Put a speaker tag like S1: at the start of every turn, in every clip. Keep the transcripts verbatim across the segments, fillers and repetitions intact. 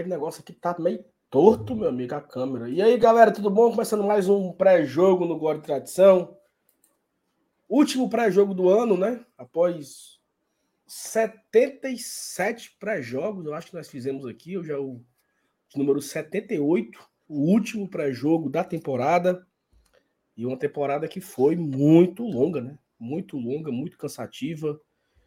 S1: negócio aqui tá meio torto, meu amigo, a câmera. E aí, galera, tudo bom? Começando mais um pré-jogo no Glória e Tradição. Último pré-jogo do ano, né? Após setenta e sete pré-jogos, eu acho que nós fizemos aqui, eu já o número setenta e oito, o último pré-jogo da temporada. E uma temporada que foi muito longa, né? Muito longa, muito cansativa,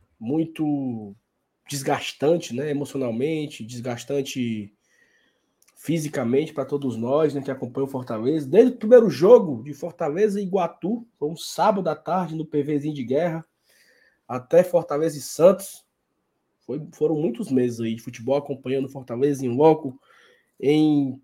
S1: muito desgastante, né? Emocionalmente, desgastante fisicamente para todos nós, né, que acompanham o Fortaleza. Desde o primeiro jogo de Fortaleza e Iguatu, foi um sábado à tarde no PVzinho de guerra, até Fortaleza e Santos. Foi, foram muitos meses aí de futebol acompanhando Fortaleza em loco, em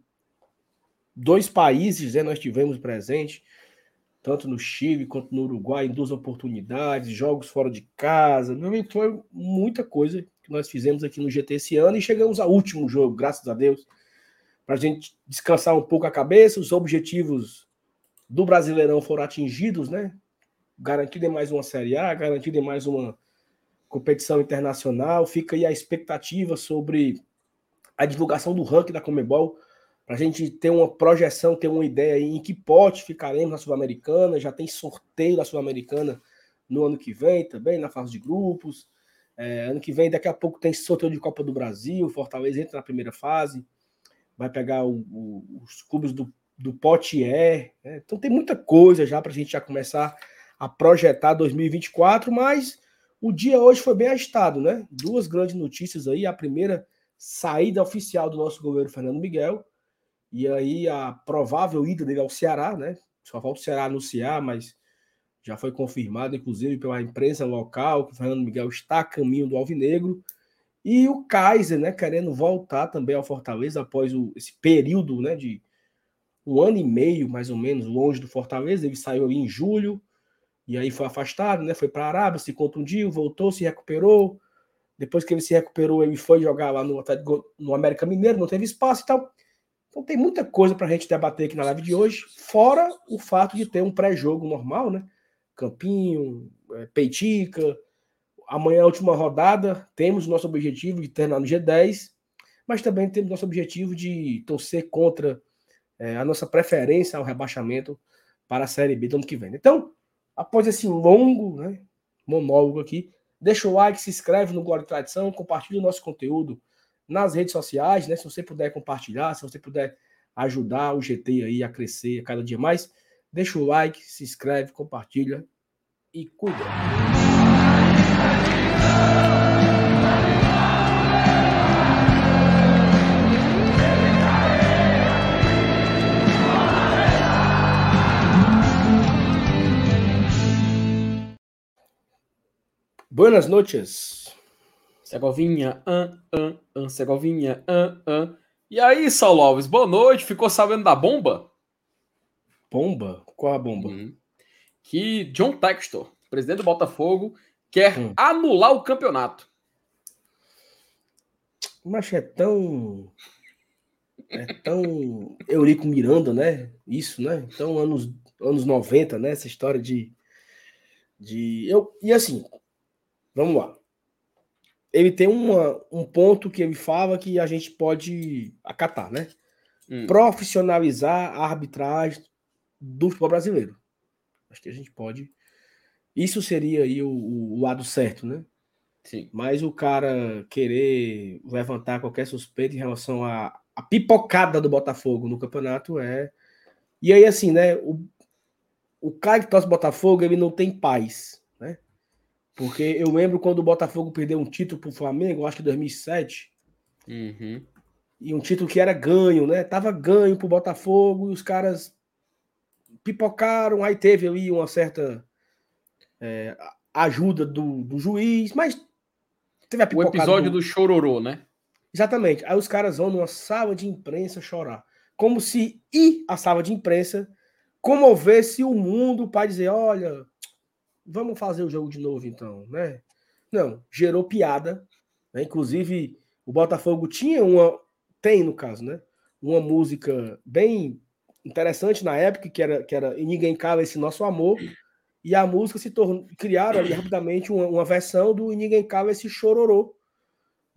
S1: dois países, né, nós tivemos presente, tanto no Chile quanto no Uruguai, em duas oportunidades, jogos fora de casa. Foi muita coisa que nós fizemos aqui no G T esse ano e chegamos ao último jogo, graças a Deus, para a gente descansar um pouco a cabeça. Os objetivos do Brasileirão foram atingidos, né? Garantido em mais uma Série A, garantido em mais uma competição internacional. Fica aí a expectativa sobre a divulgação do ranking da Conmebol, para a gente ter uma projeção, ter uma ideia aí em que pote ficaremos na Sul-Americana. Já tem sorteio da Sul-Americana no ano que vem também, na fase de grupos. É, ano que vem, daqui a pouco, tem sorteio de Copa do Brasil. Fortaleza entra na primeira fase, vai pegar o, o, os clubes do, do pote E. Né? Então tem muita coisa já para a gente já começar a projetar dois mil e vinte e quatro, mas o dia hoje foi bem agitado, né? Duas grandes notícias aí. A primeira, saída oficial do nosso goleiro Fernando Miguel, e aí a provável ida dele ao Ceará, né? Só falta o Ceará anunciar, mas já foi confirmado, inclusive, pela imprensa local, que o Fernando Miguel está a caminho do Alvinegro. E o Kaiser, né, querendo voltar também ao Fortaleza após o, esse período, né, de um ano e meio, mais ou menos, longe do Fortaleza. Ele saiu ali em julho, e aí foi afastado, né, foi para a Arábia, se contundiu, voltou, se recuperou. Depois que ele se recuperou, ele foi jogar lá no, no América Mineiro, não teve espaço e tal. Então tem muita coisa para a gente debater aqui na live de hoje, fora o fato de ter um pré-jogo normal, né? Campinho, Peitica. Amanhã, a última rodada, temos o nosso objetivo de terminar no G dez, mas também temos o nosso objetivo de torcer contra é, a nossa preferência ao rebaixamento para a Série B do ano que vem. Então, após esse longo, né, monólogo aqui, deixa o like, se inscreve no Glória e Tradição, compartilha o nosso conteúdo nas redes sociais, né? Se você puder compartilhar, se você puder ajudar o G T aí a crescer a cada dia mais, deixa o like, se inscreve, compartilha e cuida. Buenas noches.
S2: Segovinha, an, an, an, Segovinha, an, an. E aí, Saulo Alves, boa noite. Ficou sabendo da bomba?
S1: Bomba? Qual a bomba?
S2: Hum. Que John Textor, presidente do Botafogo, quer hum. anular o campeonato.
S1: Mas é tão... É tão Eurico Miranda, né? Isso, né? Então, anos, anos noventa, né? Essa história de... de... Eu... E assim, vamos lá. Ele tem uma, um ponto que ele fala que a gente pode acatar, né? Hum. Profissionalizar a arbitragem do futebol brasileiro. Acho que a gente pode... Isso seria aí o, o lado certo, né?
S2: Sim.
S1: Mas o cara querer levantar qualquer suspeita em relação à, à pipocada do Botafogo no campeonato é... E aí, assim, né? O, o cara que torce o Botafogo, ele não tem paz, né? Porque eu lembro quando o Botafogo perdeu um título pro Flamengo, acho que em dois mil e sete.
S2: Uhum.
S1: E um título que era ganho, né? Tava ganho pro Botafogo e os caras pipocaram. Aí teve ali uma certa é, ajuda do, do juiz, mas teve a pipocada.
S2: O episódio
S1: do...
S2: do chororô, né?
S1: Exatamente. Aí os caras vão numa sala de imprensa chorar. Como se ir à sala de imprensa comovesse o mundo para dizer, olha, vamos fazer o jogo de novo então, né? Não, gerou piada. Né? Inclusive, o Botafogo tinha uma... Tem, no caso, né? Uma música bem interessante na época, que era, que era E Ninguém Cala Esse Nosso Amor. E a música se tornou... Criaram ali rapidamente uma, uma versão do E Ninguém Cala Esse Chororô.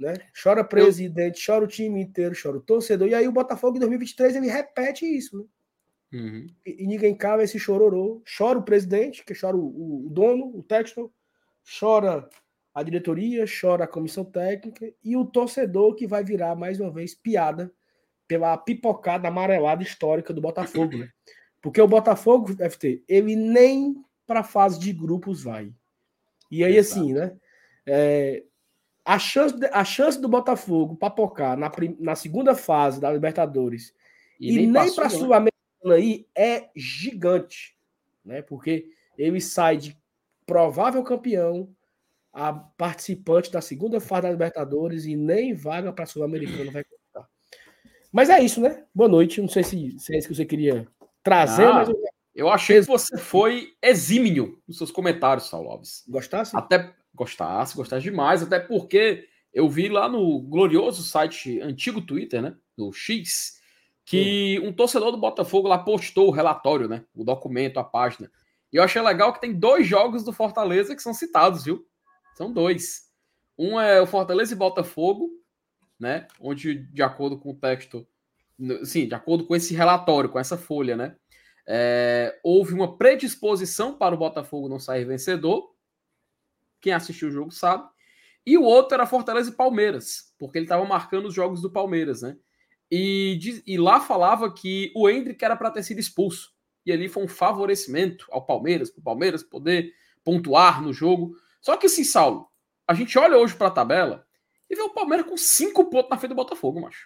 S1: né? Chora presidente, chora o time inteiro, chora o torcedor. E aí o Botafogo em dois mil e vinte e três ele repete isso, né?
S2: Uhum.
S1: E, e ninguém cava esse chororô. Chora o presidente, que chora o, o dono, o técnico, chora a diretoria, chora a comissão técnica e o torcedor que vai virar mais uma vez piada pela pipocada amarelada histórica do Botafogo, né? Porque o Botafogo, F T, ele nem para a fase de grupos vai. E aí, Exato. assim, né? É, a, chance de, a chance do Botafogo papocar na, na segunda fase da Libertadores e, e nem, nem para a Sul-Americana aí é gigante, né? Porque ele sai de provável campeão a participante da segunda fase da Libertadores e nem vaga para a Sul-Americana vai contar. Mas é isso, né? Boa noite. Não sei se, se é isso que você queria trazer, ah, mas eu...
S2: eu achei que você foi exímio nos seus comentários, Saulo Alves.
S1: Gostasse?
S2: Até gostasse, gostasse demais, até porque eu vi lá no glorioso site antigo Twitter, né? No X, que hum. um torcedor do Botafogo lá postou o relatório, né? O documento, a página. E eu achei legal que tem dois jogos do Fortaleza que são citados, viu? São dois. Um é o Fortaleza e Botafogo, né? Onde, de acordo com o texto, sim, de acordo com esse relatório, com essa folha, né? É, houve uma predisposição para o Botafogo não sair vencedor. Quem assistiu o jogo sabe. E o outro era Fortaleza e Palmeiras, porque ele estava marcando os jogos do Palmeiras, né? E, e lá falava que o Endrick era para ter sido expulso. E ali foi um favorecimento ao Palmeiras, para o Palmeiras poder pontuar no jogo. Só que assim, Saulo, a gente olha hoje para a tabela e vê o Palmeiras com cinco pontos na frente do Botafogo, macho.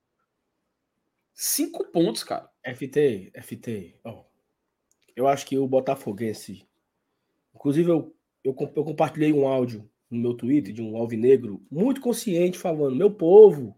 S2: Cinco pontos, cara.
S1: F T, F T, ó. Eu acho que o Botafoguense... Inclusive, eu, eu, eu compartilhei um áudio no meu Twitter de um alvinegro muito consciente falando, meu povo,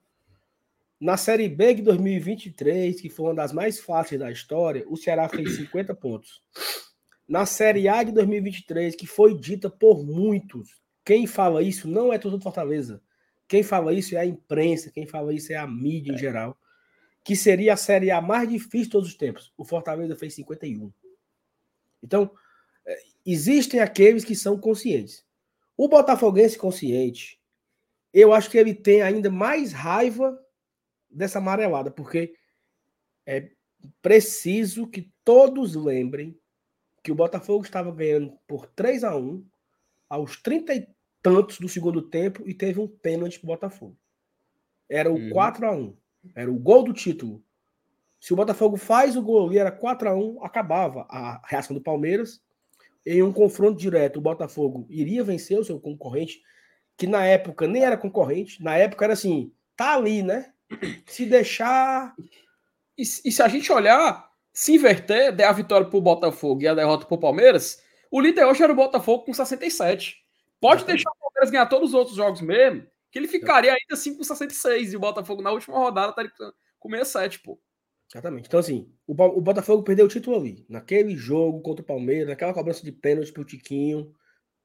S1: na Série B de dois mil e vinte e três, que foi uma das mais fáceis da história, o Ceará fez cinquenta pontos. Na Série A de dois mil e vinte e três, que foi dita por muitos, quem fala isso não é torcedor do Fortaleza. Quem fala isso é a imprensa, quem fala isso é a mídia em geral, que seria a Série A mais difícil de todos os tempos. O Fortaleza fez cinquenta e um. Então, existem aqueles que são conscientes. O botafoguense consciente, eu acho que ele tem ainda mais raiva dessa amarelada, porque é preciso que todos lembrem que o Botafogo estava ganhando por três a um aos trinta e tantos do segundo tempo e teve um pênalti pro Botafogo. Era o uhum. quatro a um. Era o gol do título. Se o Botafogo faz o gol e era quatro a um, acabava a reação do Palmeiras. Em um confronto direto, o Botafogo iria vencer o seu concorrente, que na época nem era concorrente. Na época era assim, tá ali, né? Se deixar...
S2: E, e se a gente olhar, se inverter, der a vitória pro Botafogo e a derrota pro Palmeiras, o líder hoje era o Botafogo com sessenta e sete. Pode deixar o Palmeiras ganhar todos os outros jogos mesmo, que ele ficaria ainda assim com sessenta e seis, e o Botafogo na última rodada estaria com sessenta e sete, pô.
S1: Exatamente. Então, assim, o, o Botafogo perdeu o título ali, naquele jogo contra o Palmeiras, naquela cobrança de pênalti pro Tiquinho.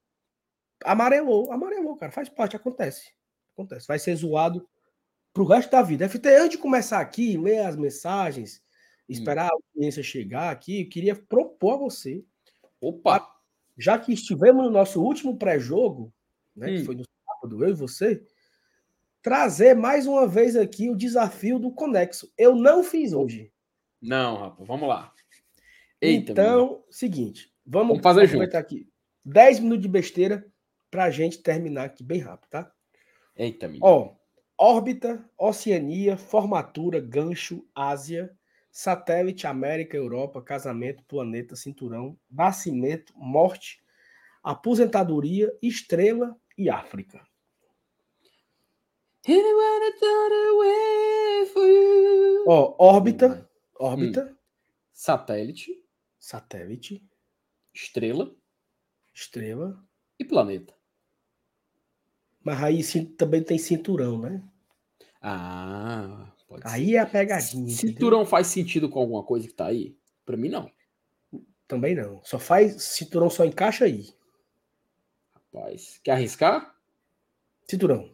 S1: Amarelou, amarelou, cara. Faz parte, acontece. Acontece. Vai ser zoado pro resto da vida. F T, antes de começar aqui, ler as mensagens, esperar hum. a audiência chegar aqui, eu queria propor a você.
S2: Opa!
S1: Já que estivemos no nosso último pré-jogo, né, hum. que foi no sábado, eu e você, trazer mais uma vez aqui o desafio do Conexo. Eu não fiz hoje.
S2: Não, rapaz, vamos lá.
S1: Eita, então, minha. seguinte, vamos,
S2: vamos fazer
S1: aproveitar junto. aqui dez minutos de besteira pra gente terminar aqui bem rápido, tá?
S2: Eita, minha.
S1: Ó, órbita, Oceania, formatura, gancho, Ásia, satélite, América, Europa, casamento, planeta, cinturão, nascimento, morte, aposentadoria, estrela e África. Ó, órbita, órbita,
S2: hum. satélite,
S1: satélite,
S2: estrela,
S1: estrela
S2: e planeta.
S1: Mas aí sim, também tem cinturão, né?
S2: Ah, pode
S1: aí
S2: ser.
S1: é a pegadinha.
S2: Cinturão
S1: entendeu?
S2: faz sentido com alguma coisa que tá aí? Pra mim, não.
S1: Também não. Só faz. Cinturão só encaixa aí.
S2: Rapaz, quer arriscar?
S1: Cinturão.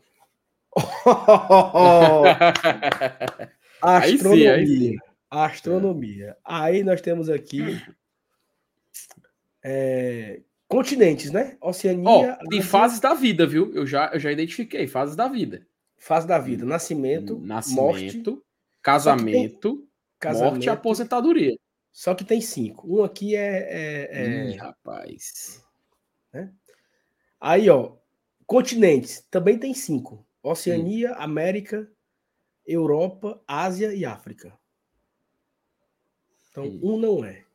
S2: Aí sim, aí sim.
S1: Astronomia. É. Aí nós temos aqui. É, Continentes, né?
S2: Ó,
S1: Oceania.
S2: tem
S1: Ásia,
S2: fases da vida, viu? Eu já, eu já identifiquei, fases da vida.
S1: fase da vida. Nascimento, morte.
S2: Nascimento,
S1: Só que tem
S2: casamento, morte e
S1: casamento.
S2: aposentadoria.
S1: Só que tem cinco. Um aqui é. é, é
S2: Ih, rapaz.
S1: né? Aí, ó. Continentes também tem cinco: Oceania,
S2: Hum.
S1: América, Europa, Ásia e África. Então,
S2: Hum.
S1: um não é.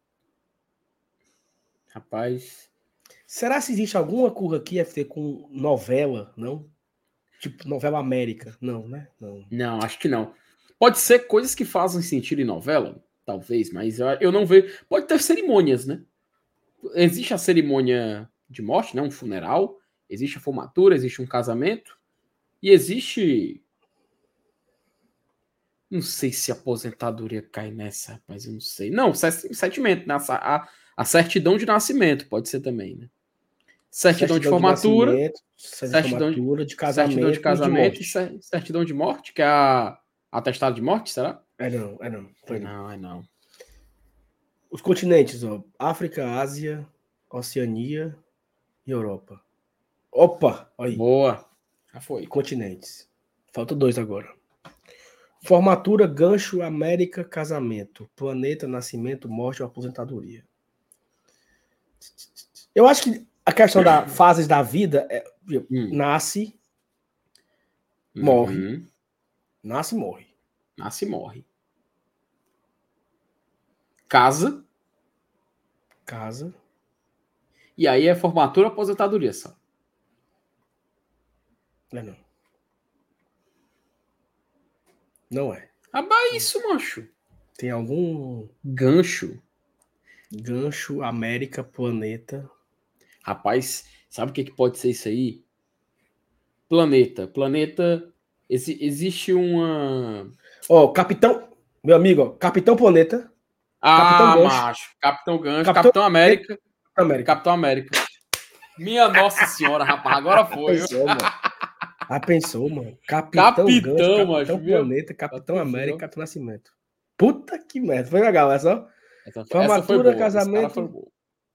S2: Rapaz.
S1: Será se existe alguma curva aqui, F T, com novela? Não? Tipo, novela América? Não, né? Não.
S2: Não, acho que não. Pode ser coisas que fazem sentido em novela, talvez, mas eu, eu não vejo. Pode ter cerimônias, né? Existe a cerimônia de morte, né? Um funeral, existe a formatura, existe um casamento, e existe. Não sei se a aposentadoria cai nessa, rapaz, eu não sei. Não, sentimento, né? A, a certidão de nascimento pode ser também, né? Certidão, certidão de formatura, de certidão, de,
S1: formatura, de
S2: casamento, certidão de casamento
S1: e, de
S2: e certidão de morte, que é a atestado de morte, será?
S1: É não, é não.
S2: É não, é não.
S1: Os continentes, ó, África, Ásia, Oceania e Europa. Opa, aí.
S2: Boa. Já foi.
S1: Continentes. Falta dois agora. Formatura, gancho, América, casamento. Planeta, nascimento, morte ou aposentadoria. Eu acho que a questão das fases da vida é, hum. nasce, uhum. morre. Nasce e morre.
S2: Nasce e morre. Casa.
S1: Casa.
S2: E aí é formatura ou aposentadoria, só.
S1: Não é não. Não é.
S2: Aba isso, macho.
S1: Tem algum...
S2: Gancho.
S1: Gancho, América, planeta.
S2: Rapaz, sabe o que, que pode ser isso aí? Planeta. Planeta... Esse, existe uma...
S1: Ó, oh, Capitão... Meu amigo, ó, Capitão Planeta.
S2: Ah, Capitão Gancho. macho. Capitão Gancho. Capitão, Capitão América.
S1: América.
S2: Capitão América. Minha Nossa Senhora, rapaz. Agora foi.
S1: Pensou, mano. Ah, pensou, mano. Capitão, Capitão Gancho, Capitão
S2: macho,
S1: Planeta, Capitão América, Capitão Nascimento. Puta que merda. Foi legal, essa, ó.
S2: Essa,
S1: Formatura,
S2: essa foi boa.
S1: casamento.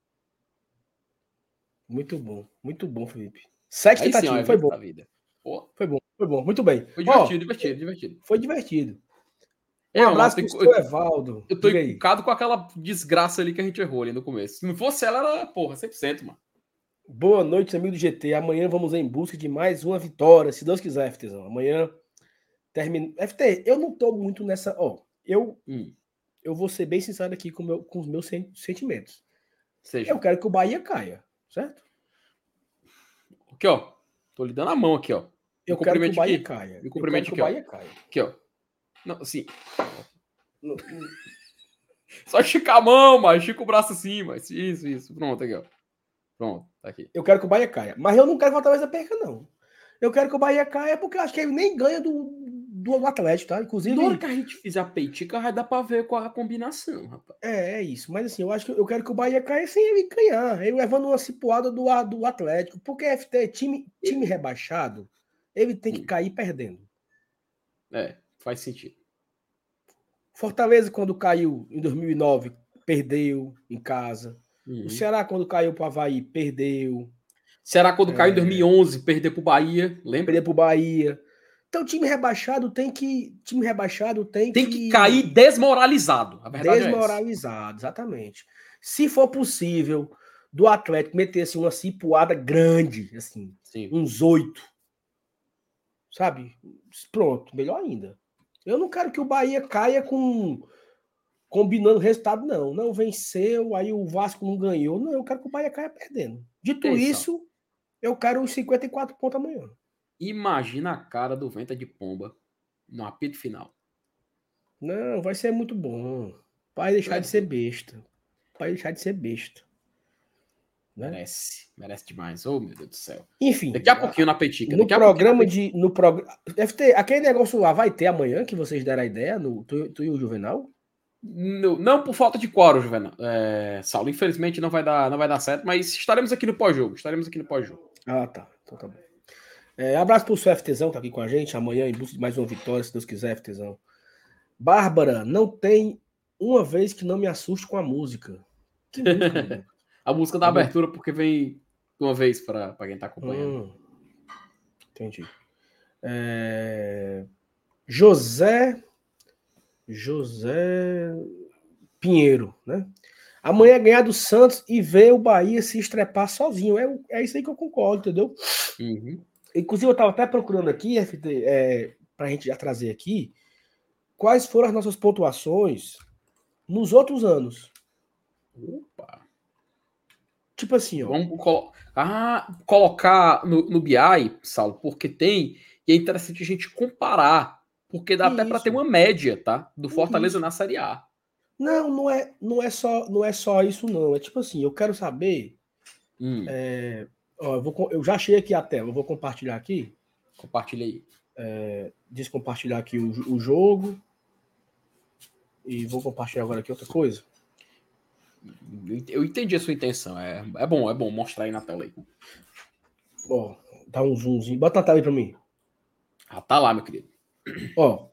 S1: Muito bom, muito bom, Felipe. Sete
S2: Aí
S1: tentativas,
S2: sim, ó,
S1: foi bom.
S2: Vida.
S1: Foi bom, foi bom, muito bem.
S2: Foi divertido,
S1: ó,
S2: divertido, divertido.
S1: Foi divertido. Um
S2: eu,
S1: abraço pro seu Evaldo.
S2: Eu tô encucado com aquela desgraça ali que a gente errou ali no começo. Se não fosse ela, era, porra, cem por cento, mano.
S1: Boa noite, amigo do G T. Amanhã vamos em busca de mais uma vitória, se Deus quiser, FTzão. Amanhã termina. F T, eu não tô muito nessa. Ó, eu, hum. eu vou ser bem sincero aqui com, meu, com os meus sentimentos. Seja. Eu quero que o Bahia caia, certo?
S2: Aqui, ó. Tô lhe dando a mão aqui, ó.
S1: Eu quero que o Bahia aqui. caia.
S2: Me cumprimente
S1: aqui, o Bahia
S2: ó.
S1: caia.
S2: Aqui, ó. Não, assim. Não, não... Só esticar a mão, mas estica o braço assim, mas isso, isso. Pronto, aqui, ó. Pronto, tá aqui.
S1: Eu quero que o Bahia caia. Mas eu não quero que o Fortaleza perca, não. Eu quero que o Bahia caia porque eu acho que ele nem ganha do, do Atlético, tá? Inclusive.
S2: Na hora que a gente fizer a peitica, vai dar pra ver qual é a combinação, rapaz.
S1: É, é isso. Mas assim, eu acho que eu quero que o Bahia caia sem ele ganhar. Ele levando uma cipuada do, do Atlético. Porque F T, time, time rebaixado, ele tem que hum. cair perdendo.
S2: É, faz sentido.
S1: Fortaleza, quando caiu em dois mil e nove, perdeu em casa. Uhum. O Ceará, quando caiu para o Havaí, perdeu.
S2: Ceará, quando é... caiu em dois mil e onze, perdeu para o Bahia, lembra?
S1: Perdeu para o Bahia. Então, time rebaixado tem que. Time rebaixado tem,
S2: tem
S1: que.
S2: Tem que cair desmoralizado. A verdade
S1: desmoralizado, é exatamente. Se for possível, do Atlético meter assim, uma cipuada grande, assim, Sim. uns oito. Sabe? Pronto, melhor ainda. Eu não quero que o Bahia caia com. Combinando resultado, não. Não venceu, aí o Vasco não ganhou. Não, eu quero que o Bahia caia perdendo. Dito isso, isso eu quero os cinquenta e quatro pontos amanhã.
S2: Imagina a cara do Venta de Pomba no apito final.
S1: Não, vai ser muito bom. Vai deixar é de ser besta. Vai deixar de ser besta.
S2: Né? Merece. Merece demais. Oh, meu Deus do céu.
S1: Enfim.
S2: Daqui a pouquinho na petica.
S1: No programa de... No prog... Deve ter... Aquele negócio lá vai ter amanhã, que vocês deram a ideia, no, tu, tu e o Juvenal?
S2: Não, não por falta de quórum, Juvenal. É, Saulo, infelizmente não vai, dar, não vai dar certo, mas estaremos aqui no pós-jogo. Estaremos aqui no pós-jogo.
S1: Ah, tá. Então tá bom. É, abraço pro seu FTzão, tá aqui com a gente. Amanhã em busca de mais uma vitória, se Deus quiser, FTzão. Bárbara, não tem uma vez que não me assuste com a música. Que música,
S2: a música da abertura, porque vem uma vez para quem tá acompanhando.
S1: Hum, entendi. É... José José Pinheiro, né? Amanhã ganhar do Santos e ver o Bahia se estrepar sozinho. É, é isso aí que eu concordo, entendeu?
S2: Uhum.
S1: Inclusive, eu estava até procurando aqui, F T, é, para a gente já trazer aqui, quais foram as nossas pontuações nos outros anos.
S2: Opa.
S1: Tipo assim, ó.
S2: Vamos colo ah, colocar no, no B I, Saulo, porque tem, e é interessante a gente comparar, porque dá
S1: Isso.
S2: até para ter uma média, tá? Do Fortaleza
S1: Isso.
S2: na Série A.
S1: Não, não é, não é só, não é só isso, não. É tipo assim, eu quero saber.
S2: Hum.
S1: É, ó, eu, vou, eu já achei aqui a tela, eu vou compartilhar aqui.
S2: Compartilha aí.
S1: É, descompartilhar aqui o, o jogo. E vou compartilhar agora aqui outra coisa.
S2: Eu entendi a sua intenção. É, é bom, é bom mostrar aí na tela aí.
S1: Ó, dá um zoomzinho. Bota na tela aí pra mim.
S2: Ah, tá lá, meu querido.
S1: Ó,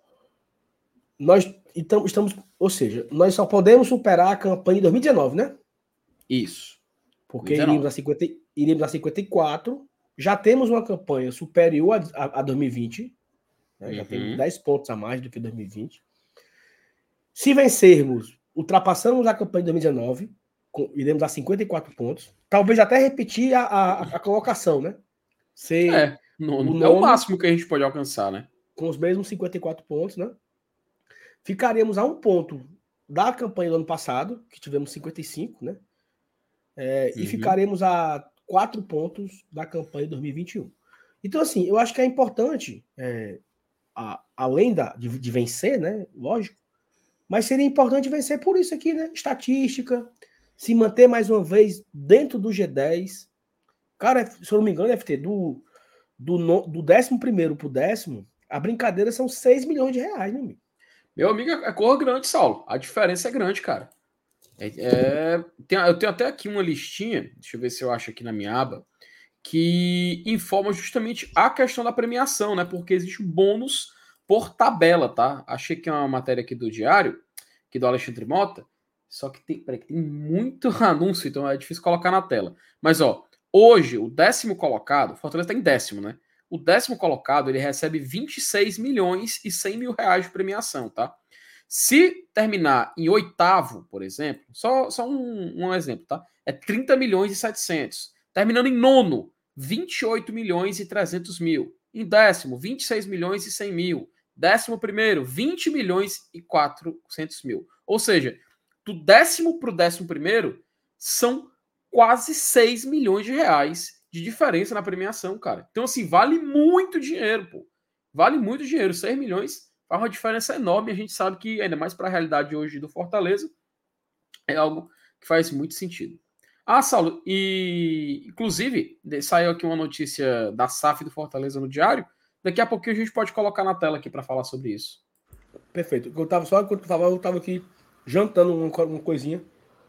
S1: nós então, estamos, ou seja, nós só podemos superar a campanha de dois mil e dezenove, né?
S2: Isso.
S1: Porque iríamos a, cinquenta, iríamos a cinquenta e quatro. Já temos uma campanha superior a, a, a dois mil e vinte. Né? Uhum. Já temos dez pontos a mais do que dois mil e vinte. Se vencermos, ultrapassamos a campanha de dois mil e dezenove. Com, iremos a cinquenta e quatro pontos. Talvez até repetir a, a, a colocação, né? Ser
S2: é, nono.
S1: o nono,
S2: é o máximo que a gente pode alcançar, né?
S1: Com os mesmos cinquenta e quatro pontos, né? Ficaríamos a um ponto da campanha do ano passado, que tivemos cinquenta e cinco, né? É, uhum. E ficaremos a quatro pontos da campanha de dois mil e vinte e um. Então, assim, eu acho que é importante, é, a, além da, de, de vencer, né? Lógico, mas seria importante vencer por isso aqui, né? Estatística, se manter mais uma vez dentro do G dez. Cara, se eu não me engano, deve ter do, do, no, do décimo primeiro pro décimo, a brincadeira são seis milhões de reais, meu amigo.
S2: Meu amigo, é cor grande, Saulo. A diferença é grande, cara. É, é, tem, eu tenho até aqui uma listinha, deixa eu ver se eu acho aqui na minha aba, que informa justamente a questão da premiação, né? Porque existe um bônus por tabela, tá? Achei que é uma matéria aqui do Diário, aqui do Alexandre Mota, só que tem, peraí, tem muito anúncio, então é difícil colocar na tela. Mas, ó, hoje, o décimo colocado, Fortaleza tá em décimo, né? O décimo colocado, ele recebe vinte e seis milhões e cem mil reais de premiação, tá? Se terminar em oitavo, por exemplo, só, só um, um exemplo, tá? É trinta milhões e setecentos. Terminando em nono, vinte e oito milhões e trezentos mil. Em décimo, vinte e seis milhões e cem mil. Décimo primeiro, vinte milhões e quatrocentos mil. Ou seja, do décimo para o décimo primeiro, são quase seis milhões de reais de diferença na premiação, cara. Então, assim, vale muito dinheiro, pô. Vale muito dinheiro. seis milhões faz uma diferença enorme. A gente sabe que, ainda mais para a realidade hoje do Fortaleza, é algo que faz muito sentido. Ah, Saulo, e inclusive saiu aqui uma notícia da S A F do Fortaleza no Diário. Daqui a pouquinho a gente pode colocar na tela aqui para falar sobre isso.
S1: Perfeito. Eu tava só enquanto eu tava, eu tava aqui jantando uma, uma coisinha.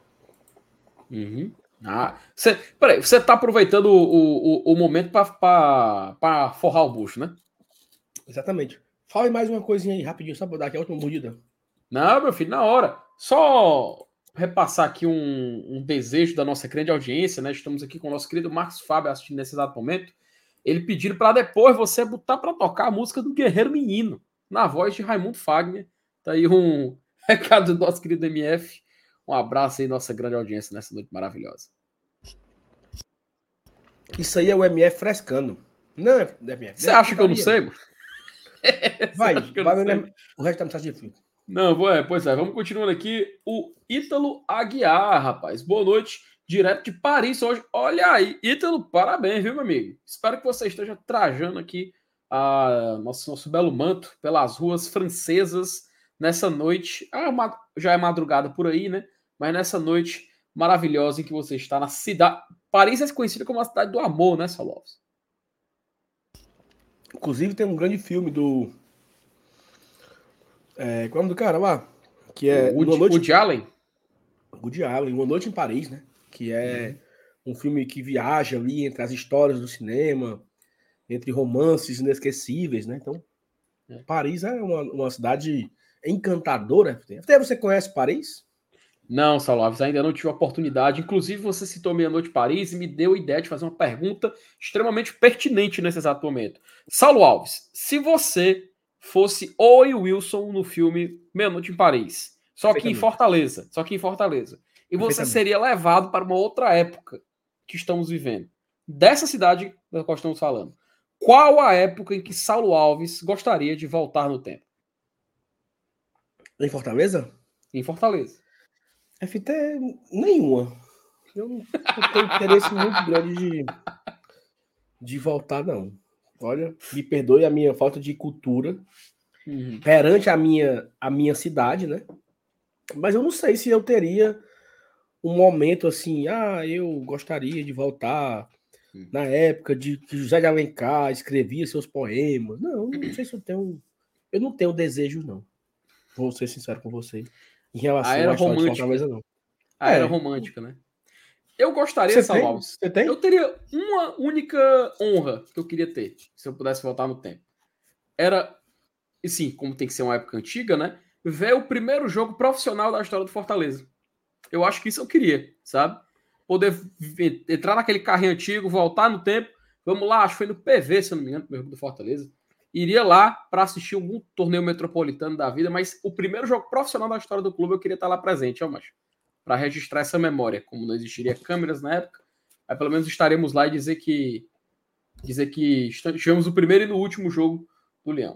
S2: Uhum. Ah, cê, peraí, você tá aproveitando o, o, o momento para forrar o bucho, né?
S1: Exatamente. Fale mais uma coisinha aí, rapidinho, só pra dar aqui a última mordida.
S2: Não, meu filho, na hora. Só repassar aqui um, um desejo da nossa grande audiência, né? Estamos aqui com o nosso querido Marcos Fábio assistindo nesse exato momento. Ele pedindo para depois você botar para tocar a música do Guerreiro Menino, na voz de Raimundo Fagner. Tá aí um recado do nosso querido M F. Um abraço aí, nossa grande audiência nessa noite maravilhosa.
S1: Isso aí é o M F frescando. Não é M F.
S2: Você acha que eu não sei, mano?
S1: Vai, vai sei. O resto da mensagem de fim.
S2: Não, é, pois é, vamos continuando aqui. O Ítalo Aguiar, rapaz. Boa noite, direto de Paris hoje. Olha aí, Ítalo, parabéns, viu, meu amigo? Espero que você esteja trajando aqui a nosso, nosso belo manto pelas ruas francesas nessa noite. Ah, já é madrugada por aí, né? Mas nessa noite maravilhosa em que você está na cidade. Paris é conhecida como a cidade do amor, né, Solovs?
S1: Inclusive tem um grande filme do... É, qual é o nome do cara lá? Que é...
S2: O Woody, noite... Woody Allen?
S1: Woody Allen, Uma Noite em Paris, né? Que é uhum. um filme que viaja ali entre as histórias do cinema, entre romances inesquecíveis, né? Então, é. Paris é uma, uma cidade encantadora. Até você conhece Paris?
S2: Não, Saulo Alves, ainda não tive a oportunidade. Inclusive, você citou Meia-Noite Paris e me deu a ideia de fazer uma pergunta extremamente pertinente nesse exato momento. Saulo Alves, se você fosse Owen Wilson no filme Meia-Noite em Paris, só que em Fortaleza, só que em Fortaleza, e você seria levado para uma outra época que estamos vivendo, dessa cidade da qual estamos falando, qual a época em que Saulo Alves gostaria de voltar no tempo?
S1: Em Fortaleza?
S2: Em Fortaleza.
S1: F T nenhuma. Eu não, não tenho interesse muito grande de, de voltar, não. Olha, me perdoe a minha falta de cultura uhum. perante a minha, a minha cidade, né? Mas eu não sei se eu teria um momento assim, ah, eu gostaria de voltar uhum. na época de que José de Alencar escrevia seus poemas. Não, não sei se eu tenho. Eu não tenho desejo, não. Vou ser sincero com você. Em relação
S2: a era
S1: à história
S2: romântica.
S1: de Fortaleza, não.
S2: A era é. romântica, né? Eu gostaria, Saulo Alves.
S1: Você tem?
S2: Eu teria uma única honra que eu queria ter, se eu pudesse voltar no tempo. Era, e sim, como tem que ser uma época antiga, né? Ver o primeiro jogo profissional da história do Fortaleza. Eu acho que isso eu queria, sabe? Poder entrar naquele carrinho antigo, voltar no tempo. Vamos lá, acho que foi no P V, se eu não me engano, primeiro jogo do Fortaleza. Iria lá para assistir algum torneio metropolitano da vida, mas o primeiro jogo profissional da história do clube eu queria estar lá presente, ó, macho. Para registrar essa memória. Como não existiria câmeras na época, aí pelo menos estaremos lá e dizer que dizer que estivemos no primeiro e no último jogo do Leão.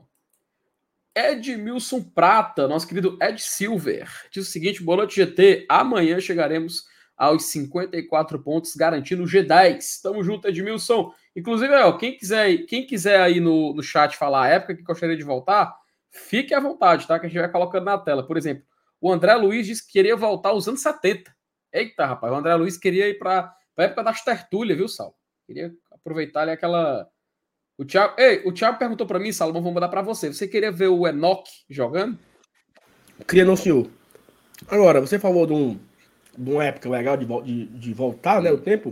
S2: Edmilson Prata, nosso querido Ed Silver, diz o seguinte: boa noite, G T. Amanhã chegaremos aos cinquenta e quatro pontos, garantindo o G dez. Tamo junto, Edmilson. Inclusive, ó, quem quiser, quem quiser aí no, no chat falar a época que gostaria de voltar, fique à vontade, tá? Que a gente vai colocando na tela. Por exemplo, o André Luiz disse que queria voltar aos anos setenta. Eita, rapaz, o André Luiz queria ir para a época das tertúlias, viu, Sal? Queria aproveitar ali aquela... O Thiago, Ei, o Thiago perguntou para mim, Salomão, vou mandar para você. Você queria ver o Enoch jogando?
S1: Queria não, senhor. Agora, você falou de, um, de uma época legal de, de, de voltar, né, o tempo.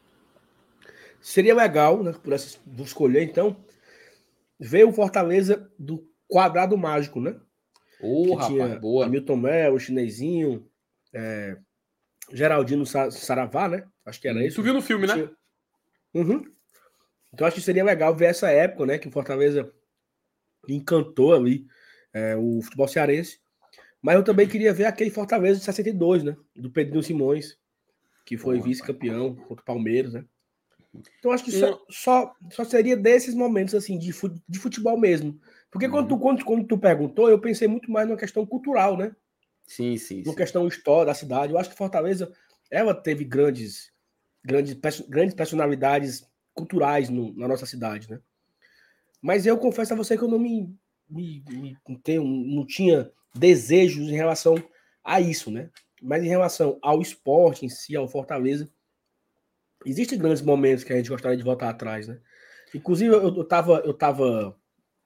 S1: Seria legal, né, pudesse escolher, então, ver o Fortaleza do quadrado mágico, né?
S2: Ô, oh, rapaz, tinha boa.
S1: Hamilton Mel, o Chinesinho, é, Geraldino Saravá, né? Acho que era
S2: hum,
S1: isso.
S2: Tu viu no filme,
S1: tinha...
S2: né?
S1: Uhum. Então acho que seria legal ver essa época, né? Que o Fortaleza encantou ali é, o futebol cearense. Mas eu também queria ver aquele Fortaleza de sessenta e dois, né? Do Pedrinho Simões, que foi vice-campeão contra o Palmeiras, né? Então acho que só, só, só seria desses momentos assim de futebol mesmo. Porque uhum. quando, tu, quando, quando tu perguntou, eu pensei muito mais numa questão cultural, né?
S2: Sim, sim.
S1: Numa
S2: sim.
S1: questão histórica da cidade. Eu acho que Fortaleza, ela teve grandes, grandes, grandes personalidades culturais no, na nossa cidade, né? Mas eu confesso a você que eu não me, me, me tenho, não tinha desejos em relação a isso, né? Mas em relação ao esporte em si, ao Fortaleza, existem grandes momentos que a gente gostaria de voltar atrás, né? Inclusive, eu, eu tava, eu tava...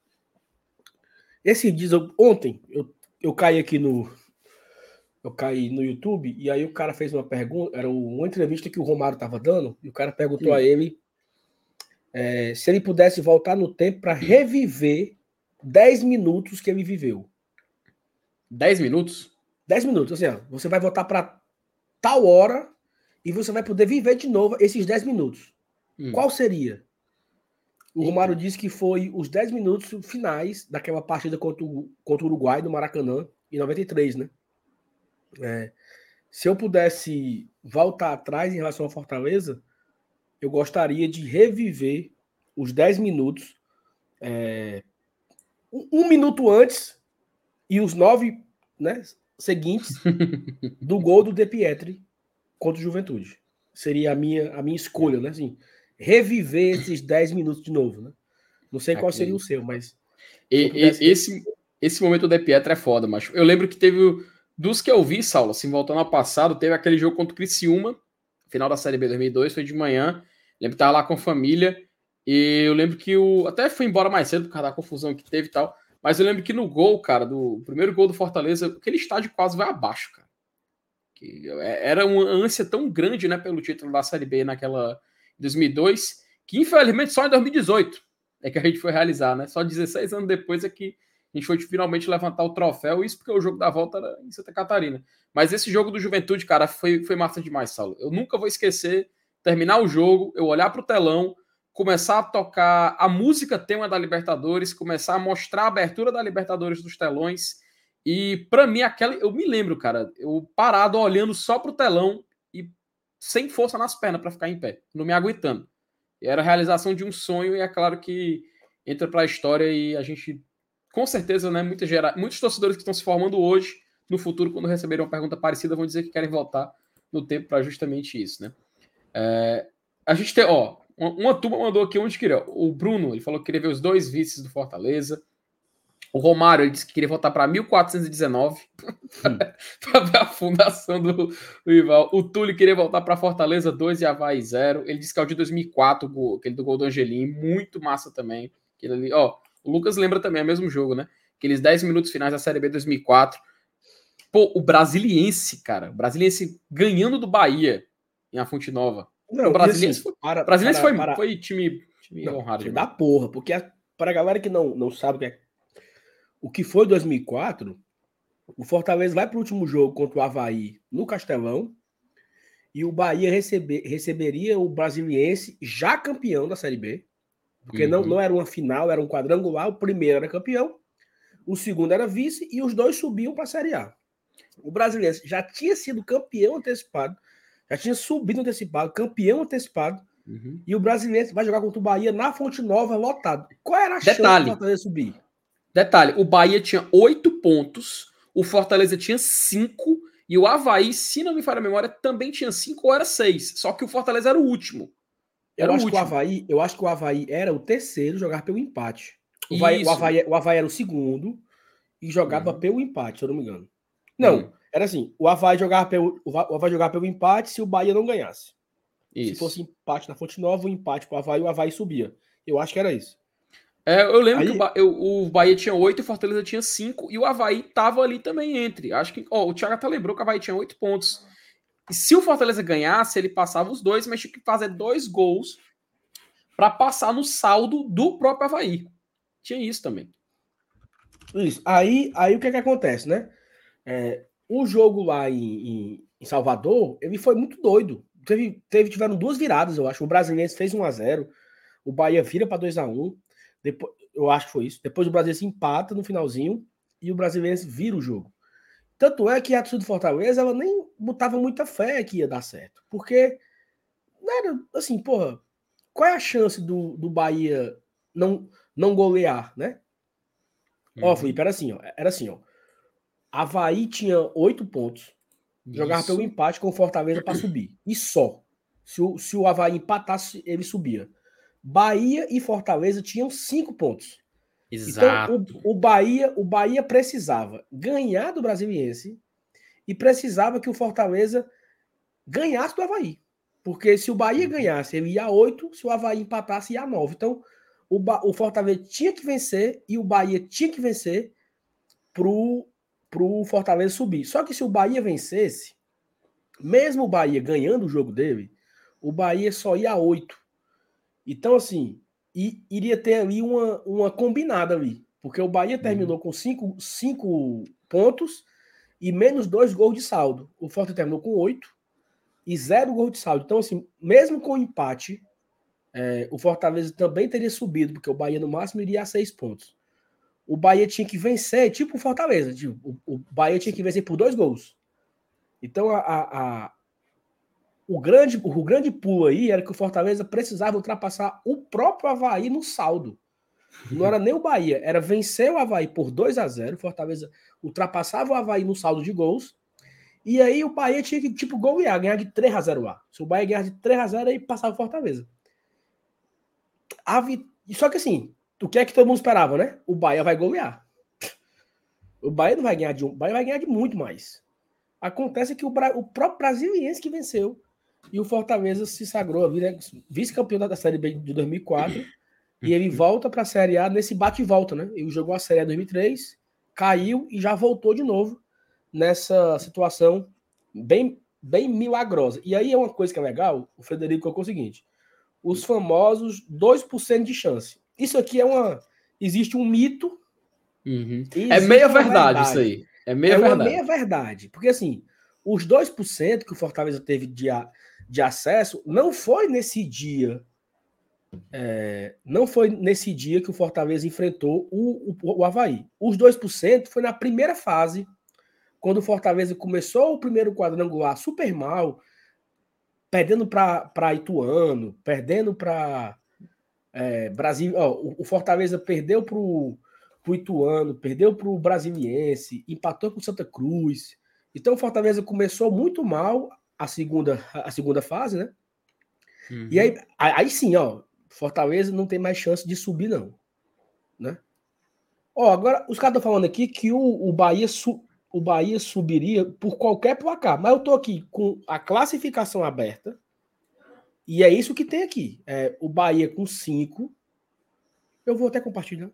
S1: Esse dia, eu, ontem, eu, eu caí aqui no... Eu caí no YouTube, e aí o cara fez uma pergunta, era uma entrevista que o Romário tava dando, e o cara perguntou Sim. a ele é, se ele pudesse voltar no tempo para reviver dez minutos que ele viveu.
S2: dez minutos?
S1: dez minutos, assim, ó, você vai voltar para tal hora e você vai poder viver de novo esses dez minutos. Hum. Qual seria? O Eita. Romário disse que foi os dez minutos finais daquela partida contra o, contra o Uruguai no Maracanã, em noventa e três, né? É, se eu pudesse voltar atrás em relação ao Fortaleza, eu gostaria de reviver os dez minutos, é, um, um minuto antes e os nove, né, seguintes do gol do De Pietri contra o Juventude. Seria a minha, a minha escolha, né? Assim, reviver esses dez minutos de novo, né? Não sei qual Aqui. seria o seu, mas...
S2: E, pudesse... esse, esse momento do De Pietri é foda, macho. Eu lembro que teve... Dos que eu vi, Saulo, assim, voltando ao passado, teve aquele jogo contra o Criciúma, final da Série B dois mil e dois, foi de manhã. Lembro que tava lá com a família. E eu lembro que o... Até fui embora mais cedo por causa da confusão que teve e tal. Mas eu lembro que no gol, cara, do primeiro gol do Fortaleza, aquele estádio quase vai abaixo, cara. Que era uma ânsia tão grande, né, pelo título da Série B naquela dois mil e dois, que infelizmente só em dois mil e dezoito é que a gente foi realizar, né? Só dezesseis anos depois é que, A gente foi finalmente levantar o troféu, isso porque o jogo da volta era em Santa Catarina. Mas esse jogo do Juventude, cara, foi, foi massa demais, Saulo. Eu nunca vou esquecer, terminar o jogo, eu olhar pro telão, começar a tocar a música tema da Libertadores, começar a mostrar a abertura da Libertadores dos telões. E para mim, aquela, eu me lembro, cara, eu parado olhando só pro telão e sem força nas pernas para ficar em pé, não me aguentando. E era a realização de um sonho e é claro que entra para a história e a gente, com certeza, né, muita gera... muitos torcedores que estão se formando hoje, no futuro, quando receberem uma pergunta parecida, vão dizer que querem voltar no tempo para justamente isso, né? É... A gente tem, ó, uma turma mandou aqui onde queria. O Bruno, ele falou que queria ver os dois vices do Fortaleza. O Romário, ele disse que queria voltar para mil quatrocentos e dezenove para ver a fundação do, do rival. O Túlio queria voltar para Fortaleza dois e Avaí zero. Ele disse que é o de dois mil e quatro, aquele do gol do Angelim, muito massa também. Aquele ali, ó, o Lucas lembra também, é o mesmo jogo, né? Aqueles dez minutos finais da Série B dois mil e quatro. Pô, o Brasiliense, cara, o Brasiliense ganhando do Bahia em A Fonte Nova.
S1: Não,
S2: o Brasiliense,
S1: assim,
S2: foi,
S1: para,
S2: Brasiliense
S1: para,
S2: foi,
S1: para...
S2: foi time, time
S1: não,
S2: honrado
S1: foi
S2: demais.
S1: da porra, porque a, para a galera que não, não sabe o que, é, o que foi dois mil e quatro, o Fortaleza vai para o último jogo contra o Avaí no Castelão e o Bahia receber, receberia o Brasiliense já campeão da Série B, porque uhum. não, não era uma final, era um quadrangular, o primeiro era campeão, o segundo era vice e os dois subiam para a Série A. O Brasiliense já tinha sido campeão antecipado, já tinha subido antecipado, campeão antecipado, uhum. e o Brasiliense vai jogar contra o Bahia na Fonte Nova lotado. Qual era a
S2: Detalhe,
S1: chance do Fortaleza subir?
S2: Detalhe, o Bahia tinha oito pontos, o Fortaleza tinha cinco, e o Avaí, se não me falha a memória, também tinha cinco ou era seis. Só que o Fortaleza era o último.
S1: Era eu, acho o último. Que o Avaí, eu acho que o Avaí era o terceiro jogar pelo empate. O Avaí, o Avaí, o Avaí era o segundo e jogava uhum. pelo empate, se eu não me engano. Não, uhum. era assim, o Avaí jogava pelo, o Avaí jogava pelo empate se o Bahia não ganhasse. Isso. Se fosse empate na Fonte Nova, o empate pro Avaí, o Avaí subia. Eu acho que era isso.
S2: É, eu lembro Aí... que o, ba... eu, o Bahia tinha oito, o Fortaleza tinha cinco, e o Avaí tava ali também entre. Acho que, ó, o Thiago até lembrou que o Avaí tinha oito pontos. E se o Fortaleza ganhasse, ele passava os dois, mas tinha que fazer dois gols para passar no saldo do próprio Avaí. Tinha isso também.
S1: Isso. Aí, aí o que é que acontece, né? É, o jogo lá em, em, em Salvador, ele foi muito doido. Teve, teve, tiveram duas viradas, eu acho. O Brasiliense fez um a zero, o Bahia vira para dois a um. Depois, eu acho que foi isso. Depois o Brasiliense empata no finalzinho e o Brasiliense vira o jogo. Tanto é que a torcida do Fortaleza, ela nem botava muita fé que ia dar certo. Porque, não era assim, porra, qual é a chance do, do Bahia não, não golear, né? Uhum. Ó, Felipe, era assim, ó. Era assim, ó. Avaí tinha oito pontos. Jogava pelo empate com o Fortaleza para subir. E só. Se o, se o Avaí empatasse, ele subia. Bahia e Fortaleza tinham cinco pontos.
S2: Exato.
S1: Então, o, o, Bahia, o Bahia precisava ganhar do Brasiliense e precisava que o Fortaleza ganhasse do Avaí. Porque se o Bahia ganhasse, ele ia a oito, se o Avaí empatasse, ia a nove. Então, o, o Fortaleza tinha que vencer e o Bahia tinha que vencer pro pro Fortaleza subir. Só que se o Bahia vencesse, mesmo o Bahia ganhando o jogo dele, o Bahia só ia a oito. Então, assim, e, iria ter ali uma, uma combinada ali. Porque o Bahia terminou uhum. com cinco, cinco pontos e menos dois gols de saldo. O Fortaleza terminou com oito e zero gols de saldo. Então, assim, mesmo com o empate, é, o Fortaleza também teria subido, porque o Bahia no máximo iria a seis pontos. O Bahia tinha que vencer, tipo o Fortaleza. Tipo, o, o Bahia tinha que vencer por dois gols. Então, a, a, a, o, grande, o grande pulo aí era que o Fortaleza precisava ultrapassar o próprio Avaí no saldo. Não era nem o Bahia, era vencer o Avaí por dois a zero. O Fortaleza ultrapassava o Avaí no saldo de gols. E aí o Bahia tinha que, tipo, golear, ganhar de três a zero lá. Se o Bahia ganhar de três a zero, aí passava o Fortaleza. A vi... Só que assim, o que é que todo mundo esperava, né? O Bahia vai golear. O Bahia não vai ganhar de um, o Bahia vai ganhar de muito mais. Acontece que o, Bra... o próprio Brasiliense que venceu e o Fortaleza se sagrou vice-campeão da Série B de dois mil e quatro e ele volta para a Série A nesse bate e volta, né? Ele jogou a Série A em dois mil e três, caiu e já voltou de novo nessa situação bem, bem milagrosa. E aí é uma coisa que é legal, o Frederico colocou o seguinte: os famosos dois por cento de chance. Isso aqui é uma... Existe um mito
S2: Uhum. É meia verdade, verdade isso aí. É meia é verdade.
S1: É meia verdade. Porque, assim, os dois por cento que o Fortaleza teve de, a, de acesso não foi nesse dia. É, não foi nesse dia que o Fortaleza enfrentou o, o, o Avaí. Os dois por cento foi na primeira fase, quando o Fortaleza começou o primeiro quadrangular super mal, perdendo para Ituano, perdendo para é, Brasil. Ó, o, o Fortaleza perdeu para o Ituano, perdeu para o Brasiliense, empatou com o Santa Cruz. Então o Fortaleza começou muito mal a segunda, a segunda fase, né? Uhum. E aí, aí sim, ó, Fortaleza não tem mais chance de subir, não. Né? Ó, agora, os caras estão falando aqui que o, o, Bahia su, o Bahia subiria por qualquer placar. Mas eu tô aqui com a classificação aberta. E é isso que tem aqui. É, o Bahia com cinco. Eu vou até compartilhar.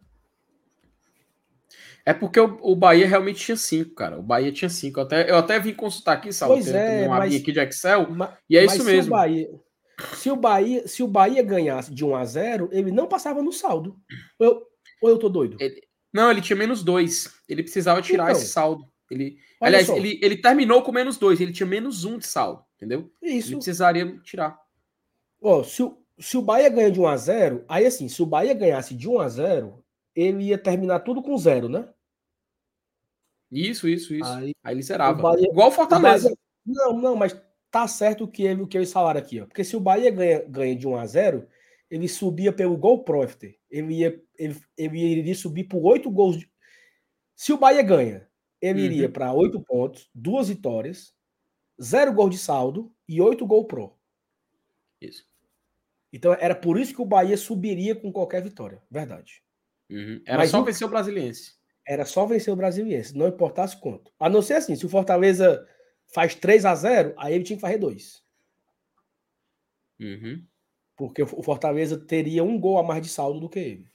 S2: É porque o, o Bahia realmente tinha cinco, cara. O Bahia tinha cinco. Eu até, eu até vim consultar aqui, Saulo,
S1: pois é,
S2: também uma
S1: mas,
S2: aqui de Excel.
S1: Mas,
S2: e é
S1: mas
S2: isso
S1: se
S2: mesmo.
S1: O Bahia, se, o Bahia, se o Bahia ganhasse de um a zero, ele não passava no saldo. Ou eu, ou eu tô doido?
S2: Ele, não, ele tinha menos dois. Ele precisava tirar então, esse saldo. Ele, aliás, ele, ele terminou com menos dois. Ele tinha menos um de saldo, entendeu?
S1: Isso.
S2: Ele precisaria tirar.
S1: Ó, se, o, se o Bahia ganha de um a zero, aí assim, se o Bahia ganhasse de um a zero, ele ia terminar tudo com zero, né?
S2: Isso, isso, isso. Aí, aí ele
S1: zerava. O Bahia,
S2: igual o Fortaleza.
S1: O Bahia, não, não, mas tá certo o que, ele, o que eles falaram aqui, ó. Porque se o Bahia ganha, ganha de um a zero, ele subia pelo gol profit. Ele, ia, ele, ele iria subir por oito gols. De... Se o Bahia ganha, ele uhum. iria para oito pontos, duas vitórias, zero gol de saldo e oito gol pro.
S2: Isso.
S1: Então era por isso que o Bahia subiria com qualquer vitória. Verdade.
S2: Uhum. Era mas só o... vencer o Brasiliense.
S1: Era só vencer o Brasiliense, não importasse quanto. A não ser assim, se o Fortaleza faz três a zero, aí ele tinha que fazer dois.
S2: Uhum.
S1: Porque o Fortaleza teria um gol a mais de saldo do que ele.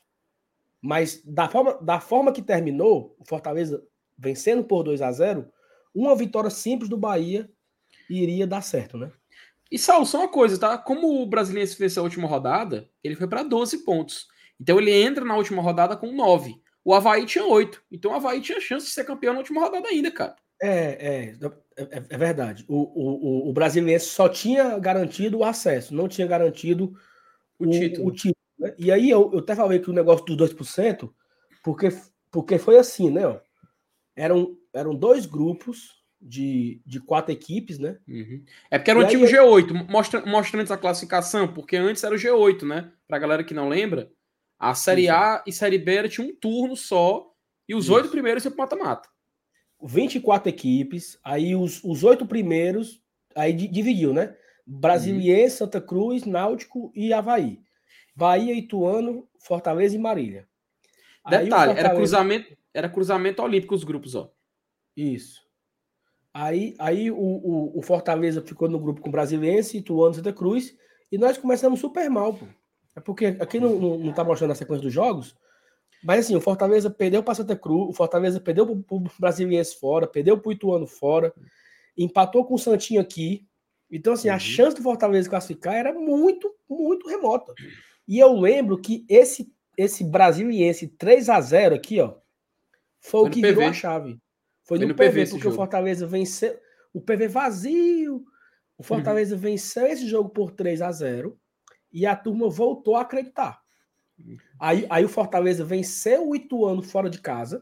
S1: Mas da forma, da forma que terminou, o Fortaleza vencendo por dois a zero, uma vitória simples do Bahia iria dar certo, né?
S2: E Saulo, só uma coisa, tá? Como o Brasiliense fez a última rodada, ele foi para doze pontos. Então ele entra na última rodada com nove. O Avaí tinha oito. Então o Avaí tinha chance de ser campeão na última rodada ainda, cara.
S1: É, é, é, é verdade. O, o, o Brasiliense só tinha garantido o acesso, não tinha garantido o, o título. O título né? E aí eu, eu até falei que o negócio dos dois por cento, porque, porque foi assim, né? Ó, eram, eram dois grupos de, de quatro equipes, né?
S2: Uhum. É porque era o antigo aí, G oito, mostra, mostra antes a classificação, porque antes era o G oito, né? Pra galera que não lembra, a Série isso. A e Série B era, tinha um turno só, e os oito primeiros iam pro mata-mata.
S1: vinte e quatro equipes, aí os, os oito primeiros, aí dividiu, né? Brasiliense, uhum. Santa Cruz, Náutico e Avaí. Bahia, Ituano, Fortaleza e Marília.
S2: Detalhe, Fortaleza... era, cruzamento, era cruzamento olímpico os grupos, ó.
S1: Isso. Aí, aí o, o, o Fortaleza ficou no grupo com Brasiliense, Ituano e Santa Cruz, e nós começamos super mal, pô. É porque aqui não, não, não tá mostrando a sequência dos jogos, mas assim, o Fortaleza perdeu para Santa Cruz, o Fortaleza perdeu para o Brasiliense fora, perdeu para o Ituano fora, empatou com o Santinho aqui. Então, assim, uhum. a chance do Fortaleza classificar era muito, muito remota. E eu lembro que esse, esse Brasiliense três a zero aqui, ó, foi, foi o que virou a chave. Foi, foi no, no P V, P V porque jogo. O Fortaleza venceu, o P V vazio, o Fortaleza uhum. venceu esse jogo por três a zero e a turma voltou a acreditar. Aí, aí o Fortaleza venceu o Ituano fora de casa.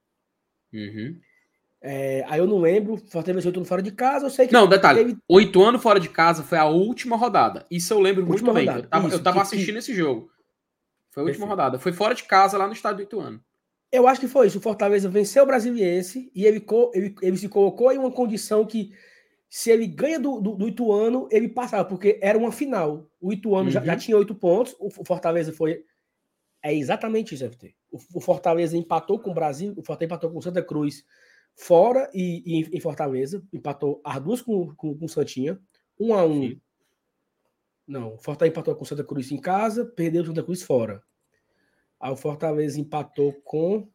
S2: Uhum.
S1: É, aí eu não lembro, Fortaleza venceu o Ituano fora de casa, eu sei que...
S2: Não, detalhe, teve... o Ituano fora de casa foi a última rodada. Isso eu lembro última muito rodada. bem. Eu tava, Isso, eu tava que, assistindo que... esse jogo. Foi a última Perfeito. rodada. Foi fora de casa, lá no estádio do Ituano.
S1: Eu acho que foi isso. O Fortaleza venceu o Brasiliense e ele, ele, ele se colocou em uma condição que, se ele ganha do, do, do Ituano, ele passava, porque era uma final. O Ituano uhum. já, já tinha oito pontos, o Fortaleza foi... É exatamente isso, F T. O, o Fortaleza empatou com o Brasil, o Fortaleza empatou com o Santa Cruz fora e, e em Fortaleza, empatou as duas com, com, com o Santinha, um a um. Sim. Não, o Fortaleza empatou com o Santa Cruz em casa, perdeu o Santa Cruz fora. Aí o Fortaleza empatou com...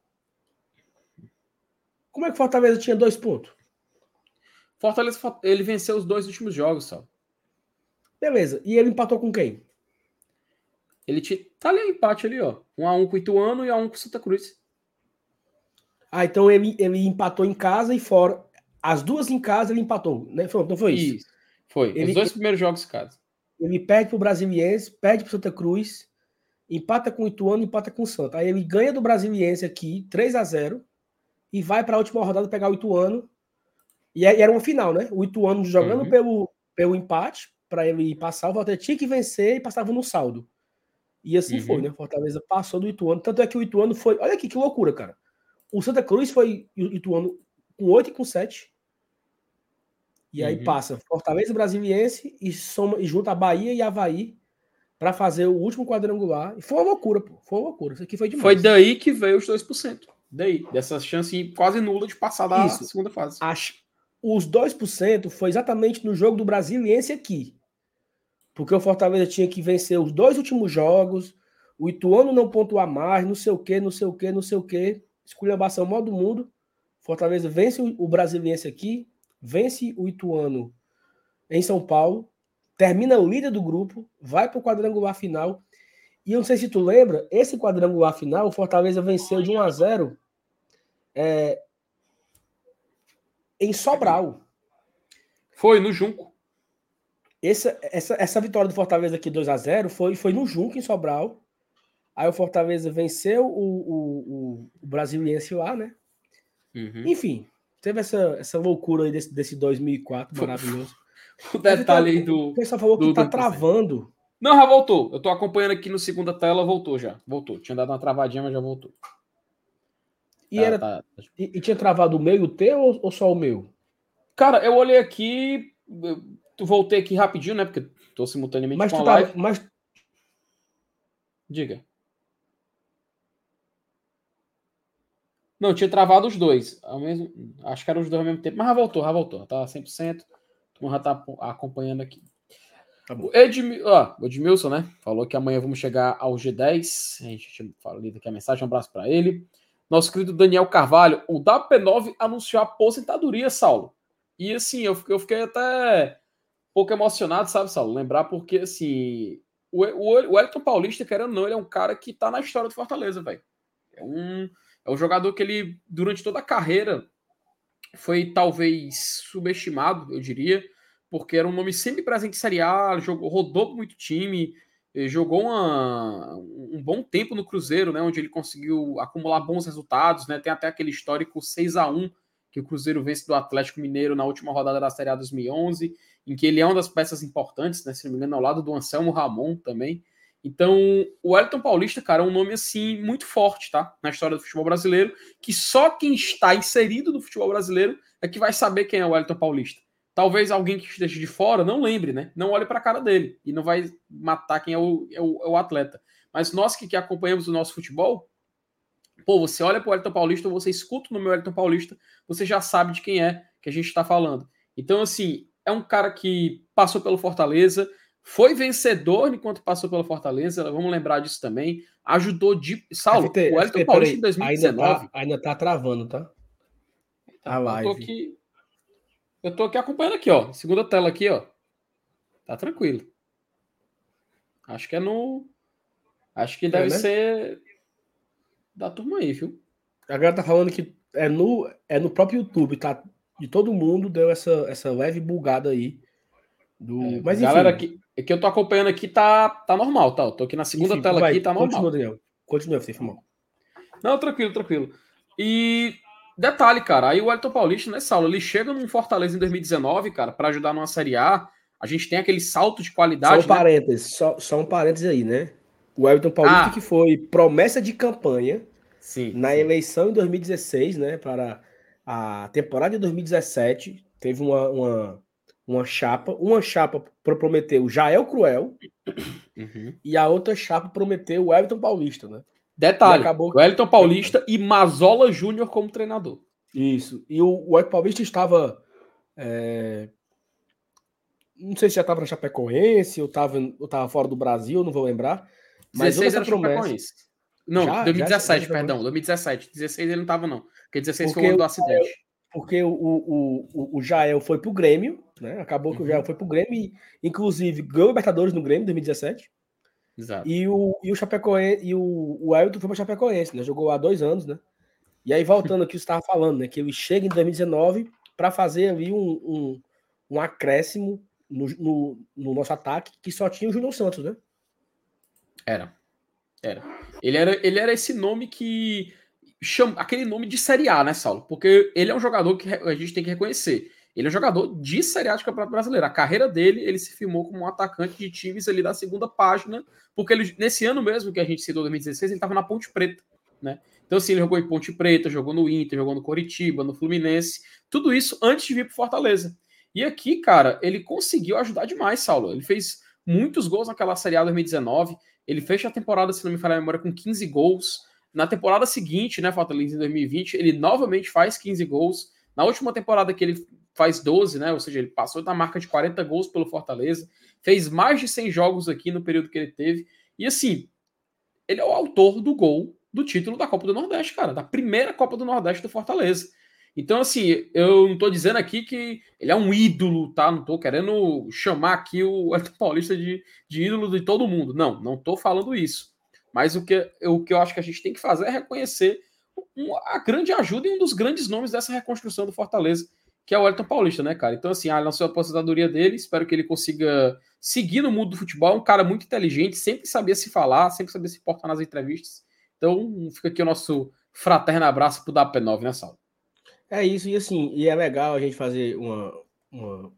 S1: Como é que o Fortaleza tinha dois pontos?
S2: Fortaleza, ele venceu os dois últimos jogos, só.
S1: Beleza. E ele empatou com quem?
S2: Ele te... tá ali o empate ali, ó. um a um com o Ituano e um a um com o Santa Cruz.
S1: Ah, então ele, ele empatou em casa e fora. As duas em casa ele empatou, né? Foi, não foi isso?
S2: Isso. Foi.
S1: Ele,
S2: Os dois primeiros jogos em casa.
S1: ele perde pro Brasiliense, perde pro Santa Cruz, empata com o Ituano, empata com o Santa. Aí ele ganha do Brasiliense aqui, três a zero, e vai para a última rodada pegar o Ituano. E era uma final, né? O Ituano jogando uhum. pelo, pelo empate, para ele passar, o Fortaleza tinha que vencer e passava no saldo. E assim uhum. foi, né? Fortaleza passou do Ituano. Tanto é que o Ituano foi. Olha aqui que loucura, cara. O Santa Cruz foi o Ituano com oito e com sete. E aí uhum. passa Fortaleza Brasiliense e, soma, e junta a Bahia e Avaí para fazer o último quadrangular. E foi uma loucura, pô. Foi uma loucura. Isso aqui foi demais.
S2: Foi daí que veio os dois por cento. Daí. Dessa chance quase nula de passar da Isso. segunda fase.
S1: Acho. Os dois por cento foi exatamente no jogo do Brasiliense aqui. Porque o Fortaleza tinha que vencer os dois últimos jogos, o Ituano não pontuar mais, não sei o quê, não sei o quê, não sei o quê. Esculhambação maior do mundo. Fortaleza vence o Brasiliense aqui, vence o Ituano em São Paulo, termina o líder do grupo, vai para o quadrangular final. E eu não sei se tu lembra, esse quadrangular final, o Fortaleza venceu de um a zero é, em Sobral.
S2: Foi, no Junco.
S1: Essa, essa, essa vitória do Fortaleza aqui dois a zero foi, foi no Junco, em Sobral. Aí o Fortaleza venceu o, o, o, o Brasiliense lá, né? Uhum. Enfim, teve essa, essa loucura aí desse, desse dois mil e quatro maravilhoso.
S2: O detalhe aí do...
S1: O pessoal falou
S2: do,
S1: que tá
S2: do...
S1: travando.
S2: Não, já voltou. Eu tô acompanhando aqui no segunda tela, voltou já. Voltou. Tinha dado uma travadinha, mas já voltou.
S1: E, tá, era, tá... e, e tinha travado o meu e o teu ou, ou só o meu?
S2: Cara, eu olhei aqui... Tu voltei aqui rapidinho, né? Porque tô simultaneamente
S1: mas
S2: com a
S1: tava,
S2: live.
S1: Mas...
S2: Diga. Não, tinha travado os dois. Ao mesmo... Acho que eram os dois ao mesmo tempo, mas já voltou, já voltou. Tá cem por cento. Tu já tá acompanhando aqui. Tá bom. O, Edmi... ah, o Edmilson, né? Falou que amanhã vamos chegar ao G dez. A gente tinha lido aqui a mensagem. Um abraço para ele. Nosso querido Daniel Carvalho. O W P nove anunciou a aposentadoria, Saulo. E assim, eu, eu fiquei até um pouco emocionado, sabe, Saulo? Lembrar porque, assim, o, o, o Elton Paulista, querendo ou não, ele é um cara que tá na história do Fortaleza, velho. É um, é um jogador que ele, durante toda a carreira, foi talvez subestimado, eu diria, porque era um nome sempre presente em Série A, jogou, rodou muito time, jogou uma, um bom tempo no Cruzeiro, né, onde ele conseguiu acumular bons resultados, né, tem até aquele histórico seis a um que o Cruzeiro vence do Atlético Mineiro na última rodada da Série A dois mil e onze, em que ele é uma das peças importantes, né, se não me engano, ao lado do Anselmo Ramon também. Então, o Elton Paulista, cara, é um nome, assim, muito forte, tá? Na história do futebol brasileiro, que só quem está inserido no futebol brasileiro é que vai saber quem é o Elton Paulista. Talvez alguém que esteja de fora não lembre, né? Não olhe para a cara dele e não vai matar quem é o, é o, é o atleta. Mas nós que, que acompanhamos o nosso futebol, pô, você olha para o Elton Paulista, você escuta o nome do Elton Paulista, você já sabe de quem é que a gente está falando. Então, assim, é um cara que passou pelo Fortaleza, foi vencedor enquanto passou pelo Fortaleza, vamos lembrar disso também. Ajudou de... Saulo,
S1: F T,
S2: o Elton F T, Paulista em dois mil e dezenove...
S1: Ainda tá, ainda tá travando, tá?
S2: Tá, a live. Eu tô aqui, eu tô aqui acompanhando aqui, ó. Segunda tela aqui, ó. Tá tranquilo. Acho que é no... Acho que deve é, né? ser da turma aí, viu?
S1: A galera tá falando que é no, é no próprio YouTube, tá? De todo mundo deu essa, essa leve bugada aí. Do...
S2: É,
S1: Mas,
S2: galera,
S1: enfim.
S2: aqui, é que eu tô acompanhando aqui, tá, tá normal, tá? Eu tô aqui na segunda enfim, tela
S1: vai,
S2: aqui, tá normal.
S1: Continua, Daniel. Continua, você falou.
S2: Não, tranquilo, tranquilo. E detalhe, cara, aí o Elton Paulista, né, Saulo, ele chega num Fortaleza em dois mil e dezenove, cara, pra ajudar numa Série A. A gente tem aquele salto de qualidade,
S1: Só um parênteses, né? só, só um parênteses aí, né? O Elton Paulista ah. que foi promessa de campanha
S2: sim,
S1: na
S2: sim.
S1: eleição em dois mil e dezesseis, né, para a temporada de dois mil e dezessete, teve uma, uma, uma chapa, uma chapa prometeu Jael Cruel
S2: uhum.
S1: e a outra chapa prometeu o Elton Paulista, né?
S2: Detalhe, acabou... o Elton Paulista e Mazola Júnior como treinador.
S1: Isso, e o, o Elton Paulista estava... É... Não sei se já estava na Chapecoense ou estava ou tava fora do Brasil, não vou lembrar. Mas
S2: dezesseis era Chapecoense. Não, já, dois mil e dezessete, já, já perdão. dois mil e dezessete. dezesseis ele não estava, não. Porque dezesseis porque foi o ano do acidente.
S1: Porque o, o, o, o Jael foi pro Grêmio, né? Acabou que uhum. o Jael foi pro Grêmio e, inclusive, ganhou o Libertadores no Grêmio em dois mil e dezessete.
S2: Exato.
S1: E o, e o Chapecoense, e o, o Ailton foi pra Chapecoense, né? Jogou há dois anos, né? E aí, voltando aqui, você estava falando, né? Que ele chega em dois mil e dezenove para fazer ali um, um, um acréscimo no, no, no nosso ataque, que só tinha o Júnior Santos, né?
S2: Era. Era. Ele era, ele era esse nome que... Chama, aquele nome de Série A, né, Saulo? Porque ele é um jogador que a gente tem que reconhecer. Ele é um jogador de Série A de Campeonato Brasileiro. A carreira dele, ele se firmou como um atacante de times ali da segunda página, porque ele, nesse ano mesmo que a gente citou, dois mil e dezesseis, ele estava na Ponte Preta, né? Então, assim, ele jogou em Ponte Preta, jogou no Inter, jogou no Coritiba, no Fluminense, tudo isso antes de vir para Fortaleza. E aqui, cara, ele conseguiu ajudar demais, Saulo. Ele fez muitos gols naquela Série A dois mil e dezenove, ele fecha a temporada, se não me falha a memória, com quinze gols. Na temporada seguinte, né, Fortaleza em dois mil e vinte, ele novamente faz quinze gols. Na última temporada que ele faz doze, né, ou seja, ele passou da marca de quarenta gols pelo Fortaleza, fez mais de cem jogos aqui no período que ele teve. E assim, ele é o autor do gol do título da Copa do Nordeste, cara, da primeira Copa do Nordeste do Fortaleza. Então, assim, eu não tô dizendo aqui que ele é um ídolo, tá? Não tô querendo chamar aqui o Elton Paulista de, de ídolo de todo mundo. Não, não tô falando isso. Mas o que, o que eu acho que a gente tem que fazer é reconhecer um, a grande ajuda e um dos grandes nomes dessa reconstrução do Fortaleza, que é o Elton Paulista, né, cara? Então, assim, lançou a aposentadoria dele, espero que ele consiga seguir no mundo do futebol. É um cara muito inteligente, sempre sabia se falar, sempre sabia se portar nas entrevistas. Então, fica aqui o nosso fraterno abraço pro W P nove, né, Saulo?
S1: É isso, e assim, e é legal a gente fazer uma, uma,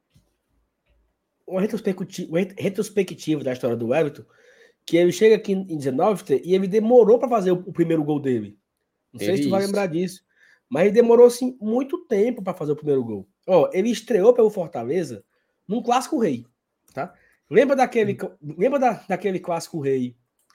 S1: uma retrospectiva, uma retrospectiva da história do Everton, que ele chega aqui em dezenove e ele demorou para fazer o, o primeiro gol dele. Não sei se tu vai
S2: isso.
S1: lembrar disso, mas ele demorou assim, muito tempo para fazer o primeiro gol. Ó, ele estreou pelo Fortaleza num Clássico Rei, tá? Lembra daquele, lembra da, daquele Clássico Rei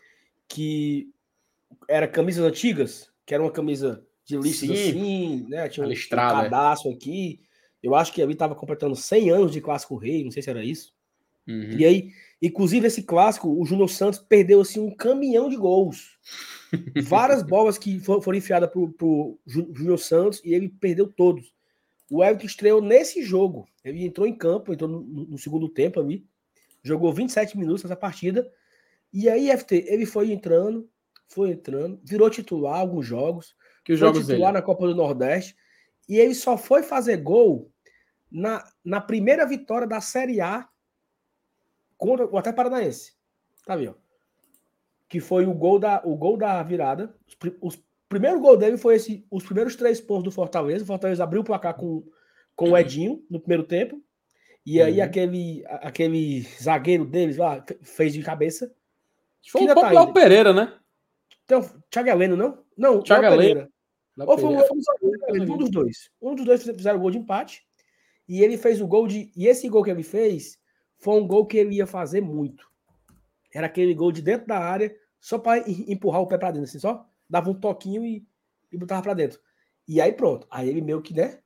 S1: que era camisas antigas, que era uma camisa de listas
S2: Sim,
S1: assim, né? Tinha um, um
S2: listrada,
S1: cadastro aqui. Eu acho que ali estava completando cem anos de Clássico Rei, não sei se era isso.
S2: Uhum.
S1: E aí, inclusive, esse clássico, o Júnior Santos perdeu assim, um caminhão de gols. Várias bolas que foram enfiadas para o Júnior Santos e ele perdeu todos. O Everton estreou nesse jogo. Ele entrou em campo, entrou no, no segundo tempo ali, jogou vinte e sete minutos nessa partida. E aí, F T, ele foi entrando, foi entrando, virou titular alguns jogos,
S2: que os
S1: foi
S2: jogos
S1: titular
S2: dele?
S1: na Copa do Nordeste, e ele só foi fazer gol na, na primeira vitória da Série A contra o Atlético Paranaense. Tá vendo? Que foi o gol da, o gol da virada. Os, os primeiro gol dele foi esse, os primeiros três pontos do Fortaleza. O Fortaleza abriu o placar com, com o Edinho no primeiro tempo. E aí
S2: Uhum.
S1: aquele, aquele zagueiro deles lá fez de cabeça.
S2: Foi o próprio Léo Pereira, né?
S1: Então, Thiago Heleno, não? Não,
S2: Thiago
S1: Léo Pereira.
S2: Léo
S1: Ou foi
S2: Pereira.
S1: um, um dos dois. Um dos dois fizeram o gol de empate. E ele fez o gol de. E esse gol que ele fez foi um gol que ele ia fazer muito. Era aquele gol de dentro da área, só para empurrar o pé para dentro, assim, só dava um toquinho e, e botava para dentro. E aí pronto. Aí ele meio que, né?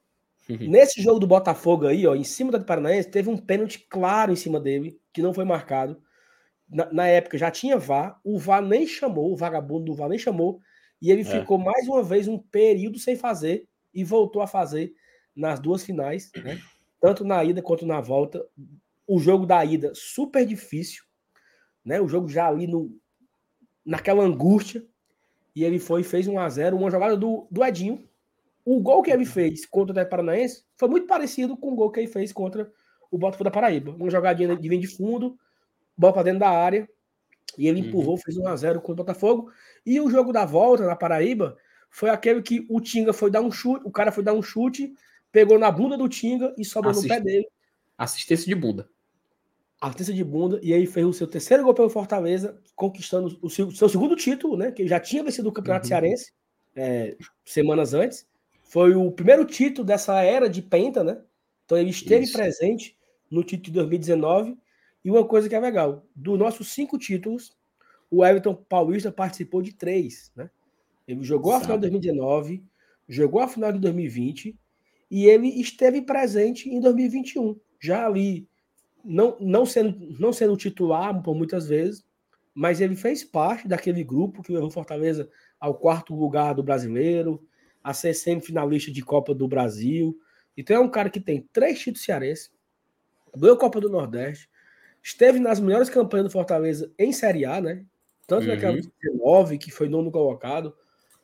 S1: Nesse jogo do Botafogo aí, ó, em cima do Paranaense, teve um pênalti claro em cima dele, que não foi marcado. Na, na época já tinha V A R, o V A R nem chamou, o vagabundo do V A R nem chamou, e ele é. ficou mais uma vez um período sem fazer e voltou a fazer nas duas finais, né? Tanto na ida quanto na volta. O jogo da ida super difícil, né? O jogo já ali no, naquela angústia, e ele foi e fez um a zero, uma jogada do, do Edinho. O gol que ele fez contra o Atlético Paranaense foi muito parecido com o gol que ele fez contra o Botafogo da Paraíba. Uma jogadinha de vinho de fundo, bola para dentro da área, e ele empurrou, uhum. fez um a zero contra o Botafogo. E o jogo da volta na Paraíba foi aquele que o Tinga foi dar um chute, o cara foi dar um chute, pegou na bunda do Tinga e sobrou Assist... no pé dele.
S2: Assistência de bunda.
S1: Assistência de bunda, e aí fez o seu terceiro gol pelo Fortaleza, conquistando o seu, seu segundo título, né? Que já tinha vencido o Campeonato uhum. Cearense é, semanas antes. Foi o primeiro título dessa era de penta, né? Então ele esteve Isso. presente no título de dois mil e dezenove. E uma coisa que é legal, dos nossos cinco títulos, o Everton Paulista participou de três, né? Ele jogou Exato. a final de dois mil e dezenove, jogou a final de dois mil e vinte e ele esteve presente em dois mil e vinte e um. Já ali, não, não, sendo, não sendo titular por muitas vezes, mas ele fez parte daquele grupo que levou Fortaleza ao quarto lugar do Brasileiro, a ser semifinalista de Copa do Brasil. Então é um cara que tem três títulos cearenses, ganhou Copa do Nordeste, esteve nas melhores campanhas do Fortaleza em Série A, né? Tanto uhum. naquela dezenove, que foi nono colocado,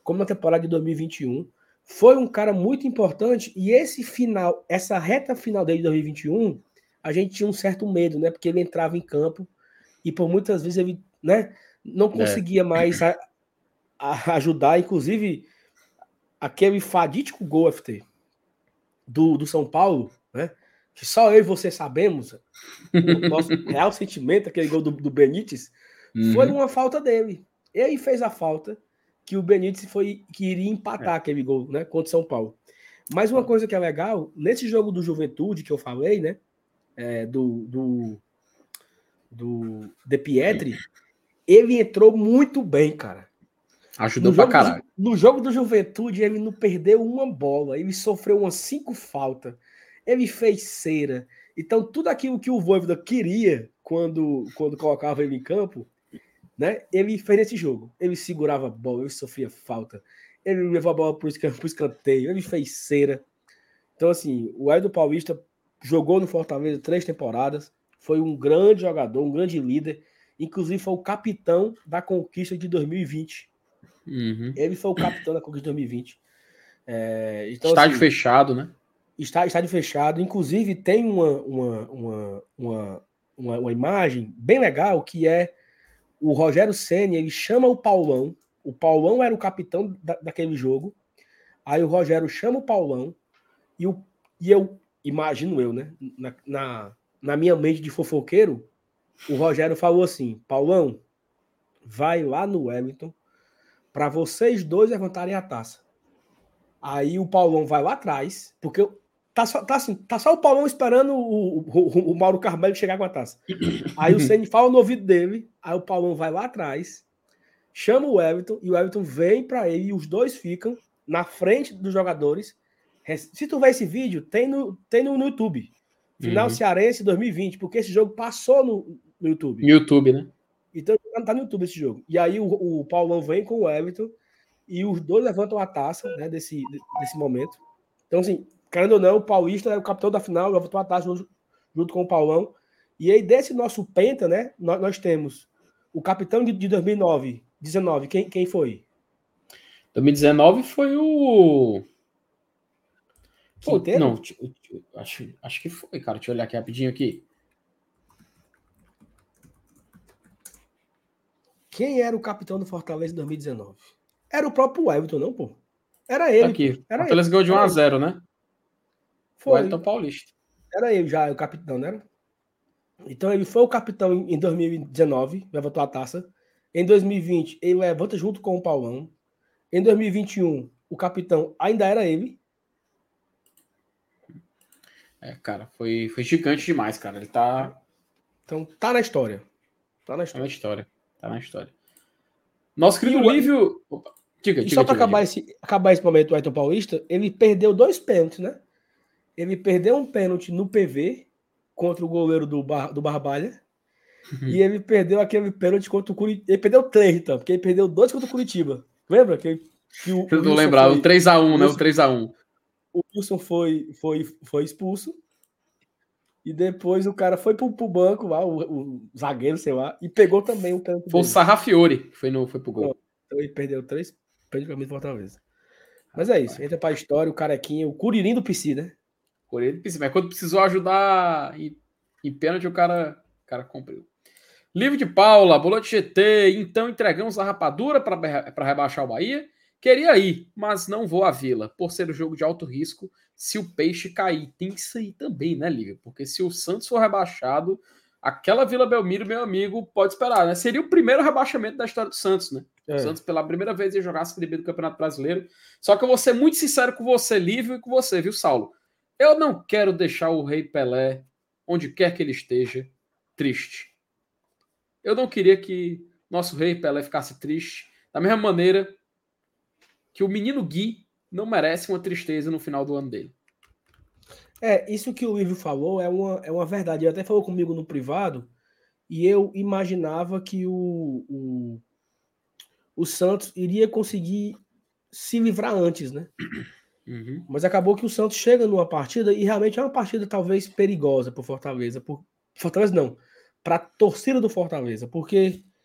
S1: como na temporada de dois mil e vinte e um. Foi um cara muito importante e esse final, essa reta final dele de dois mil e vinte e um, a gente tinha um certo medo, né? Porque ele entrava em campo e por muitas vezes ele, né, não conseguia é. mais a, a ajudar, inclusive aquele fadídico gol F T do, do São Paulo, né? Que só eu e você sabemos, o nosso real sentimento, aquele gol do, do Benítez, uhum. foi uma falta dele. Ele fez a falta que o Benítez foi que iria empatar é. aquele gol, né, contra o São Paulo. Mas uma coisa que é legal, nesse jogo do Juventude que eu falei, né, é, do, do, do De Pietri, ele entrou muito bem, cara.
S2: Ajudou pra caralho.
S1: Do, no jogo do Juventude, ele não perdeu uma bola, ele sofreu umas cinco faltas, ele fez cera. Então, tudo aquilo que o Vojvoda queria quando, quando colocava ele em campo, né, ele fez nesse jogo. Ele segurava a bola, ele sofria falta, ele levou a bola para o escanteio, ele fez cera. Então, assim, o Elton Paulista jogou no Fortaleza três temporadas, foi um grande jogador, um grande líder, inclusive foi o capitão da conquista de dois mil e vinte.
S2: Uhum.
S1: Ele foi o capitão da conquista de dois mil e vinte. É, então,
S2: estádio
S1: assim,
S2: fechado, né?
S1: Está, estádio fechado. Inclusive, tem uma, uma, uma, uma, uma, uma imagem bem legal que é o Rogério Ceni, ele chama o Paulão. O Paulão era o capitão da, daquele jogo. Aí o Rogério chama o Paulão e, o, e eu, imagino eu, né? Na, na, na minha mente de fofoqueiro, o Rogério falou assim: Paulão, vai lá no Wellington para vocês dois levantarem a taça. Aí o Paulão vai lá atrás, porque tá só, tá assim, tá só o Paulão esperando o, o, o Mauro Carvalho chegar com a taça. Aí o Ceni fala no ouvido dele, aí o Paulão vai lá atrás, chama o Everton, e o Everton vem para ele, e os dois ficam na frente dos jogadores. Se tu ver esse vídeo, tem no, tem no, no YouTube. Final uhum. Cearense dois mil e vinte, porque esse jogo passou no, no YouTube.
S2: YouTube, né?
S1: Então tá no YouTube esse jogo. E aí o, o Paulão vem com o Everton, e os dois levantam a taça, né, desse, desse momento. Então, assim, querendo ou não, o Paulista é o capitão da final, levantou a taça junto, junto com o Paulão. E aí, desse nosso penta, né, nós, nós temos o capitão de, de dois mil e nove, dezenove, quem, quem foi?
S2: dois mil e dezenove foi o...
S1: Ponteiro?
S2: Não, acho, acho que foi, cara. Deixa eu olhar aqui rapidinho aqui.
S1: Quem era o capitão do Fortaleza em dois mil e dezenove? Era o próprio Everton, não, pô? Era ele.
S2: Tá aqui.
S1: Era
S2: Fortaleza ganhou de um a zero, né?
S1: Foi.
S2: O Elton Paulista.
S1: Era ele já, o capitão, não era? Então ele foi o capitão em dois mil e dezenove, levantou a taça. Em dois mil e vinte, ele levanta junto com o Paulão. Em dois mil e vinte e um, o capitão ainda era ele.
S2: É, cara, foi, foi gigante demais, cara. Ele tá...
S1: Então, tá na história. Tá na história.
S2: Tá na história. Tá na história. Nosso querido Lívio... Opa. Diga,
S1: e
S2: diga,
S1: só para
S2: diga,
S1: acabar,
S2: diga.
S1: Esse, acabar esse momento do Elton Paulista, ele perdeu dois pênaltis, né? Ele perdeu um pênalti no P V contra o goleiro do, Bar, do Barbalha. Uhum. E ele perdeu aquele pênalti contra o Curitiba. Ele perdeu três, então, porque ele perdeu dois contra o Curitiba. Lembra? Que, que o,
S2: Eu tô lembrado, o três a um, né? O três a um.
S1: O Wilson foi, foi, foi expulso. E depois o cara foi pro, pro banco lá, o, o zagueiro, sei lá, e pegou também o pênalti.
S2: Foi o Sarrafiore que foi, no, foi pro gol.
S1: Não, então ele perdeu três praticamente Fortaleza. Mas é isso, entra pra história, o carequinha, o Curirim do P C, né?
S2: Curirim do P C, mas quando precisou ajudar em, em pênalti, o cara, o cara cumpriu. Livro de Paula, Bola de G T, então entregamos a rapadura para rebaixar o Bahia. Queria ir, mas não vou à Vila, por ser um jogo de alto risco se o Peixe cair. Tem isso aí também, né, Lívia? Porque se o Santos for rebaixado, aquela Vila Belmiro, meu amigo, pode esperar, né? Seria o primeiro rebaixamento da história do Santos, né? É. O Santos, pela primeira vez, ia jogar a Série B do Campeonato Brasileiro. Só que eu vou ser muito sincero com você, Lívio, e com você, viu, Saulo? Eu não quero deixar o Rei Pelé, onde quer que ele esteja, triste. Eu não queria que nosso Rei Pelé ficasse triste. Da mesma maneira que o menino Gui não merece uma tristeza no final do ano dele.
S1: É, isso que o Lívio falou é uma, é uma verdade. Ele até falou comigo no privado e eu imaginava que o, o, o Santos iria conseguir se livrar antes, né? Uhum. Mas acabou que o Santos chega numa partida e realmente é uma partida talvez perigosa para o Fortaleza. Por, Fortaleza não, para a torcida do Fortaleza, porque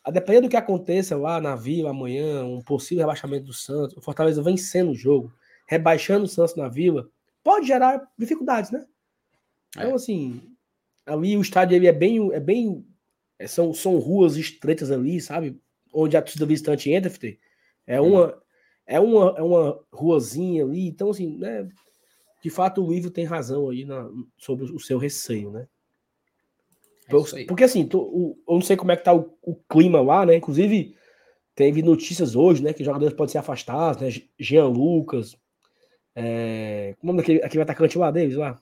S1: a depender do que aconteça lá na Vila amanhã, um possível rebaixamento do Santos, o Fortaleza vencendo o jogo, rebaixando o Santos na Vila, pode gerar dificuldades, né? Então, é. assim, ali o estádio ele é bem. É bem são, são ruas estreitas ali, sabe? Onde a torcida visitante entra, F T. É uma, hum. é uma, é uma ruazinha ali. Então, assim, né? De fato, o Ivo tem razão aí na, sobre o seu receio, né? É porque, assim, tô, o, eu não sei como é que tá o, o clima lá, né? Inclusive, teve notícias hoje, né? Que jogadores podem ser afastados, né? Jean Lucas. É, como é aquele, aquele atacante lá deles lá?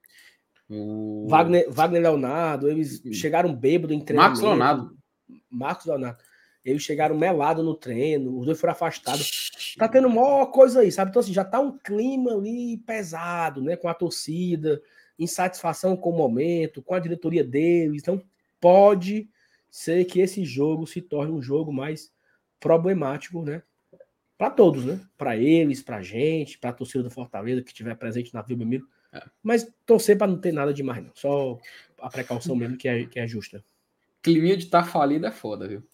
S1: O... Wagner, Wagner Leonardo, eles chegaram bêbados em treinamento.
S2: Marcos Leonardo.
S1: Marcos Leonardo. Eles chegaram melados no treino, os dois foram afastados. Tá tendo maior coisa aí, sabe? Então, assim, já tá um clima ali pesado, né? Com a torcida, insatisfação com o momento, com a diretoria deles. Então, pode ser que esse jogo se torne um jogo mais problemático, né? Para todos, né? Para eles, para a gente, para a torcida do Fortaleza que estiver presente na Vila Belmiro. É. Mas torcer para não ter nada demais, não. Só a precaução mesmo que é, que é justa.
S2: Climinha de estar tá falido é foda, viu?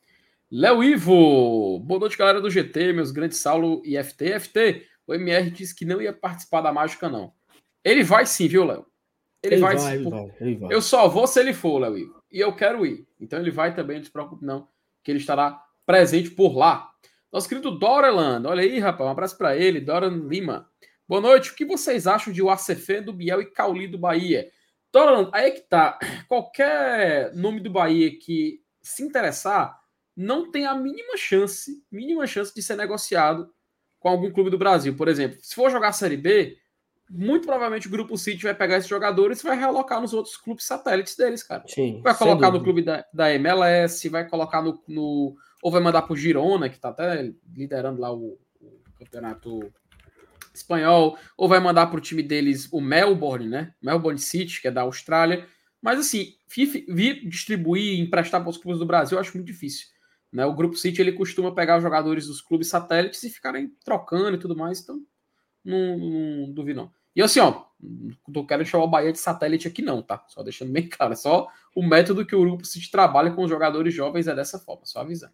S2: Léo Ivo, boa noite, galera do G T, meus grandes Saulo e F T. F T, o M R disse que não ia participar da mágica, não. Ele vai sim, viu, Léo? Ele, ele vai, vai, ele vai, ele vai. Eu só vou se ele for, Léo Ivo. E eu quero ir. Então ele vai também, não se preocupe não, que ele estará presente por lá. Nosso querido Doreland, olha aí, rapaz, um abraço para ele, Doran Lima. Boa noite, o que vocês acham de Uacefê do Biel e Cauli do Bahia? Doreland, aí é que tá. Qualquer nome do Bahia que se interessar, não tem a mínima chance, mínima chance de ser negociado com algum clube do Brasil. Por exemplo, se for jogar a Série B, muito provavelmente o Grupo City vai pegar esses jogadores e vai realocar nos outros clubes satélites deles, cara.
S1: Sim,
S2: vai colocar no clube da, da M L S, vai colocar no, no... ou vai mandar pro Girona, que tá até liderando lá o, o campeonato espanhol, ou vai mandar pro time deles o Melbourne, né? Melbourne City, que é da Austrália. Mas assim, vir distribuir, emprestar para os clubes do Brasil, eu acho muito difícil. Né? O Grupo City ele costuma pegar os jogadores dos clubes satélites e ficarem trocando e tudo mais, então não, não duvido não. E assim, ó, não quero chamar o Bahia de satélite aqui não, tá? Só deixando bem claro, é só o método que o Grupo City trabalha com os jogadores jovens é dessa forma, só avisando.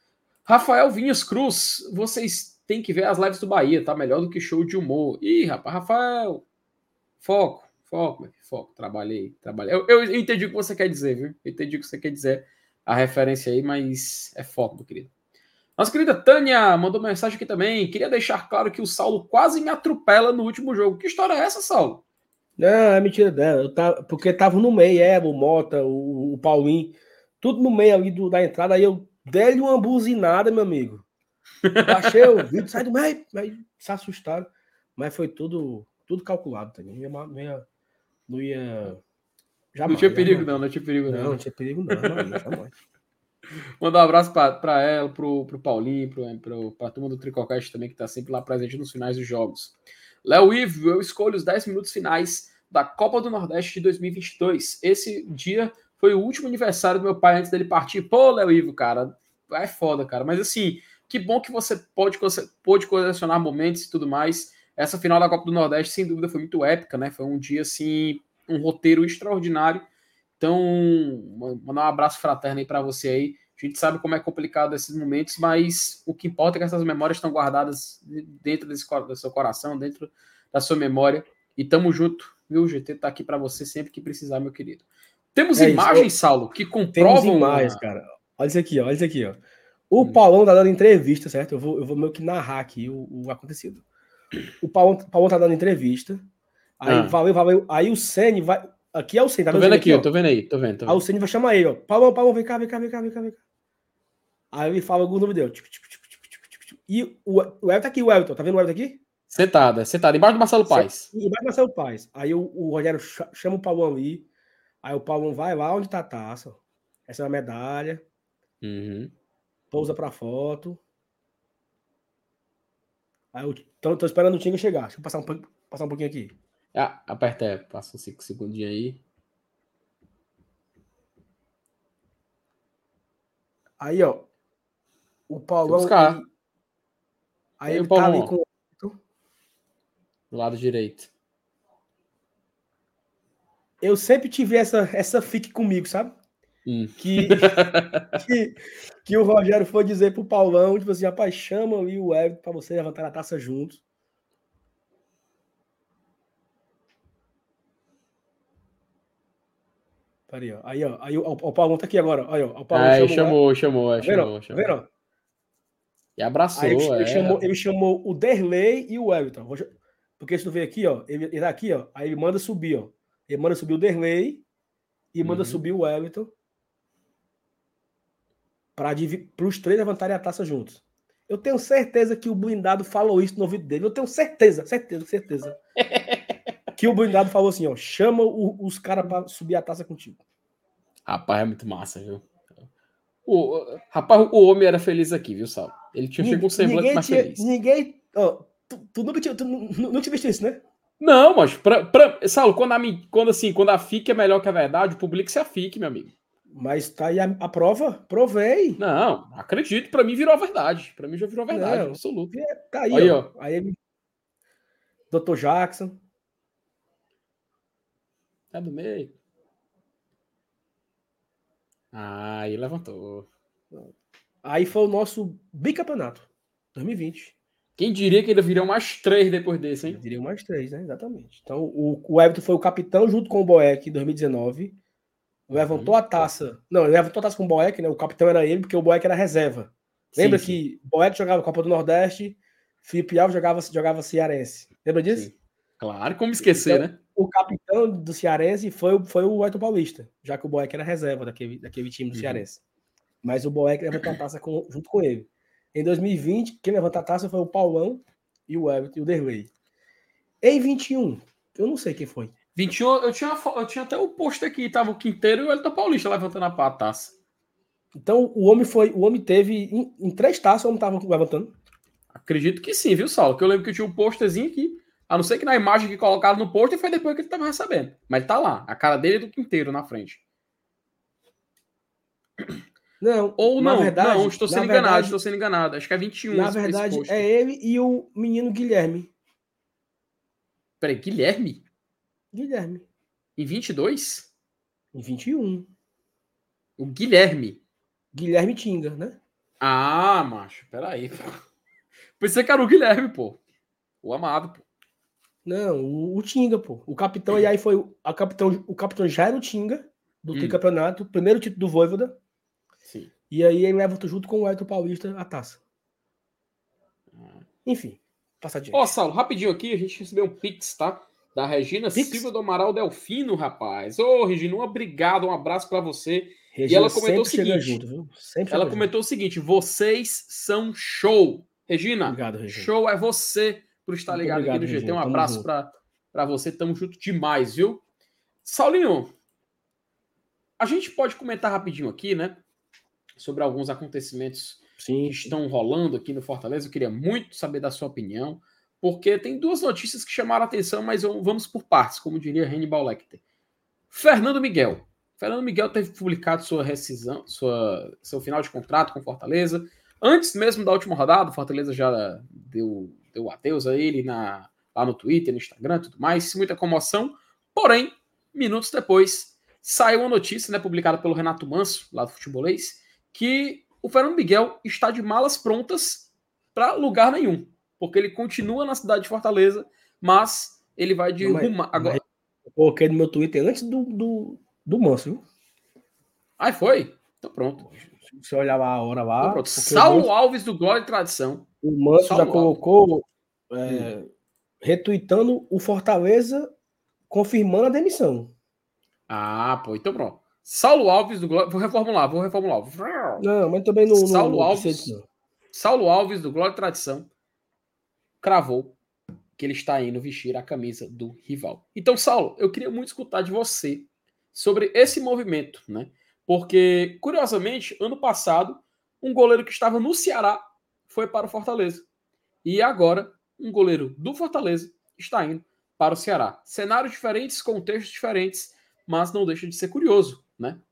S2: Rafael Vinhas Cruz, vocês têm que ver as lives do Bahia, tá? Melhor do que show de humor. Ih, rapaz, Rafael, foco, foco, foco, trabalhei, trabalhei. Eu, eu, eu entendi o que você quer dizer, viu? Eu entendi o que você quer dizer, a referência aí, mas é foco, meu querido. Nossa querida Tânia mandou mensagem aqui também. Queria deixar claro que o Saulo quase me atropela no último jogo. Que história é essa, Saulo?
S1: Não, é mentira dela. Eu tava, porque tava no meio, é, o Mota, o, o Paulinho, tudo no meio ali do, da entrada. Aí eu dei uma buzinada, meu amigo. Baixei o vídeo, sai do meio, aí se assustaram. Mas foi tudo, tudo calculado também. Não ia. Não, ia
S2: jamais, não tinha perigo, jamais. não, não tinha perigo,
S1: não.
S2: Não,
S1: não tinha perigo, não, não jamais.
S2: Mandar um abraço para ela, pro, pro Paulinho, pro, pro, pra turma do Tricocast também, que tá sempre lá presente nos finais dos jogos. Léo Ivo, eu escolho os dez minutos finais da Copa do Nordeste de dois mil e vinte e dois. Esse dia foi o último aniversário do meu pai antes dele partir. Pô, Léo Ivo, cara, é foda, cara. Mas assim, que bom que você pode, pode colecionar momentos e tudo mais. Essa final da Copa do Nordeste, sem dúvida, foi muito épica, né? Foi um dia, assim, um roteiro extraordinário. Então, mandar um abraço fraterno aí para você aí. A gente sabe como é complicado esses momentos, mas o que importa é que essas memórias estão guardadas dentro desse, do seu coração, dentro da sua memória. E tamo junto, viu? O G T tá aqui para você sempre que precisar, meu querido. Temos é imagens, isso, Saulo, que comprovam...
S1: Temos imagens, uma... cara. Olha isso aqui, ó, olha isso aqui, ó. O hum. Paulão tá dando entrevista, certo? Eu vou, eu vou meio que narrar aqui o, o acontecido. O Paulão, Paulão tá dando entrevista. Aí, ah. valeu, valeu. Aí o Ceni vai... Aqui é o Ceni, tá
S2: vendo? Tô vendo aqui, eu tô vendo aí, tô vendo. Tô vendo.
S1: Aí o Ceni vai chamar ele, ó. Paulão, Paulão, vem cá, vem cá, vem cá, vem cá, vem cá. Aí ele fala algum nome dele. E o, o Everton tá aqui, o Everton. Tá vendo o Everton aqui?
S2: Sentado, sentado. Embaixo do Marcelo Paes.
S1: Embaixo do Marcelo Paes. Aí o, o Rogério chama o Paulão ali. Aí o Paulão vai lá onde tá a taça. Essa é a medalha.
S2: Uhum.
S1: Pousa pra foto. Aí eu tô, tô esperando o Tinga chegar. Deixa eu passar um, passar um pouquinho aqui.
S2: Ah, aperta aí. Passa uns cinco segundinhos aí.
S1: Aí, ó. O Paulão. Ele... Aí ele tá ali com.
S2: Do lado direito.
S1: Eu sempre tive essa, essa fique comigo, sabe?
S2: Hum.
S1: Que, que, que o Rogério foi dizer pro Paulão, tipo assim, rapaz, chama ali o Everton pra você levantar a taça juntos. Peraí, ó. Aí, ó. Aí o, o Paulão tá aqui agora. Aí, ó. O Paulão
S2: Aí
S1: chama o
S2: chamou, chamou,
S1: Tá vendo?
S2: chamou,
S1: Tá vendo?
S2: chamou. E abraçou,
S1: Aí ele, ele
S2: é.
S1: chamou, ele chamou o Derlei e o Everton. Porque se tu vê aqui, ó, ele, ele tá aqui, ó. Aí ele manda subir, ó. Ele manda subir o Derlei e manda
S2: Uhum.
S1: subir o Everton para os três levantarem a taça juntos. Eu tenho certeza que o blindado falou isso no ouvido dele. Eu tenho certeza, certeza, certeza. Que o blindado falou assim, ó, chama o, os caras para subir a taça contigo.
S2: Rapaz, é muito massa, viu? O, rapaz, o homem era feliz aqui, viu, Sal? Ele tinha chegado um semblante
S1: ninguém
S2: mais
S1: tinha,
S2: feliz.
S1: Ninguém. Ó, tu, tu nunca tinha. Tu não, não tinha visto isso, né?
S2: Não, mas, pra, pra, Saulo, quando a, quando, assim, quando a F I C é melhor que a verdade, publique-se a F I C, meu amigo.
S1: Mas tá aí a, a prova, provei.
S2: Não, acredito, pra mim virou a verdade. Pra mim já virou a verdade,
S1: Não,
S2: absoluto.
S1: tá aí,
S2: aí,
S1: ó.
S2: ó.
S1: Aí, doutor Jackson.
S2: É do meio. Ah, aí levantou.
S1: Aí foi o nosso bicampeonato, dois mil e vinte.
S2: Quem diria que ainda viriam mais três depois desse, hein?
S1: Eu diria mais três, né? Exatamente. Então, o, o Everton foi o capitão junto com o Boeck em dois mil e dezenove. Levantou
S2: uhum.
S1: a taça. Não, ele levantou a taça com o Boeck, né? O capitão era ele, porque o Boeck era reserva.
S2: Sim,
S1: Lembra
S2: sim.
S1: que Boeck jogava Copa do Nordeste, Felipe Alves jogava, jogava Cearense. Lembra disso?
S2: Sim. Claro, como esquecer,
S1: então,
S2: né?
S1: O capitão do Cearense foi, foi o Everton Paulista, já que o Boeck era reserva daquele, daquele time do
S2: Uhum.
S1: Cearense. Mas o Boeck levantou a taça com, junto com ele. Em dois mil e vinte, quem levantou a taça foi o Paulão e o Everton e o Derlei. Em vinte e um, eu não sei quem foi.
S2: vinte e um, eu tinha, eu tinha até o posto aqui, tava o Quinteiro e o Elton Paulista levantando a taça.
S1: Então o homem foi, o homem teve em, em três taças, o homem estava levantando.
S2: Acredito que sim, viu, Saulo? Que eu lembro que eu tinha um posterzinho aqui, a não ser que na imagem que colocaram no pôster foi depois que ele tava recebendo. Mas tá lá, a cara dele e do Quinteiro na frente.
S1: Não,
S2: ou
S1: na
S2: não,
S1: verdade,
S2: não, estou sendo
S1: na
S2: enganado,
S1: verdade,
S2: estou sendo enganado. Acho que é vinte e um
S1: na
S2: esse,
S1: verdade
S2: esse
S1: é ele e o menino Guilherme.
S2: Peraí, Guilherme?
S1: Guilherme.
S2: Em vinte e dois?
S1: Em vinte e um.
S2: O Guilherme.
S1: Guilherme Tinga, né?
S2: Ah, macho, peraí. Pensei que era o Guilherme, pô. O amado, pô.
S1: Não, o, o Tinga, pô. O capitão, e aí foi a capitão, o capitão já era o Tinga, do
S2: hum.
S1: tricampeonato, primeiro título do Voivoda.
S2: Sim.
S1: E aí ele leva junto com o Everton Paulista a taça.
S2: Hum.
S1: Enfim, passa adiante.
S2: Ó, Saulo, rapidinho aqui, a gente recebeu um pix, tá? Da Regina
S1: Pix?
S2: Silva do Amaral Delfino, rapaz. Ô, Regina, um obrigado, um abraço para você.
S1: Regina
S2: e ela comentou o seguinte,
S1: junto, viu? Sempre
S2: ela comentou junto. o seguinte, vocês são show. Regina,
S1: obrigado, Regina.
S2: Show é você por estar
S1: Muito
S2: ligado
S1: obrigado,
S2: aqui no
S1: Regina.
S2: G T. Um
S1: Tamo
S2: abraço para você, tamo junto demais, viu? Saulinho, a gente pode comentar rapidinho aqui, né? Sobre alguns acontecimentos
S1: Sim.
S2: que estão rolando aqui no Fortaleza. Eu queria muito saber da sua opinião, porque tem duas notícias que chamaram a atenção, mas vamos por partes, como diria Hannibal Lecter. Fernando Miguel. Fernando Miguel teve publicado sua rescisão, sua, seu final de contrato com Fortaleza. Antes mesmo da última rodada, o Fortaleza já deu, deu adeus a ele na, lá no Twitter, no Instagram e tudo mais. Muita comoção. Porém, minutos depois, saiu uma notícia, né, publicada pelo Renato Manso, lá do Futebolês, que o Fernando Miguel está de malas prontas para lugar nenhum. Porque ele continua na cidade de Fortaleza, mas ele vai de rumo... Agora...
S1: Eu coloquei no meu Twitter antes do, do, do Manso, viu?
S2: Ah, foi? Então pronto.
S1: Se você olhar a hora lá...
S2: Então, pronto. Saulo Manso, Alves do Glória e Tradição.
S1: O Manso
S2: Saulo
S1: já colocou
S2: é,
S1: hum. retweetando o Fortaleza confirmando a demissão.
S2: Ah, pô, então pronto. Saulo Alves do Glória... Vou reformular, vou reformular.
S1: Não, mas também não...
S2: Saulo,
S1: não,
S2: Alves,
S1: não.
S2: Saulo Alves do Glória e Tradição cravou que ele está indo vestir a camisa do rival. Então, Saulo, eu queria muito escutar de você sobre esse movimento, né? Porque, curiosamente, ano passado, um goleiro que estava no Ceará foi para o Fortaleza. E agora, um goleiro do Fortaleza está indo para o Ceará. Cenários diferentes, contextos diferentes, mas não deixa de ser curioso, né?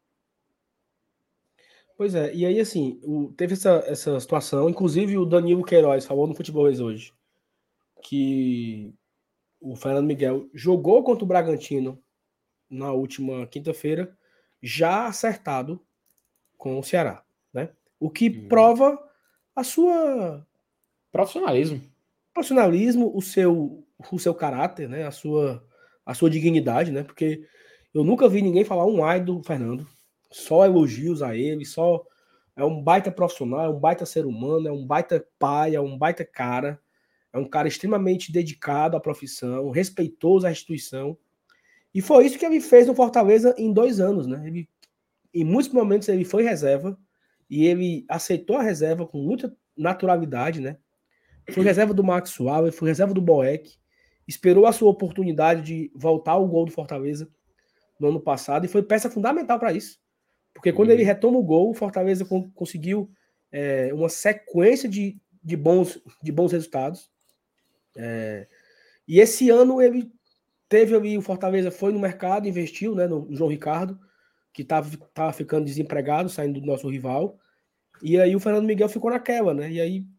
S1: Pois é, e aí assim, o, teve essa, essa situação, inclusive o Danilo Queiroz falou no Futebolês hoje, que o Fernando Miguel jogou contra o Bragantino na última quinta-feira, já acertado com o Ceará, né? O que
S2: Uhum.
S1: prova a sua
S2: Profissionalismo.
S1: profissionalismo, o seu, o seu caráter, né? A sua, a sua dignidade, né? Porque eu nunca vi ninguém falar um ai do Fernando. Só elogios a ele, só é um baita profissional, é um baita ser humano, é um baita pai, é um baita cara, é um cara extremamente dedicado à profissão, respeitoso à instituição. E foi isso que ele fez no Fortaleza em dois anos, né? Ele, em muitos momentos ele foi reserva e ele aceitou a reserva com muita naturalidade, né? Foi reserva do Maxwell, foi reserva do Boeck, esperou a sua oportunidade de voltar ao gol do Fortaleza no ano passado e foi peça fundamental para isso. Porque quando uhum. ele retoma o gol, o Fortaleza conseguiu é, uma sequência de, de, bons, de bons resultados. É, e esse ano ele teve ali, o Fortaleza foi no mercado, investiu, né, no, no João Ricardo, que estava ficando desempregado, saindo do nosso rival. E aí o Fernando Miguel ficou naquela, né? E aí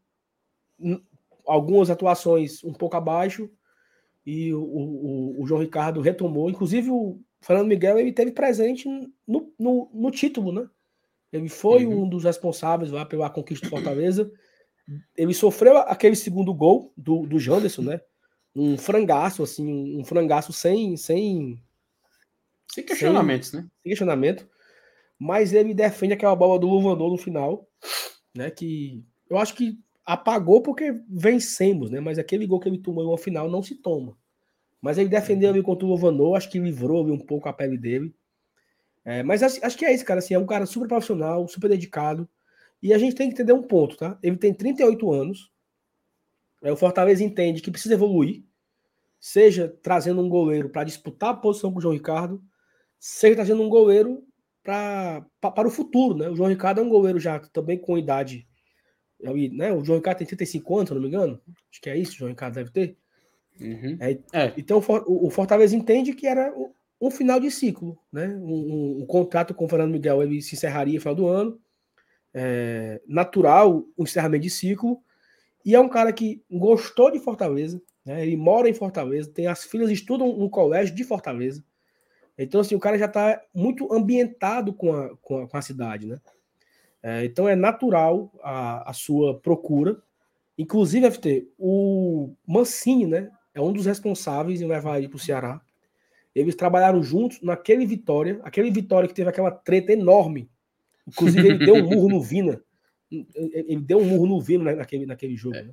S1: algumas atuações um pouco abaixo e o, o, o João Ricardo retomou. Inclusive o Fernando Miguel ele teve presente no, no, no título, né? Ele foi uhum. um dos responsáveis lá pela conquista do Fortaleza. Ele sofreu aquele segundo gol do, do Janderson, né? Um frangaço, assim, um frangaço sem... Sem,
S2: sem questionamentos,
S1: sem,
S2: né?
S1: Sem questionamento. Mas ele defende aquela bola do Luvandor no final, né? Que eu acho que apagou porque vencemos, né? Mas aquele gol que ele tomou no final não se toma. Mas ele defendeu uhum. ali contra o Luvandor, acho que livrou ali um pouco a pele dele. É, mas acho, acho que é isso, cara. Assim, é um cara super profissional, super dedicado. E a gente tem que entender um ponto, tá? Ele tem trinta e oito anos. É, o Fortaleza entende que precisa evoluir, seja trazendo um goleiro para disputar a posição com o João Ricardo, seja trazendo um goleiro pra, pra, para o futuro, né? O João Ricardo é um goleiro já também com idade. Né? O João Ricardo tem trinta e cinco anos, se não me engano. Acho que é isso, o João Ricardo deve ter.
S2: Uhum.
S1: É, é. Então o Fortaleza entende que era um final de ciclo, né? Um, um, um contrato com o Fernando Miguel ele se encerraria no final do ano. É, natural o encerramento de ciclo. E é um cara que gostou de Fortaleza, né? Ele mora em Fortaleza, tem as filhas estudam no colégio de Fortaleza. Então, assim, o cara já está muito ambientado com a, com a, com a cidade, né? É, então é natural a, a sua procura. Inclusive, F T, o Mancini, né? É um dos responsáveis em levar ele para o Ceará. Eles trabalharam juntos naquele Vitória, aquele Vitória que teve aquela treta enorme. Inclusive, ele deu um murro no Vina. Ele deu um murro no Vina naquele, naquele jogo. É. Né?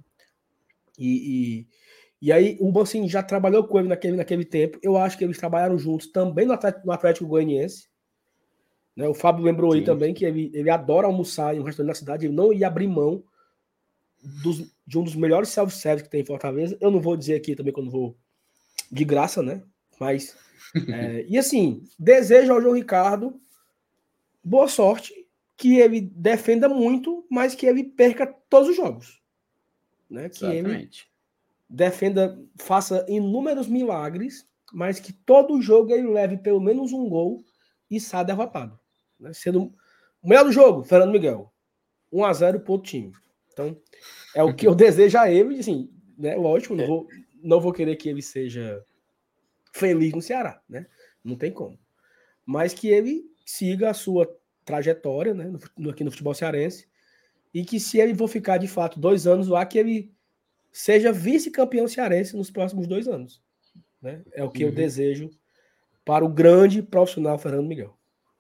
S1: E, e, e aí, o Mancini já trabalhou com ele naquele, naquele tempo. Eu acho que eles trabalharam juntos também no Atlético, no Atlético Goianiense. Né? O Fábio lembrou Sim. aí também que ele, ele adora almoçar em um restaurante na cidade. Ele não ia abrir mão dos, de um dos melhores self-service que tem em Fortaleza. Eu não vou dizer aqui também que eu não vou de graça, né? Mas... É, e assim, desejo ao João Ricardo boa sorte, que ele defenda muito, mas que ele perca todos os jogos. Né? Que
S2: Exatamente.
S1: ele defenda, faça inúmeros milagres, mas que todo jogo ele leve pelo menos um gol e saia derrotado. Né? Sendo o melhor do jogo, Fernando Miguel. um a zero pro time. Então, é o que eu desejo a ele, assim, né? Lógico, não vou, não vou querer que ele seja feliz no Ceará, né? Não tem como. Mas que ele siga a sua trajetória, né, no, aqui no futebol cearense, e que se ele for ficar, de fato, dois anos lá, que ele seja vice-campeão cearense nos próximos dois anos. Né? É o que uhum. eu desejo para o grande profissional Fernando Miguel.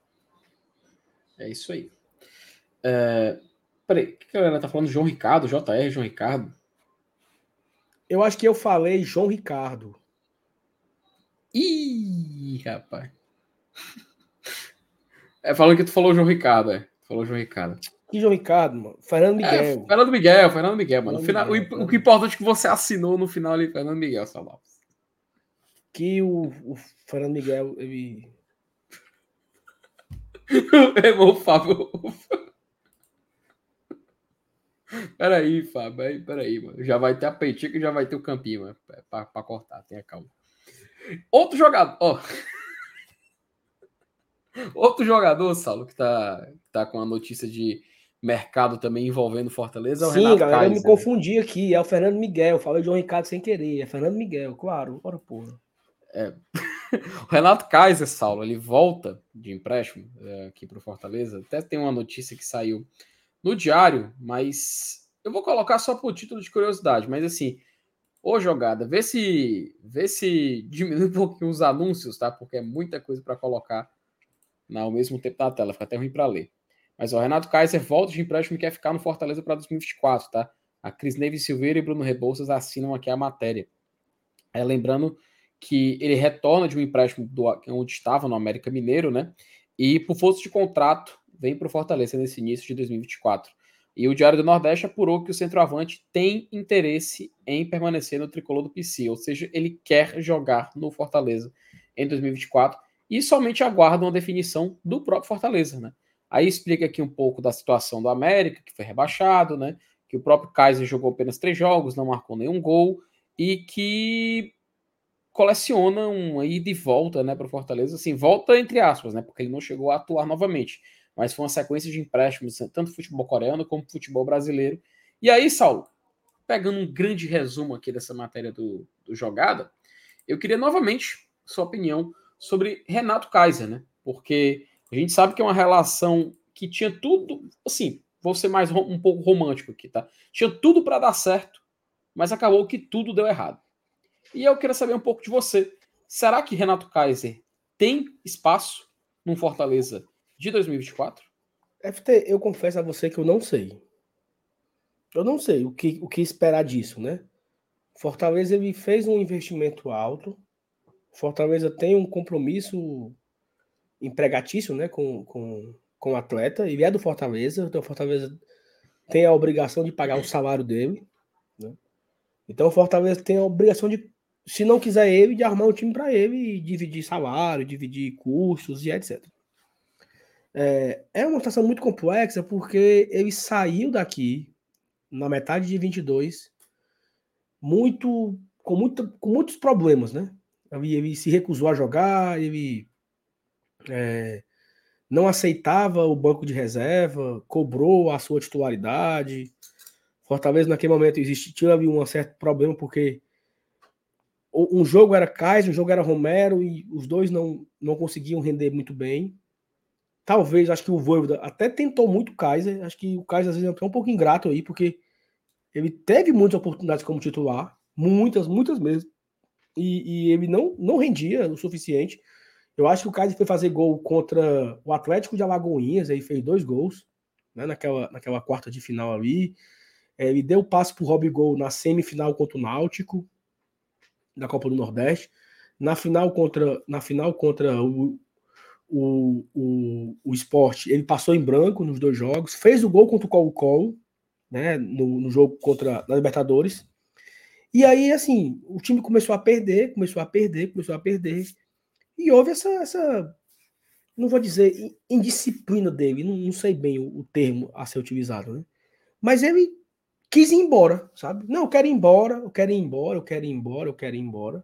S2: É isso aí. É... Peraí, o que a galera tá falando? João Ricardo, J R, João Ricardo?
S1: Eu acho que eu falei João Ricardo.
S2: Ih, rapaz. É, falando que tu falou João Ricardo, é. Tu falou João Ricardo.
S1: Que João Ricardo, mano? Fernando Miguel.
S2: É, Fernando Miguel, Fernando Miguel, mano.
S1: Fernando
S2: Final,
S1: Miguel,
S2: o, o que importa é que você assinou no final ali, Fernando Miguel, Salão.
S1: Que o, o Fernando Miguel, ele...
S2: Errou o Fábio. Peraí, Fábio, peraí, mano. Já vai ter a petica e já vai ter o campinho, mano. Pra, pra cortar, tenha calma. Outro jogador, ó. Outro jogador, Saulo, que tá, que tá com a notícia de mercado também envolvendo Fortaleza, é o
S1: Sim,
S2: Renato
S1: galera,
S2: Kaiser.
S1: eu me confundi aqui, é o Fernando Miguel, falei de João Ricardo sem querer, é Fernando Miguel, claro, bora porra.
S2: É. O Renato Kaiser, Saulo, ele volta de empréstimo é, aqui para o Fortaleza. Até tem uma notícia que saiu no Diário, mas eu vou colocar só por título de curiosidade. Mas assim, ô jogada, vê se, vê se diminui um pouquinho os anúncios, tá? Porque é muita coisa para colocar ao mesmo tempo na tela, fica até ruim para ler. Mas o Renato Kaiser volta de empréstimo e quer ficar no Fortaleza para dois mil e vinte e quatro, tá? A Cris Neves Silveira e Bruno Rebouças assinam aqui a matéria. É, lembrando que ele retorna de um empréstimo do, onde estava, no América Mineiro, né? E por força de contrato, vem para o Fortaleza nesse início de dois mil e vinte e quatro. E o Diário do Nordeste apurou que o centroavante tem interesse em permanecer no tricolor do P C, ou seja, ele quer jogar no Fortaleza em dois mil e vinte e quatro e somente aguarda uma definição do próprio Fortaleza, né? Aí explica aqui um pouco da situação do América, que foi rebaixado, né? Que o próprio Kaiser jogou apenas três jogos, não marcou nenhum gol, e que coleciona um ida e volta, né, para o Fortaleza, assim, volta entre aspas, né, porque ele não chegou a atuar novamente, mas foi uma sequência de empréstimos, tanto futebol coreano como futebol brasileiro. E aí, Saulo, pegando um grande resumo aqui dessa matéria do, do Jogada, eu queria novamente sua opinião sobre Renato Kaiser, né, porque a gente sabe que é uma relação que tinha tudo, assim, vou ser mais um pouco romântico aqui, tá? Tinha tudo para dar certo, mas acabou que tudo deu errado. E eu queria saber um pouco de você. Será que Renato Kaiser tem espaço no Fortaleza de dois mil e vinte e quatro?
S1: F T, eu confesso a você que eu não sei. Eu não sei o que, o que esperar disso, né? Fortaleza ele fez um investimento alto. Fortaleza tem um compromisso empregatício, né, com, com, com o atleta. Ele é do Fortaleza, então o Fortaleza tem a obrigação de pagar o salário dele, né? Então o Fortaleza tem a obrigação de, se não quiser ele, de armar um time para ele e dividir salário, dividir custos e etcétera. É, é uma situação muito complexa porque ele saiu daqui na metade de vinte e dois muito com, muito, com muitos problemas, né? Ele, ele se recusou a jogar, ele é, não aceitava o banco de reserva, cobrou a sua titularidade. Fortaleza, naquele momento, existia ali um certo problema, porque um jogo era Kaiser, um jogo era Romero, e os dois não, não conseguiam render muito bem. Talvez, acho que o Voivoda até tentou muito o Kaiser, acho que o Kaiser às vezes é um pouco ingrato aí, porque ele teve muitas oportunidades como titular, muitas, muitas mesmo, e, e ele não, não rendia o suficiente. Eu acho que o Kaiser foi fazer gol contra o Atlético de Alagoinhas, aí fez dois gols, né, naquela, naquela quarta de final ali. É, ele deu passo pro Rob Gol na semifinal contra o Náutico, da Copa do Nordeste. Na final contra, na final contra o, o, o, o Sport, ele passou em branco nos dois jogos, fez o gol contra o Colo-Colo, né, no, no jogo contra a Libertadores. E aí, assim, o time começou a perder, começou a perder, começou a perder. E houve essa, essa não vou dizer indisciplina dele, não, não sei bem o, o termo a ser utilizado, né? Mas ele quis ir embora, sabe? Não, eu quero ir embora, eu quero ir embora, eu quero ir embora, eu quero ir embora.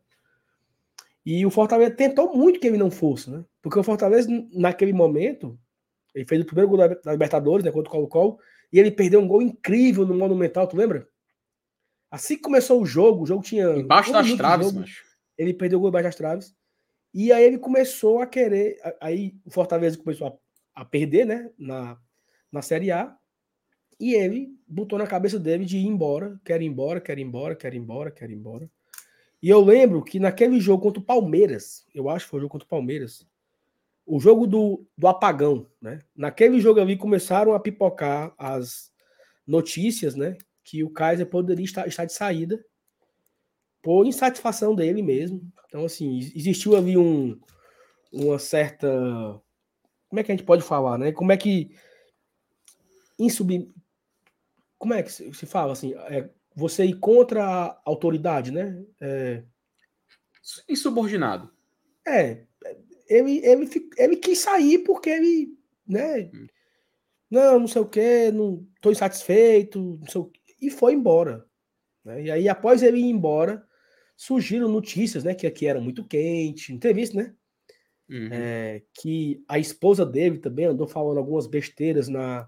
S1: E o Fortaleza tentou muito que ele não fosse, né? Porque o Fortaleza, naquele momento, ele fez o primeiro gol da Libertadores, né, contra o Colo-Colo, e ele perdeu um gol incrível no Monumental, tu lembra? Assim que começou o jogo, o jogo tinha
S2: Embaixo
S1: um
S2: das
S1: minuto de
S2: traves,
S1: jogo,
S2: macho.
S1: ele perdeu o gol embaixo das traves. E aí ele começou a querer, aí o Fortaleza começou a, a perder, né, na, na Série A, e ele botou na cabeça dele de ir embora, quer ir embora, quer ir embora, quer ir embora, quer ir embora. E eu lembro que naquele jogo contra o Palmeiras, eu acho que foi o jogo contra o Palmeiras, o jogo do, do apagão, né? Naquele jogo ali começaram a pipocar as notícias, né? Que o Kaiser poderia estar, estar de saída por insatisfação dele mesmo. Então, assim, existiu ali um, uma certa... Como é que a gente pode falar, né? Como é que... Insub... Como é que se fala, assim? É, você ir contra a autoridade, né? É,
S2: Insubordinado.
S1: é ele, ele, ele quis sair porque ele, né?
S2: Hum.
S1: Não, não sei o quê, não estou insatisfeito, não sei o quê, e foi embora. Né? E aí, após ele ir embora, surgiram notícias, né? Que aqui era muito quente, não teve isso, né?
S2: Uhum.
S1: É, que a esposa dele também andou falando algumas besteiras na,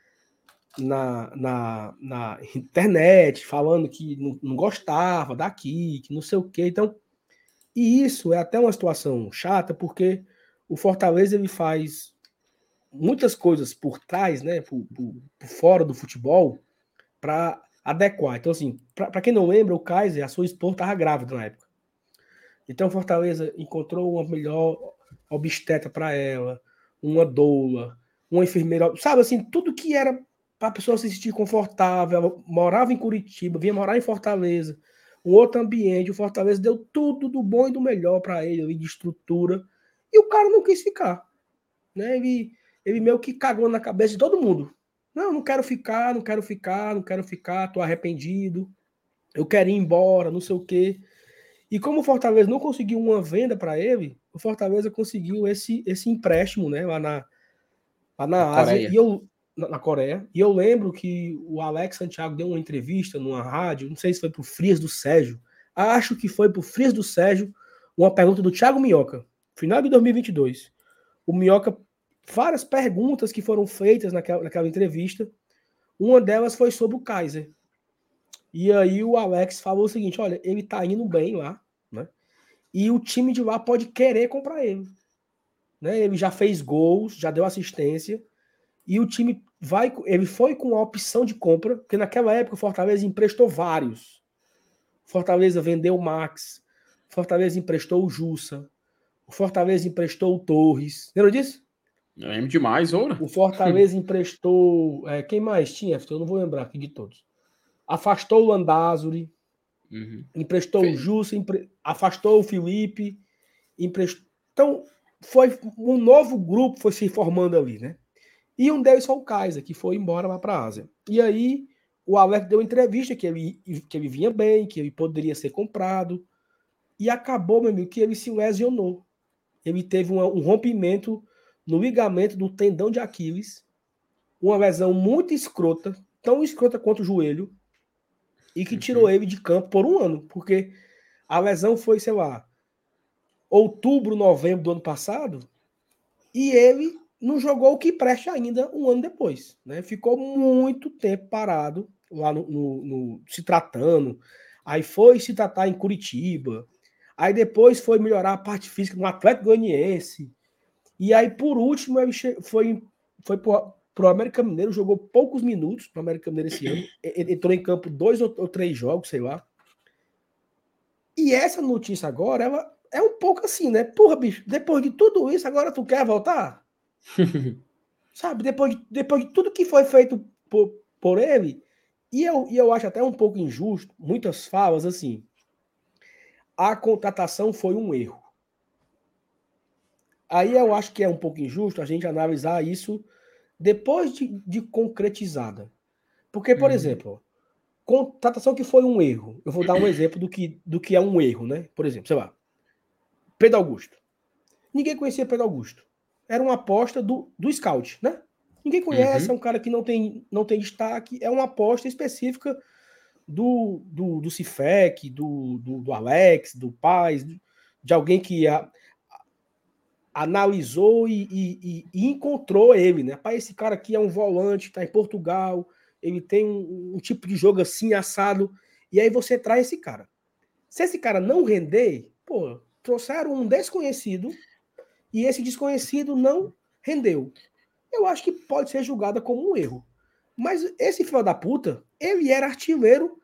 S1: na, na, na internet, falando que não, não gostava daqui, que não sei o quê. Então, e isso é até uma situação chata, porque o Fortaleza ele faz muitas coisas por trás, né, por, por, por fora do futebol, para adequar. Então, assim, para quem não lembra, o Kaiser, a sua esposa estava grávida na época. Então, Fortaleza encontrou uma melhor obstetra para ela, uma doula, uma enfermeira, sabe assim, tudo que era para a pessoa se sentir confortável. Ela morava em Curitiba, vinha morar em Fortaleza, um outro ambiente. O Fortaleza deu tudo do bom e do melhor para ele, de estrutura, e o cara não quis ficar, né? Ele, ele meio que cagou na cabeça de todo mundo. Não, não quero ficar, não quero ficar, não quero ficar, tô arrependido, eu quero ir embora, não sei o quê. E como o Fortaleza não conseguiu uma venda para ele, o Fortaleza conseguiu esse, esse empréstimo, né, lá na, lá na, na Ásia, Coreia. E eu, na, na Coreia. E eu lembro que o Alex Santiago deu uma entrevista numa rádio, não sei se foi pro Frias do Sérgio, acho que foi pro Frias do Sérgio, uma pergunta do Thiago Minhoca, final de dois mil e vinte e dois. O Minhoca, várias perguntas que foram feitas naquela, naquela entrevista, uma delas foi sobre o Kaiser. E aí o Alex falou o seguinte, olha, ele tá indo bem lá, né? E o time de lá pode querer comprar ele. Né? Ele já fez gols, já deu assistência, e o time vai, ele foi com a opção de compra, porque naquela época o Fortaleza emprestou vários. Fortaleza vendeu o Max, Fortaleza emprestou o Jussa, o Fortaleza emprestou o Torres. Lembra disso?
S2: Eu lembro demais, ouro.
S1: O Fortaleza emprestou. É, quem mais tinha? Eu não vou lembrar aqui de todos. Afastou o Landázuri, uhum. emprestou Fez. o Jussa, empre... afastou o Felipe, emprestou. Então, foi um novo grupo foi se formando ali, né? E um deles foi o Kaiser, que foi embora lá para a Ásia. E aí, o Alex deu entrevista que ele, que ele vinha bem, que ele poderia ser comprado. E acabou, meu amigo, que ele se lesionou. Ele teve uma, um rompimento no ligamento do tendão de Aquiles. Uma lesão muito escrota, tão escrota quanto o joelho, e que tirou uhum. ele de campo por um ano. Porque a lesão foi, sei lá, outubro, novembro do ano passado, e ele não jogou o que preste ainda um ano depois. Né? Ficou muito tempo parado lá no, no, no, se tratando. Aí foi se tratar em Curitiba. Aí depois foi melhorar a parte física no Atlético Goianiense. E aí, por último, ele foi, foi pro, pro América Mineiro, jogou poucos minutos pro América Mineiro esse ano. Entrou em campo dois ou, ou três jogos, sei lá. E essa notícia agora, ela é um pouco assim, né? Porra, bicho, depois de tudo isso, agora tu quer voltar? Sabe? Depois de, depois de tudo que foi feito por, por ele, e eu, e eu acho até um pouco injusto, muitas falas assim, a contratação foi um erro. Aí eu acho que é um pouco injusto a gente analisar isso depois de, de concretizada. Porque, por uhum. exemplo, contratação que foi um erro, eu vou dar um exemplo do que, do que é um erro, né? Por exemplo, sei lá, Pedro Augusto. Ninguém conhecia Pedro Augusto. Era uma aposta do, do scout, né? Ninguém conhece, uhum. é um cara que não tem, não tem destaque, é uma aposta específica do, do, do Cifec, do, do, do Alex, do Paz, de alguém que a, a, analisou e, e, e encontrou ele, né? Pai, esse cara aqui é um volante, tá em Portugal, ele tem um, um tipo de jogo assim, assado, e aí você traz esse cara. Se esse cara não render, pô, trouxeram um desconhecido e esse desconhecido não rendeu. Eu acho que pode ser julgada como um erro. Mas esse filho da puta, ele era artilheiro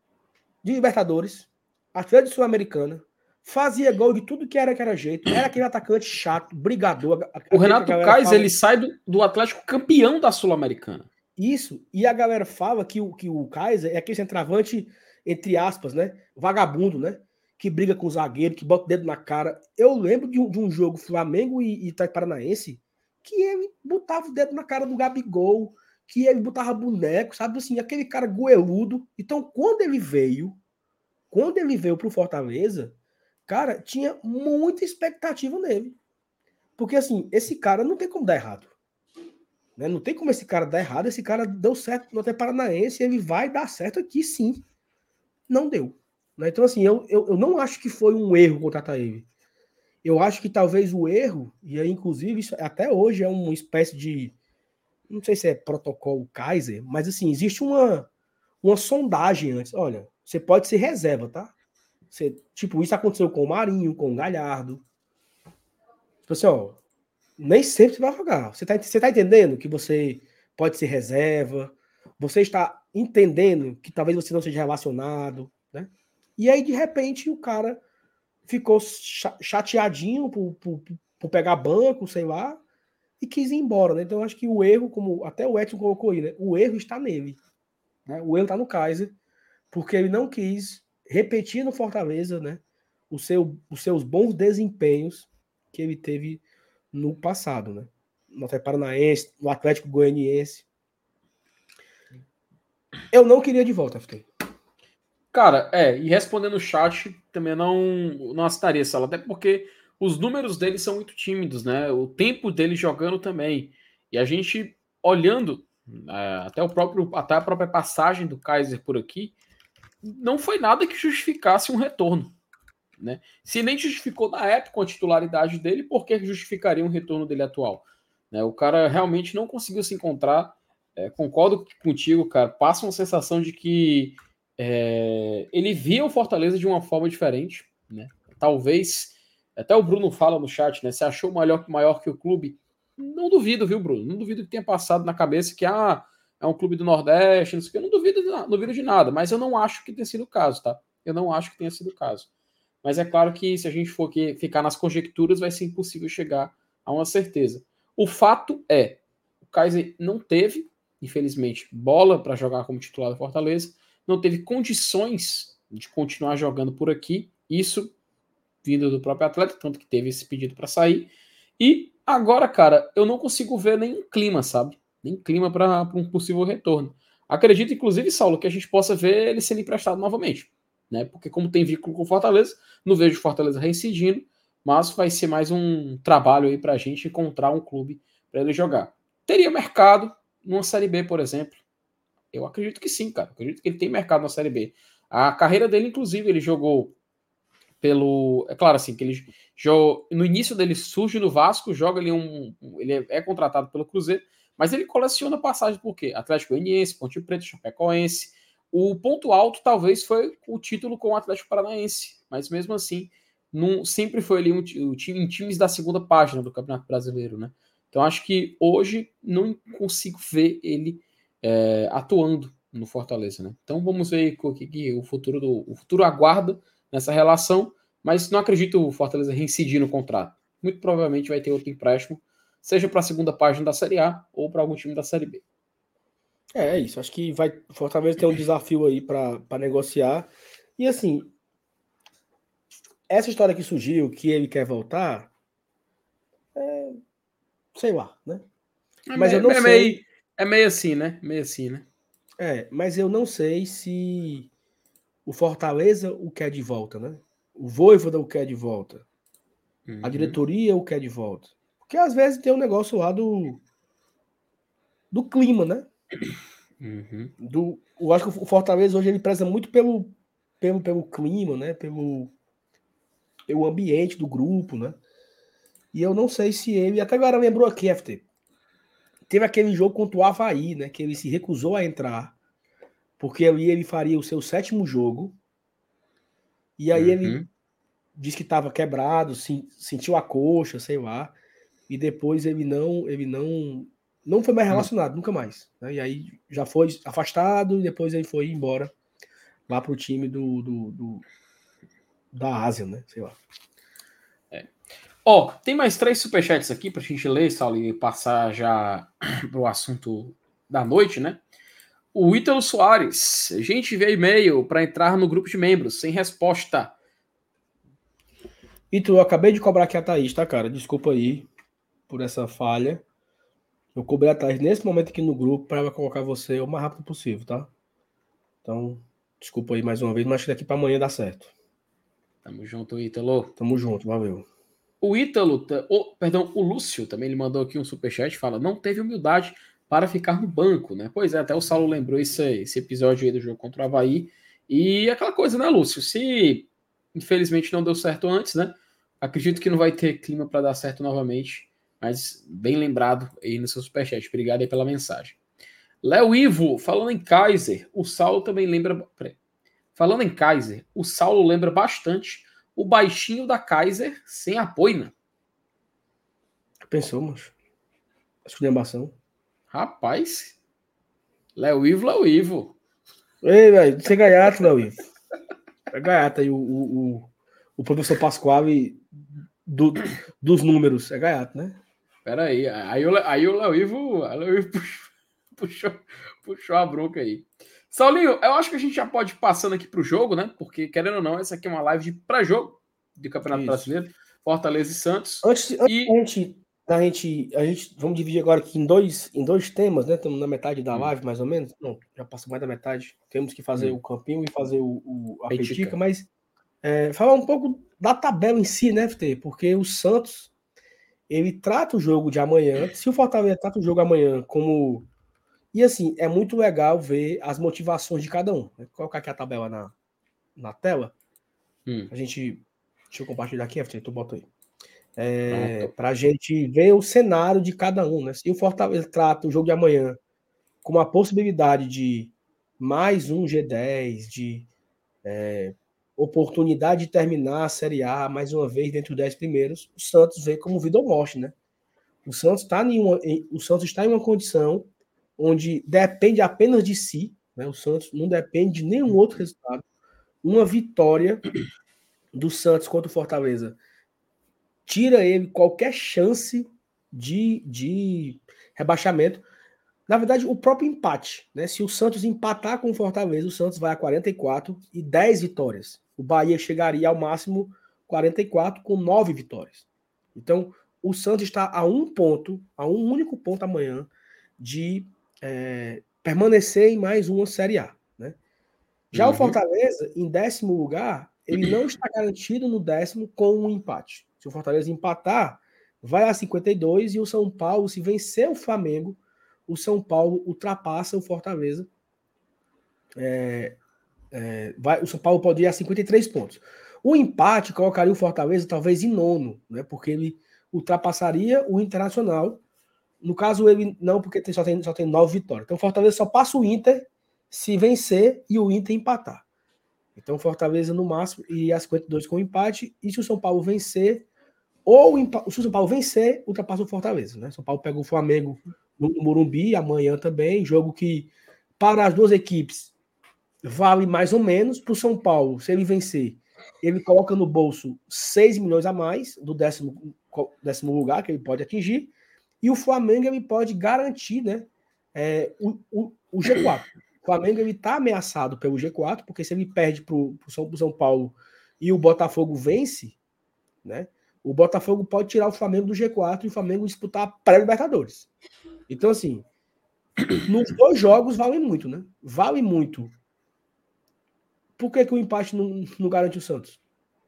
S1: de Libertadores, artilheiro de Sul-Americana, fazia gol de tudo que era que era jeito, era aquele atacante chato, brigador.
S2: O Renato Kaiser, ele sai do, do Atlético campeão da Sul-Americana.
S1: Isso, e a galera fala que o, que o Kaiser é aquele centroavante, entre aspas, né, vagabundo, né, que briga com o zagueiro, que bota o dedo na cara. Eu lembro de um, de um jogo Flamengo e, e Itaipu Paranaense, que ele botava o dedo na cara do Gabigol, que ele botava boneco, sabe assim, aquele cara goeludo. Então, quando ele veio, quando ele veio pro Fortaleza, cara, tinha muita expectativa nele. Porque, assim, esse cara não tem como dar errado. Né? Não tem como esse cara dar errado. Esse cara deu certo no Itaipu Paranaense e ele vai dar certo aqui, sim. Não deu. Né? Então, assim, eu, eu, eu não acho que foi um erro contratar ele. Eu acho que talvez o erro, e aí, inclusive, isso até hoje é uma espécie de, não sei se é protocolo Kaiser, mas assim, existe uma, uma sondagem antes. Olha, você pode ser reserva, tá? Você, tipo, isso aconteceu com o Marinho, com o Galhardo. Tipo assim, ó, nem sempre você vai jogar. Você tá, você tá entendendo que você pode ser reserva, você está entendendo que talvez você não seja relacionado, né? E aí, de repente, o cara ficou chateadinho por, por, por pegar banco, sei lá, e quis ir embora, né? Então, eu acho que o erro, como até o Edson colocou aí, né? O erro está nele. Né? O erro está no Kaiser, porque ele não quis repetir no Fortaleza, né? O seu, os seus bons desempenhos que ele teve no passado, né? No Atlético Paranaense, no Atlético Goianiense. Eu não queria de volta, F T.
S2: Cara, é, e respondendo o chat, também não, não assinaria essa, até porque os números dele são muito tímidos, né? O tempo dele jogando também. E a gente olhando é, até o próprio até a própria passagem do Kaiser por aqui, não foi nada que justificasse um retorno, né? Se nem justificou na época a titularidade dele, por que justificaria um retorno dele atual? Né? O cara realmente não conseguiu se encontrar. É, concordo contigo, cara. Passa uma sensação de que é, ele via o Fortaleza de uma forma diferente, né? Talvez, até o Bruno fala no chat, né? Você achou maior, maior que o clube? Não duvido, viu, Bruno? Não duvido que tenha passado na cabeça que ah, é um clube do Nordeste, não sei o que. Eu não duvido, não duvido de nada, mas eu não acho que tenha sido o caso, tá? Eu não acho que tenha sido o caso. Mas é claro que se a gente for que ficar nas conjecturas, vai ser impossível chegar a uma certeza. O fato é, o Kaiser não teve, infelizmente, bola para jogar como titular do Fortaleza, não teve condições de continuar jogando por aqui, isso vindo do próprio atleta, tanto que teve esse pedido para sair. E agora, cara, eu não consigo ver nenhum clima, sabe? Nem clima para um possível retorno. Acredito, inclusive, Saulo, que a gente possa ver ele sendo emprestado novamente. Né? Porque como tem vínculo com o Fortaleza, não vejo o Fortaleza reincidindo, mas vai ser mais um trabalho aí para a gente encontrar um clube para ele jogar. Teria mercado numa Série B, por exemplo? Eu acredito que sim, cara. Eu acredito que ele tem mercado na Série B. A carreira dele, inclusive, ele jogou pelo... É claro, assim, que ele jogou... No início dele surge no Vasco, joga ali um... Ele é, é contratado pelo Cruzeiro, mas ele coleciona passagem por quê? Atlético Goianiense, Ponte Preta, Chapecoense. O ponto alto talvez foi o título com o Atlético Paranaense, mas mesmo assim não, sempre foi ali um, um time, em times da segunda página do Campeonato Brasileiro, né? Então acho que hoje não consigo ver ele é, atuando no Fortaleza, né? Então vamos ver o que, que o futuro do o futuro aguarda nessa relação, mas não acredito o Fortaleza reincidir no contrato. Muito provavelmente vai ter outro empréstimo, seja para a segunda página da Série A ou para algum time da Série B.
S1: É, é isso. Acho que vai o Fortaleza tem um desafio aí para negociar. E assim, essa história que surgiu, que ele quer voltar, é, sei lá, né?
S2: É
S1: Mas eu
S2: meio,
S1: não
S2: é,
S1: sei.
S2: meio, é meio assim, né? Meio assim, né?
S1: É, mas eu não sei se o Fortaleza o quer de volta, né? O Vojvoda o quer de volta.
S2: Uhum.
S1: A diretoria o quer de volta. Porque às vezes tem um negócio lá do, do clima, né?
S2: Uhum.
S1: Do, eu acho que o Fortaleza hoje ele preza muito pelo, pelo, pelo clima, né? Pelo, pelo ambiente do grupo, né? E eu não sei se ele. Até agora lembrou aqui, F T. Teve aquele jogo contra o Havaí, né? Que ele se recusou a entrar. Porque ali ele faria o seu sétimo jogo. E aí ele
S2: Uhum.
S1: disse que estava quebrado, se, sentiu a coxa, sei lá. E depois ele não, ele não, não foi mais relacionado, nunca mais. Né? E aí já foi afastado e depois ele foi embora lá pro time do, do, do da Ásia, né? Sei lá.
S2: É. Ó, tem mais três superchats aqui pra gente ler, Saulo, e passar já pro assunto da noite, né? O Ítalo Soares. A gente vê e-mail para entrar no grupo de membros, sem resposta.
S1: E tu, eu acabei de cobrar aqui a Thaís, tá, cara? Desculpa aí por essa falha. Eu cobrei a Thaís nesse momento aqui no grupo para ela colocar você o mais rápido possível, tá? Então, desculpa aí mais uma vez, mas acho que daqui para amanhã dá certo.
S2: Tamo junto, Ítalo.
S1: Tamo junto, valeu.
S2: O Ítalo, oh, perdão, o Lúcio também ele mandou aqui um superchat, fala, não teve humildade para ficar no banco, né? Pois é, até o Saulo lembrou esse, esse episódio aí do jogo contra o Avaí. E aquela coisa, né, Lúcio? Se infelizmente não deu certo antes, né? Acredito que não vai ter clima para dar certo novamente. Mas bem lembrado aí no seu superchat. Obrigado aí pela mensagem. Léo Ivo, falando em Kaiser, o Saulo também lembra. Peraí. Falando em Kaiser, o Saulo lembra bastante o baixinho da Kaiser sem a boina.
S1: Pensou, macho? Esculhambação.
S2: Rapaz. Léo Ivo, Léo Ivo.
S1: Ei, velho, você é gaiato, Léo Ivo. É gaiato aí, o, o, o, o professor Pasquale do, dos números. É gaiato, né?
S2: Pera aí. Aí o, aí o Léo Ivo, o Léo Ivo puxou, puxou, puxou a bronca aí. Saulinho, eu acho que a gente já pode ir passando aqui pro jogo, né? Porque, querendo ou não, essa aqui é uma live de pré-jogo de Campeonato
S1: Isso.
S2: Brasileiro. Fortaleza e Santos.
S1: Antes, antes
S2: E...
S1: da gente, da gente, a gente. Vamos dividir agora aqui em dois, em dois temas, né? Estamos na metade da
S2: Hum.
S1: live, mais ou menos. Não, já passou mais da metade. Temos que fazer
S2: Hum.
S1: o campinho e fazer o, o, a
S2: Petica.
S1: petica, mas é, falar um pouco da tabela em si, né, F T? Porque o Santos, ele trata o jogo de amanhã. Se o Fortaleza trata o jogo amanhã como. E assim, é muito legal ver as motivações de cada um. Vou colocar aqui a tabela na, na tela.
S2: Hum.
S1: A gente. Deixa eu compartilhar aqui, F T, tu bota aí. É,
S2: Pronto.
S1: para a gente ver o cenário de cada um, né? Se o Fortaleza trata o jogo de amanhã com a possibilidade de mais um G dez, de é, oportunidade de terminar a Série A mais uma vez dentro dos dez primeiros, o Santos vê como vida ou morte, né? O Santos está em uma, o Santos está em uma condição onde depende apenas de si, né? O Santos não depende de nenhum outro resultado. Uma vitória do Santos contra o Fortaleza tira ele qualquer chance de, de rebaixamento. Na verdade, o próprio empate, né? Se o Santos empatar com o Fortaleza, o Santos vai a quarenta e quatro e dez vitórias. O Bahia chegaria ao máximo quarenta e quatro com nove vitórias. Então, o Santos está a um ponto, a um único ponto amanhã, de é, permanecer em mais uma Série A, né? Já uhum. O Fortaleza, em décimo lugar, ele não está garantido no décimo com um empate. Se o Fortaleza empatar, vai a cinquenta e dois e o São Paulo, se vencer o Flamengo, o São Paulo ultrapassa o Fortaleza. É, é, vai, o São Paulo pode ir a cinquenta e três pontos. O empate colocaria o Fortaleza talvez em nono, né, porque ele ultrapassaria o Internacional. No caso, ele não, porque tem, só, tem, só tem nove vitórias. Então o Fortaleza só passa o Inter se vencer e o Inter empatar. Então, Fortaleza no máximo iria a cinquenta e dois com empate. E se o São Paulo vencer, ou se o São Paulo vencer, ultrapassa o Fortaleza. Né? São Paulo pega o Flamengo no Morumbi amanhã também. Jogo que, para as duas equipes, vale mais ou menos. Para o São Paulo, se ele vencer, ele coloca no bolso seis milhões a mais do décimo, décimo lugar que ele pode atingir. E o Flamengo ele pode garantir, né, é, o, o, o G quatro. O Flamengo está ameaçado pelo G quatro, porque se ele perde para o São, São Paulo e o Botafogo vence, né, o Botafogo pode tirar o Flamengo do G quatro e o Flamengo disputar a pré-Libertadores. Então, assim, nos dois jogos vale muito, né? Vale muito. Por que, que o empate não, não garante o Santos?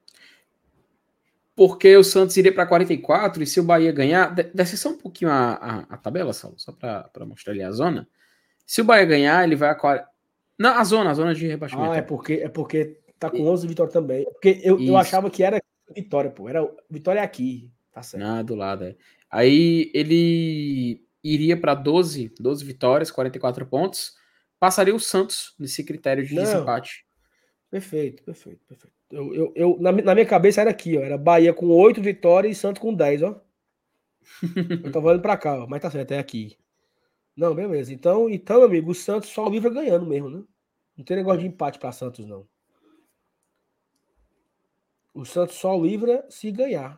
S2: Porque o Santos iria para quarenta e quatro e se o Bahia ganhar... Desce só um pouquinho a, a, a tabela, Saulo, só para mostrar ali a zona. Se o Bahia ganhar, ele vai a quarenta... Não, a zona, a zona de rebaixamento.
S1: Ah, é porque, é porque tá com onze vitórias também. É porque eu, eu achava que era vitória, pô. Era vitória aqui. Tá certo.
S2: Ah, do lado, é. Aí ele iria para doze, doze vitórias, quarenta e quatro pontos. Passaria o Santos nesse critério de Não. desempate.
S1: Perfeito, perfeito, perfeito. Eu, eu, eu, na, na minha cabeça era aqui, ó. Era Bahia com oito vitórias e Santos com dez, ó. Eu tava olhando pra cá, ó, mas tá certo, é aqui. Não, beleza. Então, então, amigo, o Santos só livra ganhando mesmo, né? Não tem negócio de empate pra Santos, não. O Santos só livra se ganhar.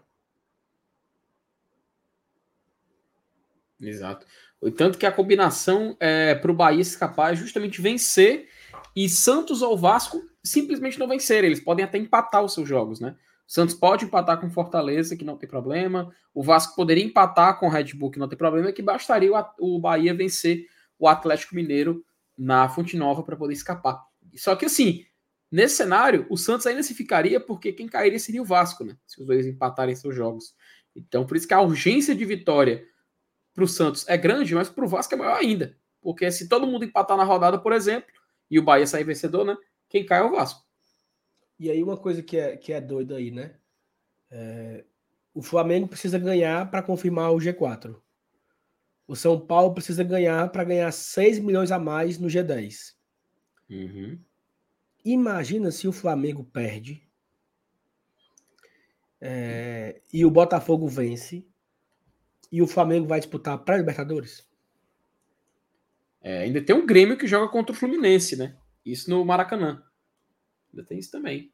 S2: Exato. Tanto que a combinação é, para o Bahia escapar é justamente vencer e Santos ou Vasco simplesmente não vencerem. Eles podem até empatar os seus jogos, né? O Santos pode empatar com Fortaleza, que não tem problema. O Vasco poderia empatar com o Red Bull, que não tem problema, que bastaria o, o Bahia vencer o Atlético Mineiro na Fonte Nova para poder escapar. Só que assim, nesse cenário, o Santos ainda se ficaria porque quem cairia seria o Vasco, né? Se os dois empatarem seus jogos. Então, por isso que a urgência de vitória para o Santos é grande, mas para o Vasco é maior ainda. Porque se todo mundo empatar na rodada, por exemplo, e o Bahia sair vencedor, né? Quem cai é o Vasco.
S1: E aí uma coisa que é, que é doida aí, né? É, o Flamengo precisa ganhar para confirmar o G quatro. O São Paulo precisa ganhar para ganhar seis milhões a mais no G dez.
S2: Uhum.
S1: Imagina se o Flamengo perde é, e o Botafogo vence. e o Flamengo vai disputar a pré-Libertadores?
S2: É, ainda tem um Grêmio que joga contra o Fluminense, né? Isso no Maracanã. Ainda tem isso também.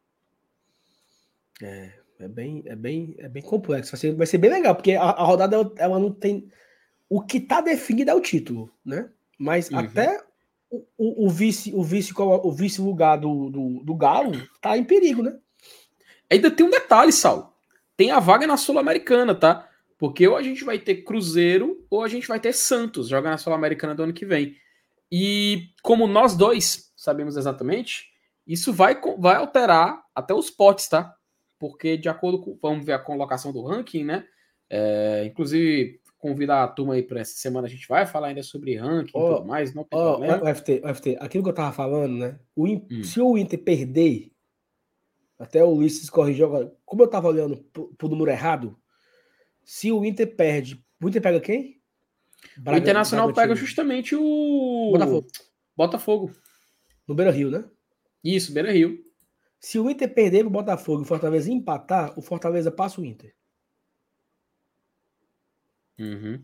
S1: É, é bem, é bem, é bem complexo. Vai ser, vai ser bem legal, porque a, a rodada ela não tem. O que está definido é o título, né? Mas
S2: Uhum.
S1: até o, o, o vice, o vice, o vice lugar do, do, do Galo tá em perigo, né?
S2: Ainda tem um detalhe, Sal. Tem a vaga na Sul-Americana, tá? Porque ou a gente vai ter Cruzeiro ou a gente vai ter Santos joga na Sul-Americana do ano que vem. E como nós dois sabemos exatamente, isso vai, vai alterar até os potes, tá? Porque de acordo com... Vamos ver a colocação do ranking, né? É, inclusive, convidar a turma aí para essa semana, a gente vai falar ainda sobre ranking e
S1: Ó,
S2: tudo mais, não tem
S1: ó,
S2: problema.
S1: o F T, o F T, aquilo que eu tava falando, né? O, In-
S2: Hum.
S1: Se o Inter perder, até o Ulisses corrigiu agora, como eu tava olhando pro, pro número errado, se o Inter perde, o Inter pega quem?
S2: O Internacional pega
S1: Bragantino.
S2: justamente o
S1: Botafogo.
S2: Botafogo.
S1: No Beira-Rio, né?
S2: Isso, Beira-Rio.
S1: Se o Inter perder pro Botafogo e o Fortaleza empatar, o Fortaleza passa o Inter.
S2: Uhum.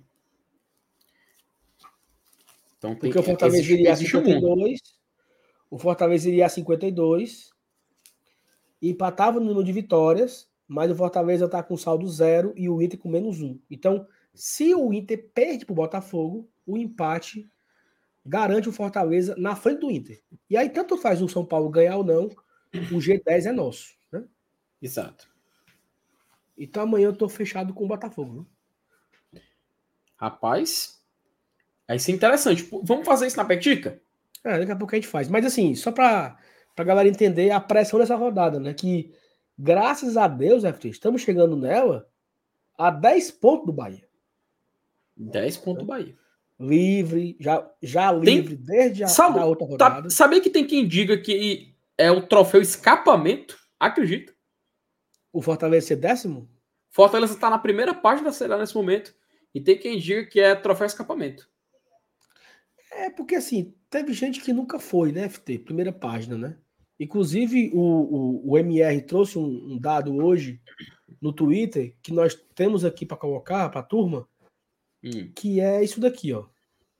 S2: Então tem,
S1: Porque o Fortaleza
S2: existe,
S1: iria a
S2: existe um
S1: cinquenta e
S2: mundo.
S1: dois, o Fortaleza iria a cinquenta e dois, empatava no número de vitórias, mas o Fortaleza tá com saldo zero e o Inter com menos um. Então, se o Inter perde pro Botafogo, o empate garante o Fortaleza na frente do Inter. E aí, tanto faz o São Paulo ganhar ou não, o G dez é nosso, né?
S2: Exato.
S1: Então amanhã eu tô fechado com o Botafogo, né?
S2: Rapaz, vai ser interessante. Vamos fazer isso na Petica?
S1: É, daqui a pouco a gente faz. Mas assim, só pra, pra galera entender a pressão dessa rodada, né? Que, graças a Deus, F T, estamos chegando nela a dez pontos do Bahia.
S2: dez pontos
S1: Né?
S2: Bahia.
S1: Livre, já, já livre
S2: Tem...
S1: desde a
S2: Saulo,
S1: da outra
S2: tá...
S1: rodada.
S2: Sabia que tem quem diga que é o troféu escapamento? Acredita?
S1: O Fortaleza ser décimo?
S2: Fortaleza está na primeira página da Série A nesse momento. E tem quem diga que é troféu escapamento.
S1: É porque assim, teve gente que nunca foi, né, F T? Primeira página, né? Inclusive, o, o, o M R trouxe um, um dado hoje no Twitter que nós temos aqui para colocar para a turma,
S2: Hum.
S1: que é isso daqui, ó.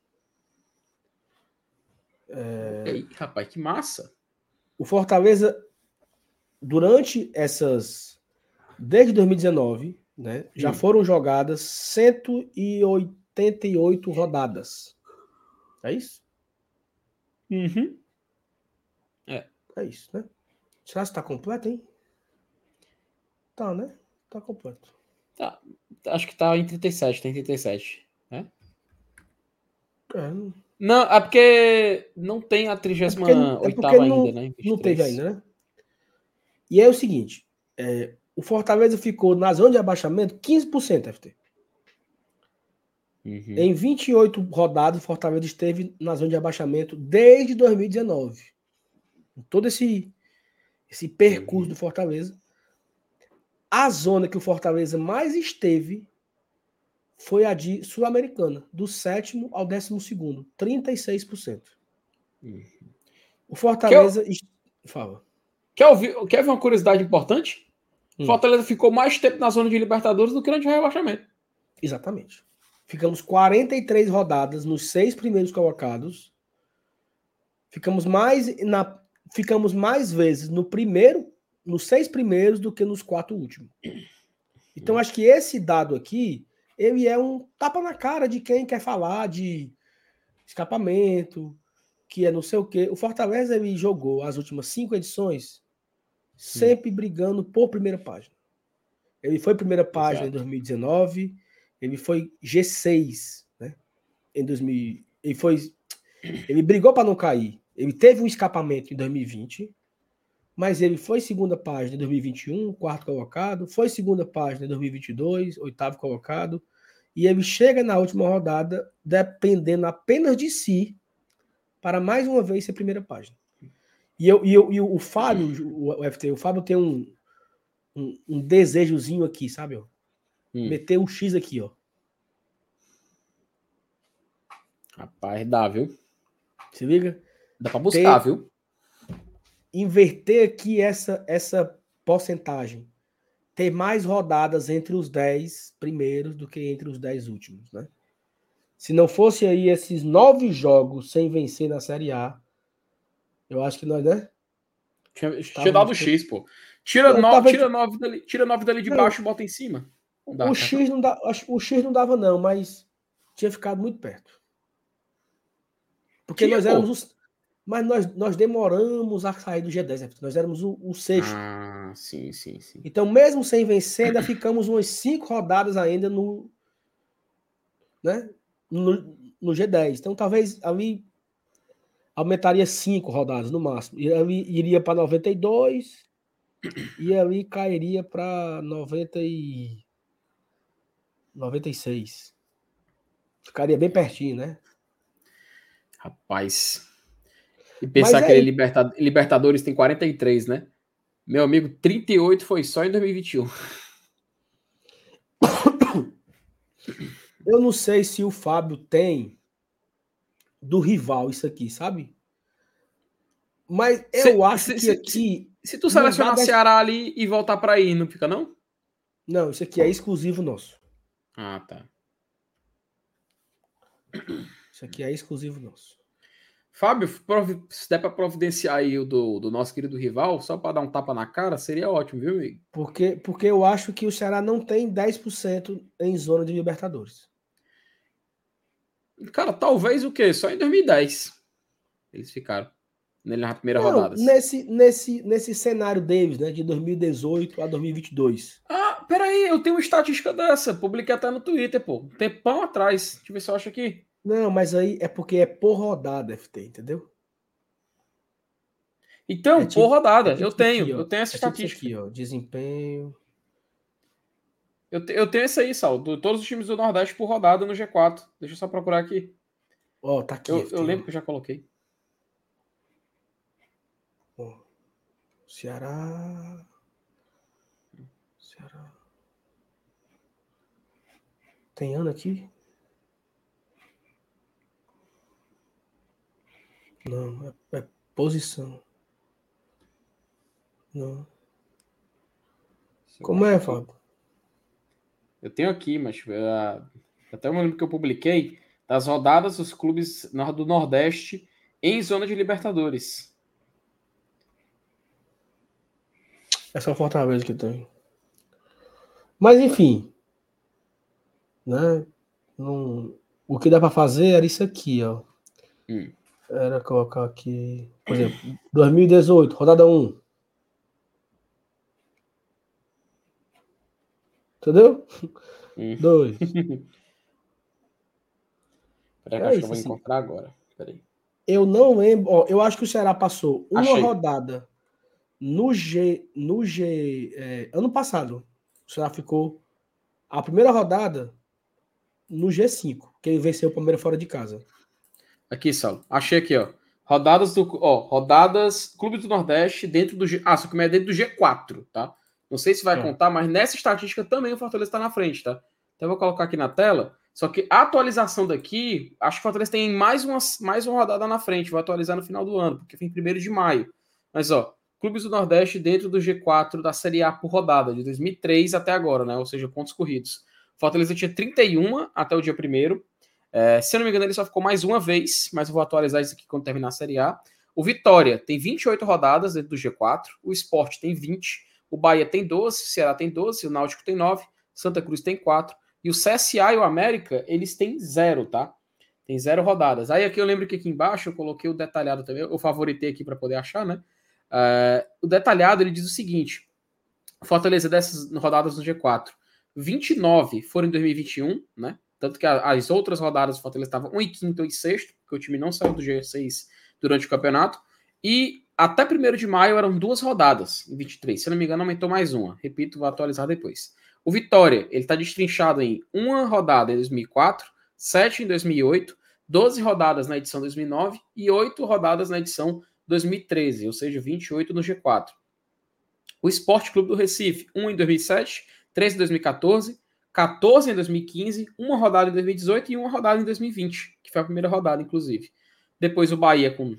S2: É... Ei, rapaz, que massa.
S1: O Fortaleza, durante essas... Desde dois mil e dezenove, né, já hum. foram jogadas cento e oitenta e oito rodadas. É isso?
S2: Uhum. É.
S1: É isso, né? Será que está completo, hein? Tá, né? Tá completo.
S2: Tá. Acho que tá em trinta e sete, tem trinta e sete, né?
S1: É, não...
S2: não, é porque não tem a trigésima oitava
S1: é
S2: ainda, né?
S1: Não teve ainda, né? E é o seguinte, é, o Fortaleza ficou na zona de abaixamento quinze por cento, F T. Uhum. Em vinte e oito rodadas, o Fortaleza esteve na zona de abaixamento desde dois mil e dezenove. Todo esse, esse percurso uhum. do Fortaleza. A zona que o Fortaleza mais esteve foi a de Sul-Americana, do sétimo ao décimo segundo, trinta e seis por cento. Uhum. O Fortaleza...
S2: Quer,
S1: Fala.
S2: Quer, ouvir, quer ver uma curiosidade importante? Hum. Fortaleza ficou mais tempo na zona de Libertadores do que na de rebaixamento.
S1: Exatamente. Ficamos quarenta e três rodadas nos seis primeiros colocados. Ficamos mais, na, ficamos mais vezes no primeiro, nos seis primeiros do que nos quatro últimos. Então, acho que esse dado aqui, ele é um tapa na cara de quem quer falar de escapamento, que é não sei o quê. O Fortaleza, ele jogou as últimas cinco edições sempre hum. brigando por primeira página. Ele foi primeira página Exato. Em dois mil e dezenove, ele foi G seis, né? Em dois mil, ele foi, ele brigou para não cair. Ele teve um escapamento em dois mil e vinte, mas ele foi segunda página em dois mil e vinte e um, quarto colocado, foi segunda página em dois mil e vinte e dois, oitavo colocado, e ele chega na última rodada dependendo apenas de si para mais uma vez ser primeira página. E, eu, e, eu, e o Fábio, o F T, o Fábio tem um, um, um desejozinho aqui, sabe? Ó? Hum. Meter um X aqui, ó.
S2: Rapaz, dá, viu?
S1: Se liga?
S2: Dá pra buscar, Ter, viu?
S1: Inverter aqui essa, essa porcentagem. ter mais rodadas entre os dez primeiros do que entre os dez últimos, né? Se não fosse aí esses nove jogos sem vencer na Série A, eu acho que nós, né?
S2: Tinha, tinha dado X, pô. Tira,
S1: não,
S2: no,
S1: talvez...
S2: tira, nove dali, tira nove dali de não, baixo e bota em cima.
S1: Dá, o, X não dá, o X não dava, não, mas tinha ficado muito perto. Porque tinha, nós pô. éramos os. Mas nós, nós demoramos a sair do G dez, né? Nós éramos o, o sexto.
S2: Ah, sim, sim, sim.
S1: Então, mesmo sem vencer, ainda ficamos umas cinco rodadas ainda no, né? no, no G dez. Então, talvez ali aumentaria cinco rodadas no máximo. E ali iria para noventa e dois e ali cairia para noventa e noventa e seis. Ficaria bem pertinho, né?
S2: Rapaz. E pensar é, que ele liberta... Libertadores tem quarenta e três, né? Meu amigo, trinta e oito foi só em dois mil e vinte e um.
S1: Eu não sei se o Fábio tem do rival isso aqui, sabe? Mas eu se, acho
S2: se,
S1: que
S2: se,
S1: aqui...
S2: Se, se tu selecionar dessa... Ceará ali e voltar para aí, não fica não?
S1: Não, isso aqui é exclusivo nosso.
S2: Ah, tá.
S1: Isso aqui é exclusivo nosso.
S2: Fábio, se der para providenciar aí o do, do nosso querido rival, só para dar um tapa na cara, seria ótimo, viu, amigo?
S1: Porque, porque eu acho que o Ceará não tem dez por cento em zona de Libertadores.
S2: Cara, talvez o quê? Só em dois mil e dez eles ficaram na primeira
S1: não,
S2: rodada.
S1: Nesse, nesse, nesse cenário deles, né, de dois mil e dezoito a dois mil e vinte e dois.
S2: Ah, peraí, eu tenho uma estatística dessa. Publiquei até no Twitter, pô. Um tempão atrás. Deixa eu ver se eu acho aqui.
S1: Não, mas aí é porque é por rodada, F T, entendeu?
S2: Então,
S1: é tipo,
S2: por rodada,
S1: é tipo
S2: eu tenho.
S1: Aqui,
S2: eu tenho essa
S1: é
S2: estatística.
S1: Tipo aqui, ó, desempenho.
S2: Eu, te, eu tenho esse aí, Sal. Do, todos os times do Nordeste por rodada no G quatro. Deixa eu só procurar aqui.
S1: Ó, oh, tá aqui.
S2: Eu,
S1: F T,
S2: eu lembro
S1: ó.
S2: que eu já coloquei.
S1: Ó, Ceará. Ceará. Tem ano aqui? Não, é, é posição. Não. Como é, Fábio?
S2: Eu tenho aqui, mas uh, até o momento que eu publiquei, das rodadas dos clubes do Nordeste em zona de Libertadores.
S1: É só Fortaleza que tem. Mas, enfim. Né? Não, o que dá para fazer era isso aqui, ó.
S2: Hum.
S1: Era colocar aqui, por exemplo, dois mil e dezoito, rodada um. Entendeu?
S2: Hum.
S1: Dois.
S2: Peraí, que é acho isso, que eu vou assim. encontrar agora. Peraí.
S1: Eu não lembro. Ó, eu acho que o Ceará passou uma
S2: Achei.
S1: rodada no G. No G. É, ano passado. O Ceará ficou a primeira rodada no G cinco. Que ele venceu o Palmeiras fora de casa.
S2: Aqui, Saulo. Achei aqui, ó. Rodadas do. Ó, rodadas. Clube do Nordeste dentro do G. Ah, só que é dentro do G quatro, tá? Não sei se vai é. contar, mas nessa estatística também o Fortaleza está na frente, tá? Então eu vou colocar aqui na tela. Só que a atualização daqui, acho que o Fortaleza tem mais uma, mais uma rodada na frente. Vou atualizar no final do ano, porque foi em primeiro de maio. Mas, ó, clubes do Nordeste dentro do G quatro da Série A por rodada, de dois mil e três até agora, né? Ou seja, pontos corridos. Fortaleza tinha trinta e um até o dia primeiro. É, se eu não me engano, ele só ficou mais uma vez, mas eu vou atualizar isso aqui quando terminar a Série A. O Vitória tem vinte e oito rodadas dentro do G quatro. O Sport tem vinte. O Bahia tem doze, o Ceará tem doze, o Náutico tem nove, Santa Cruz tem quatro, e o C S A e o América, eles têm zero, tá? Tem zero rodadas. Aí aqui eu lembro que aqui embaixo eu coloquei o detalhado também, eu favoritei aqui para poder achar, né? Uh, o detalhado, ele diz o seguinte, Fortaleza dessas rodadas no G quatro, vinte e nove foram em dois mil e vinte e um, né? Tanto que as outras rodadas do Fortaleza estavam um em quinto e sexto, porque o time não saiu do G seis durante o campeonato, e até primeiro de maio eram duas rodadas, em vinte e três. Se eu não me engano, aumentou mais uma. Repito, vou atualizar depois. O Vitória, ele está destrinchado em uma rodada em dois mil e quatro, sete em dois mil e oito, doze rodadas na edição dois mil e nove e oito rodadas na edição dois mil e treze, ou seja, vinte e oito no G quatro. O Sport Clube do Recife, um em dois mil e sete, três em dois mil e quatorze, quatorze em dois mil e quinze, uma rodada em dois mil e dezoito e uma rodada em dois mil e vinte, que foi a primeira rodada, inclusive. Depois o Bahia com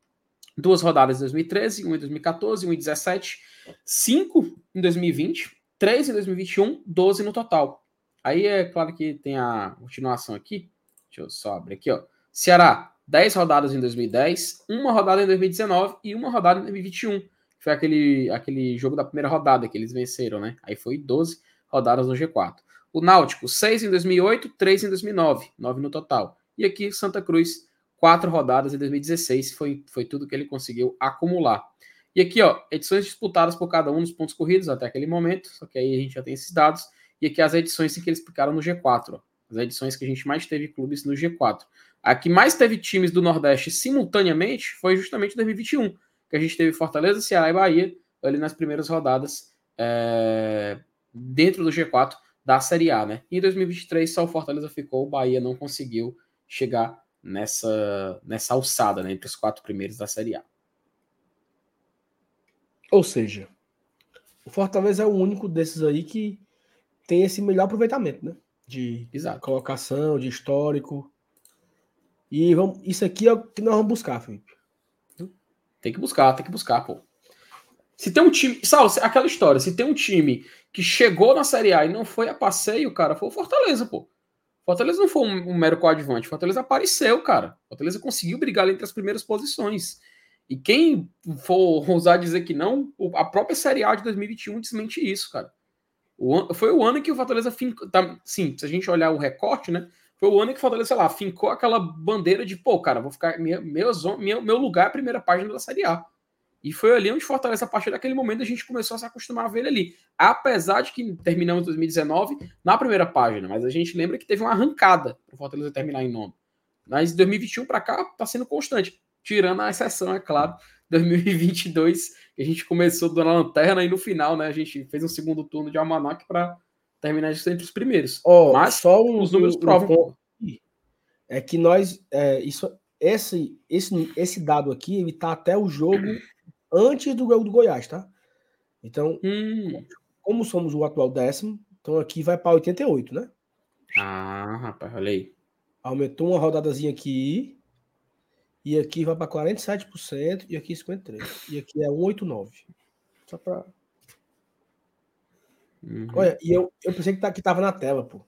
S2: duas rodadas em dois mil e treze, uma em dois mil e quatorze, uma em dezessete, cinco em dois mil e vinte, três em dois mil e vinte e um, doze no total. Aí é claro que tem a continuação aqui. Deixa eu só abrir aqui, ó. Ceará, dez rodadas em dois mil e dez, uma rodada em dois mil e dezenove e uma rodada em dois mil e vinte e um. Foi aquele, aquele jogo da primeira rodada que eles venceram, né? Aí foi doze rodadas no G quatro. O Náutico, seis em dois mil e oito, três em dois mil e nove, nove no total. E aqui, Santa Cruz, quatro rodadas em dois mil e dezesseis, foi, foi tudo que ele conseguiu acumular. E aqui, ó, edições disputadas por cada um dos pontos corridos até aquele momento, só que aí a gente já tem esses dados. E aqui as edições que eles explicaram no G quatro, ó, as edições que a gente mais teve clubes no G quatro. A que mais teve times do Nordeste simultaneamente foi justamente dois mil e vinte e um, que a gente teve Fortaleza, Ceará e Bahia ali nas primeiras rodadas é, dentro do G quatro da Série A, né? E em dois mil e vinte e três só o Fortaleza ficou, o Bahia não conseguiu chegar nessa, nessa alçada, né, entre os quatro primeiros da Série A.
S1: Ou seja, o Fortaleza é o único desses aí que tem esse melhor aproveitamento, né? De
S2: Exato.
S1: colocação, de histórico. E vamos, isso aqui é o que nós vamos buscar, Felipe.
S2: Tem que buscar, tem que buscar, pô. Se tem um time... Sabe, aquela história, se tem um time que chegou na Série A e não foi a passeio, cara, foi o Fortaleza, pô. Fortaleza não foi um, um mero coadjuvante. Fortaleza apareceu, cara. Fortaleza conseguiu brigar entre as primeiras posições. E quem for ousar dizer que não, a própria Série A de dois mil e vinte e um desmente isso, cara. O, foi o ano que o Fortaleza fincou... Tá, sim, se a gente olhar o recorte, né? Foi o ano que o Fortaleza, sei lá, fincou aquela bandeira de, pô, cara, vou ficar... Meu, meu, meu lugar é a primeira página da Série A. E foi ali onde Fortaleza, a partir daquele momento, a gente começou a se acostumar a ver ele ali. Apesar de que terminamos em dois mil e dezenove na primeira página, mas a gente lembra que teve uma arrancada para o Fortaleza terminar em nono. Mas de dois mil e vinte e um para cá está sendo constante, tirando a exceção, é claro, dois mil e vinte e dois, que a gente começou dando a lanterna e no final, né, a gente fez um segundo turno de almanac para terminar isso entre os primeiros.
S1: Oh,
S2: mas
S1: só um,
S2: os números
S1: um,
S2: provam.
S1: Um é que nós, é, isso, esse, esse, esse dado aqui, ele tá até o jogo antes do jogo do Goiás, tá? Então,
S2: Hum.
S1: como somos o atual décimo, então aqui vai para oitenta e oito, né?
S2: Ah, rapaz, olha aí.
S1: Aumentou uma rodadazinha aqui, e aqui vai para quarenta e sete por cento, e aqui cinquenta e três por cento. E aqui é cento e oitenta e nove. Só para... Uhum. Olha, e eu, eu pensei que, tá, que tava na tela, pô.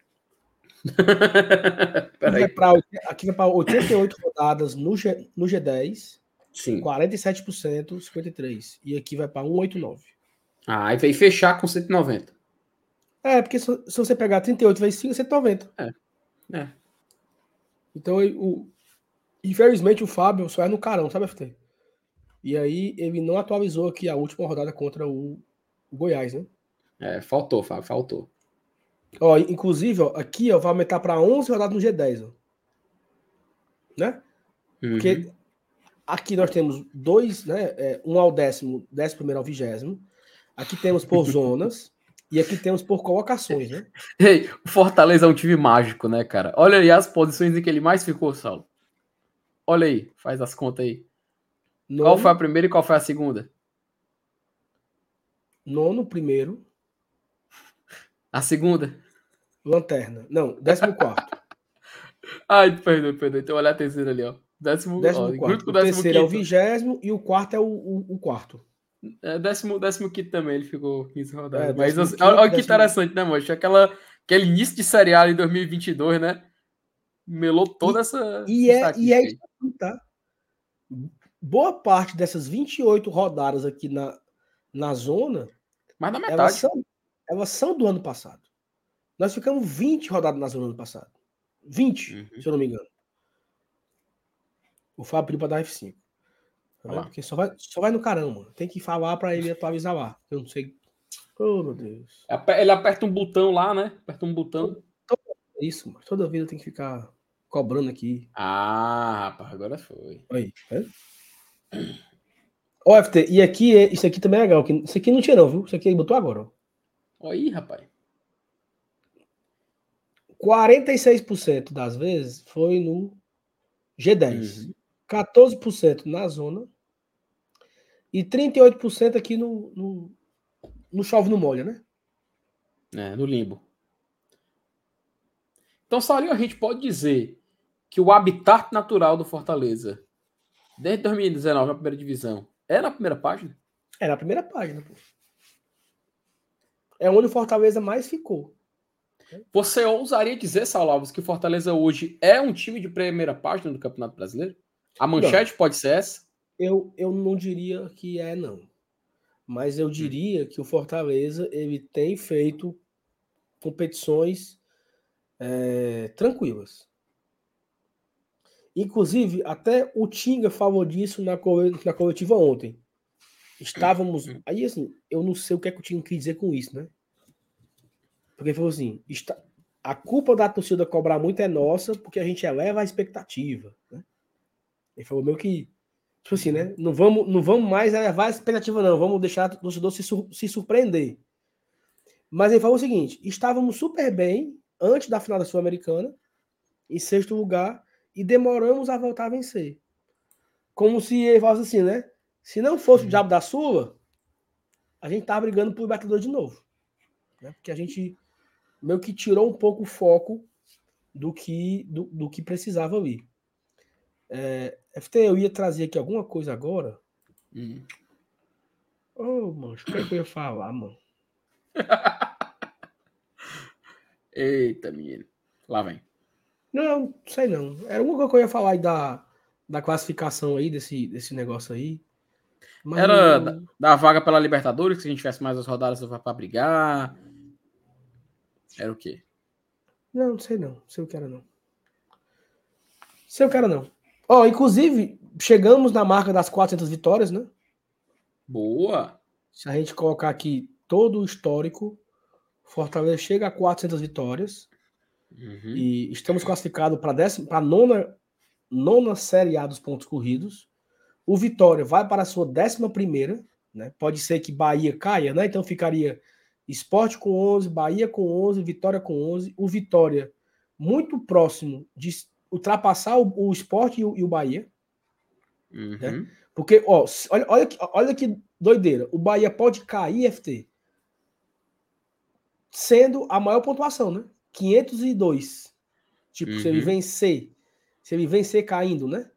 S1: Aqui, pra, aqui vai para oitenta e oito rodadas no, G, no G dez.
S2: Sim.
S1: quarenta e sete por cento, cinquenta e três por cento. E aqui vai para cento e oitenta e nove.
S2: Ah, aí veio fechar com cento e noventa.
S1: É, porque se, se você pegar trinta e oito vezes cinco, cento e noventa.
S2: É. É.
S1: Então, o, infelizmente, o Fábio só é no carão, sabe, F T? E aí, ele não atualizou aqui a última rodada contra o, o Goiás, né?
S2: É, faltou, Fábio, faltou.
S1: Ó, inclusive, ó, aqui ó, vai aumentar para onze rodadas no G dez, ó. Né?
S2: Uhum.
S1: Porque aqui nós temos dois, né? É, um ao décimo, décimo primeiro ao vigésimo. Aqui temos por zonas e aqui temos por colocações, né?
S2: Ei, o Fortaleza é um time mágico, né, cara? Olha aí as posições em que ele mais ficou, Saulo. Olha aí, faz as contas aí. Nono, qual foi a primeira e qual foi a segunda?
S1: Nono, primeiro.
S2: A segunda?
S1: Lanterna. Não, décimo quarto.
S2: Ai, perdão, perdão. Então olha a terceira ali, ó. Décimo,
S1: décimo
S2: ó,
S1: quarto.
S2: Com
S1: o,
S2: o décimo
S1: terceiro
S2: quinto.
S1: É o vigésimo e o quarto é o, o, o quarto.
S2: É, décimo, décimo quinto também, ele ficou quinze rodadas.
S1: É,
S2: mas
S1: quinto,
S2: olha, olha que
S1: décimo...
S2: interessante, né, moço? Aquela, aquele início de Série A em dois mil e vinte e dois, né? Melou toda
S1: e,
S2: essa,
S1: e
S2: essa
S1: é, e é
S2: aí.
S1: Tá? Boa parte dessas vinte e oito rodadas aqui na, na zona,
S2: mas na metade.
S1: Elas são, elas são do ano passado. Nós ficamos vinte rodadas na zona no ano passado. vinte, uhum. Se eu não me engano. O Fábio pediu para dar F cinco. Tá, porque só vai, só vai no caramba. Tem que falar para ele atualizar lá. Eu não sei. Oh, meu Deus.
S2: Ele aperta um botão lá, né? Aperta um botão.
S1: Isso, mas toda vida tem que ficar cobrando aqui.
S2: Ah, rapaz, agora foi.
S1: Aí, é? Ó, F T, e aqui, isso aqui também é legal. Isso aqui não tinha não, viu? Isso aqui ele botou agora, ó.
S2: Aí, rapaz.
S1: quarenta e seis por cento das vezes foi no G dez. Uhum. quatorze por cento na zona. E trinta e oito por cento aqui no, no, no chove no molha, né?
S2: É, no limbo. Então, Saulinho, a gente pode dizer que o habitat natural do Fortaleza, desde dois mil e dezenove, na primeira divisão, é na primeira página?
S1: É na primeira página, pô. É onde o Fortaleza mais ficou.
S2: Você ousaria dizer, Saulo Alves, que o Fortaleza hoje é um time de primeira página do Campeonato Brasileiro? A manchete não, pode ser essa?
S1: Eu, eu não diria que é, não. Mas eu diria hum. que o Fortaleza ele tem feito competições é, tranquilas. Inclusive, até o Tinga falou disso na, na coletiva ontem. Estávamos... Hum. Aí, assim, eu não sei o que é que o Tinga quis dizer com isso, né? Porque ele falou assim, está, a culpa da torcida cobrar muito é nossa, porque a gente eleva a expectativa, né? Ele falou meio que, tipo assim, né? Não vamos, não vamos mais elevar a expectativa, não. Vamos deixar o torcedor se, sur se surpreender. Mas ele falou o seguinte, estávamos super bem antes da final da Sul-Americana, em sexto lugar, e demoramos a voltar a vencer. Como se ele falasse assim, né? Se não fosse uhum. o diabo da Sula, a gente tava brigando por Libertadores de novo. Né? Porque a gente meio que tirou um pouco o foco do que, do, do que precisava ali. É, F T, eu ia trazer aqui alguma coisa agora. Hum. Ô, oh, mano, o que é que eu ia falar, mano?
S2: Eita, menino. Lá vem.
S1: Não, sei não. Era uma coisa que eu ia falar aí da, da classificação aí, desse, desse negócio aí.
S2: Mas era não... da, da vaga pela Libertadores, que se a gente tivesse mais as rodadas para brigar. Era o quê?
S1: Não, não sei não. Não sei o que era não. Sei o que era não. Ó, oh, inclusive, chegamos na marca das quatrocentas vitórias, né?
S2: Boa!
S1: Se a gente colocar aqui todo o histórico, Fortaleza chega a quatrocentas vitórias. Uhum. E estamos classificados para a nona, nona Série A dos pontos corridos. O Vitória vai para a sua décima primeira, né? Pode ser que Bahia caia, né? Então ficaria Sport com onze, Bahia com onze, Vitória com onze. O Vitória muito próximo de ultrapassar o, o Sport e o, e o Bahia. Uhum. Né? Porque, ó, olha, olha, que, olha que doideira. O Bahia pode cair, F T, sendo a maior pontuação, né? quinhentos e dois. Tipo, uhum. se ele vencer, se ele vencer caindo, né?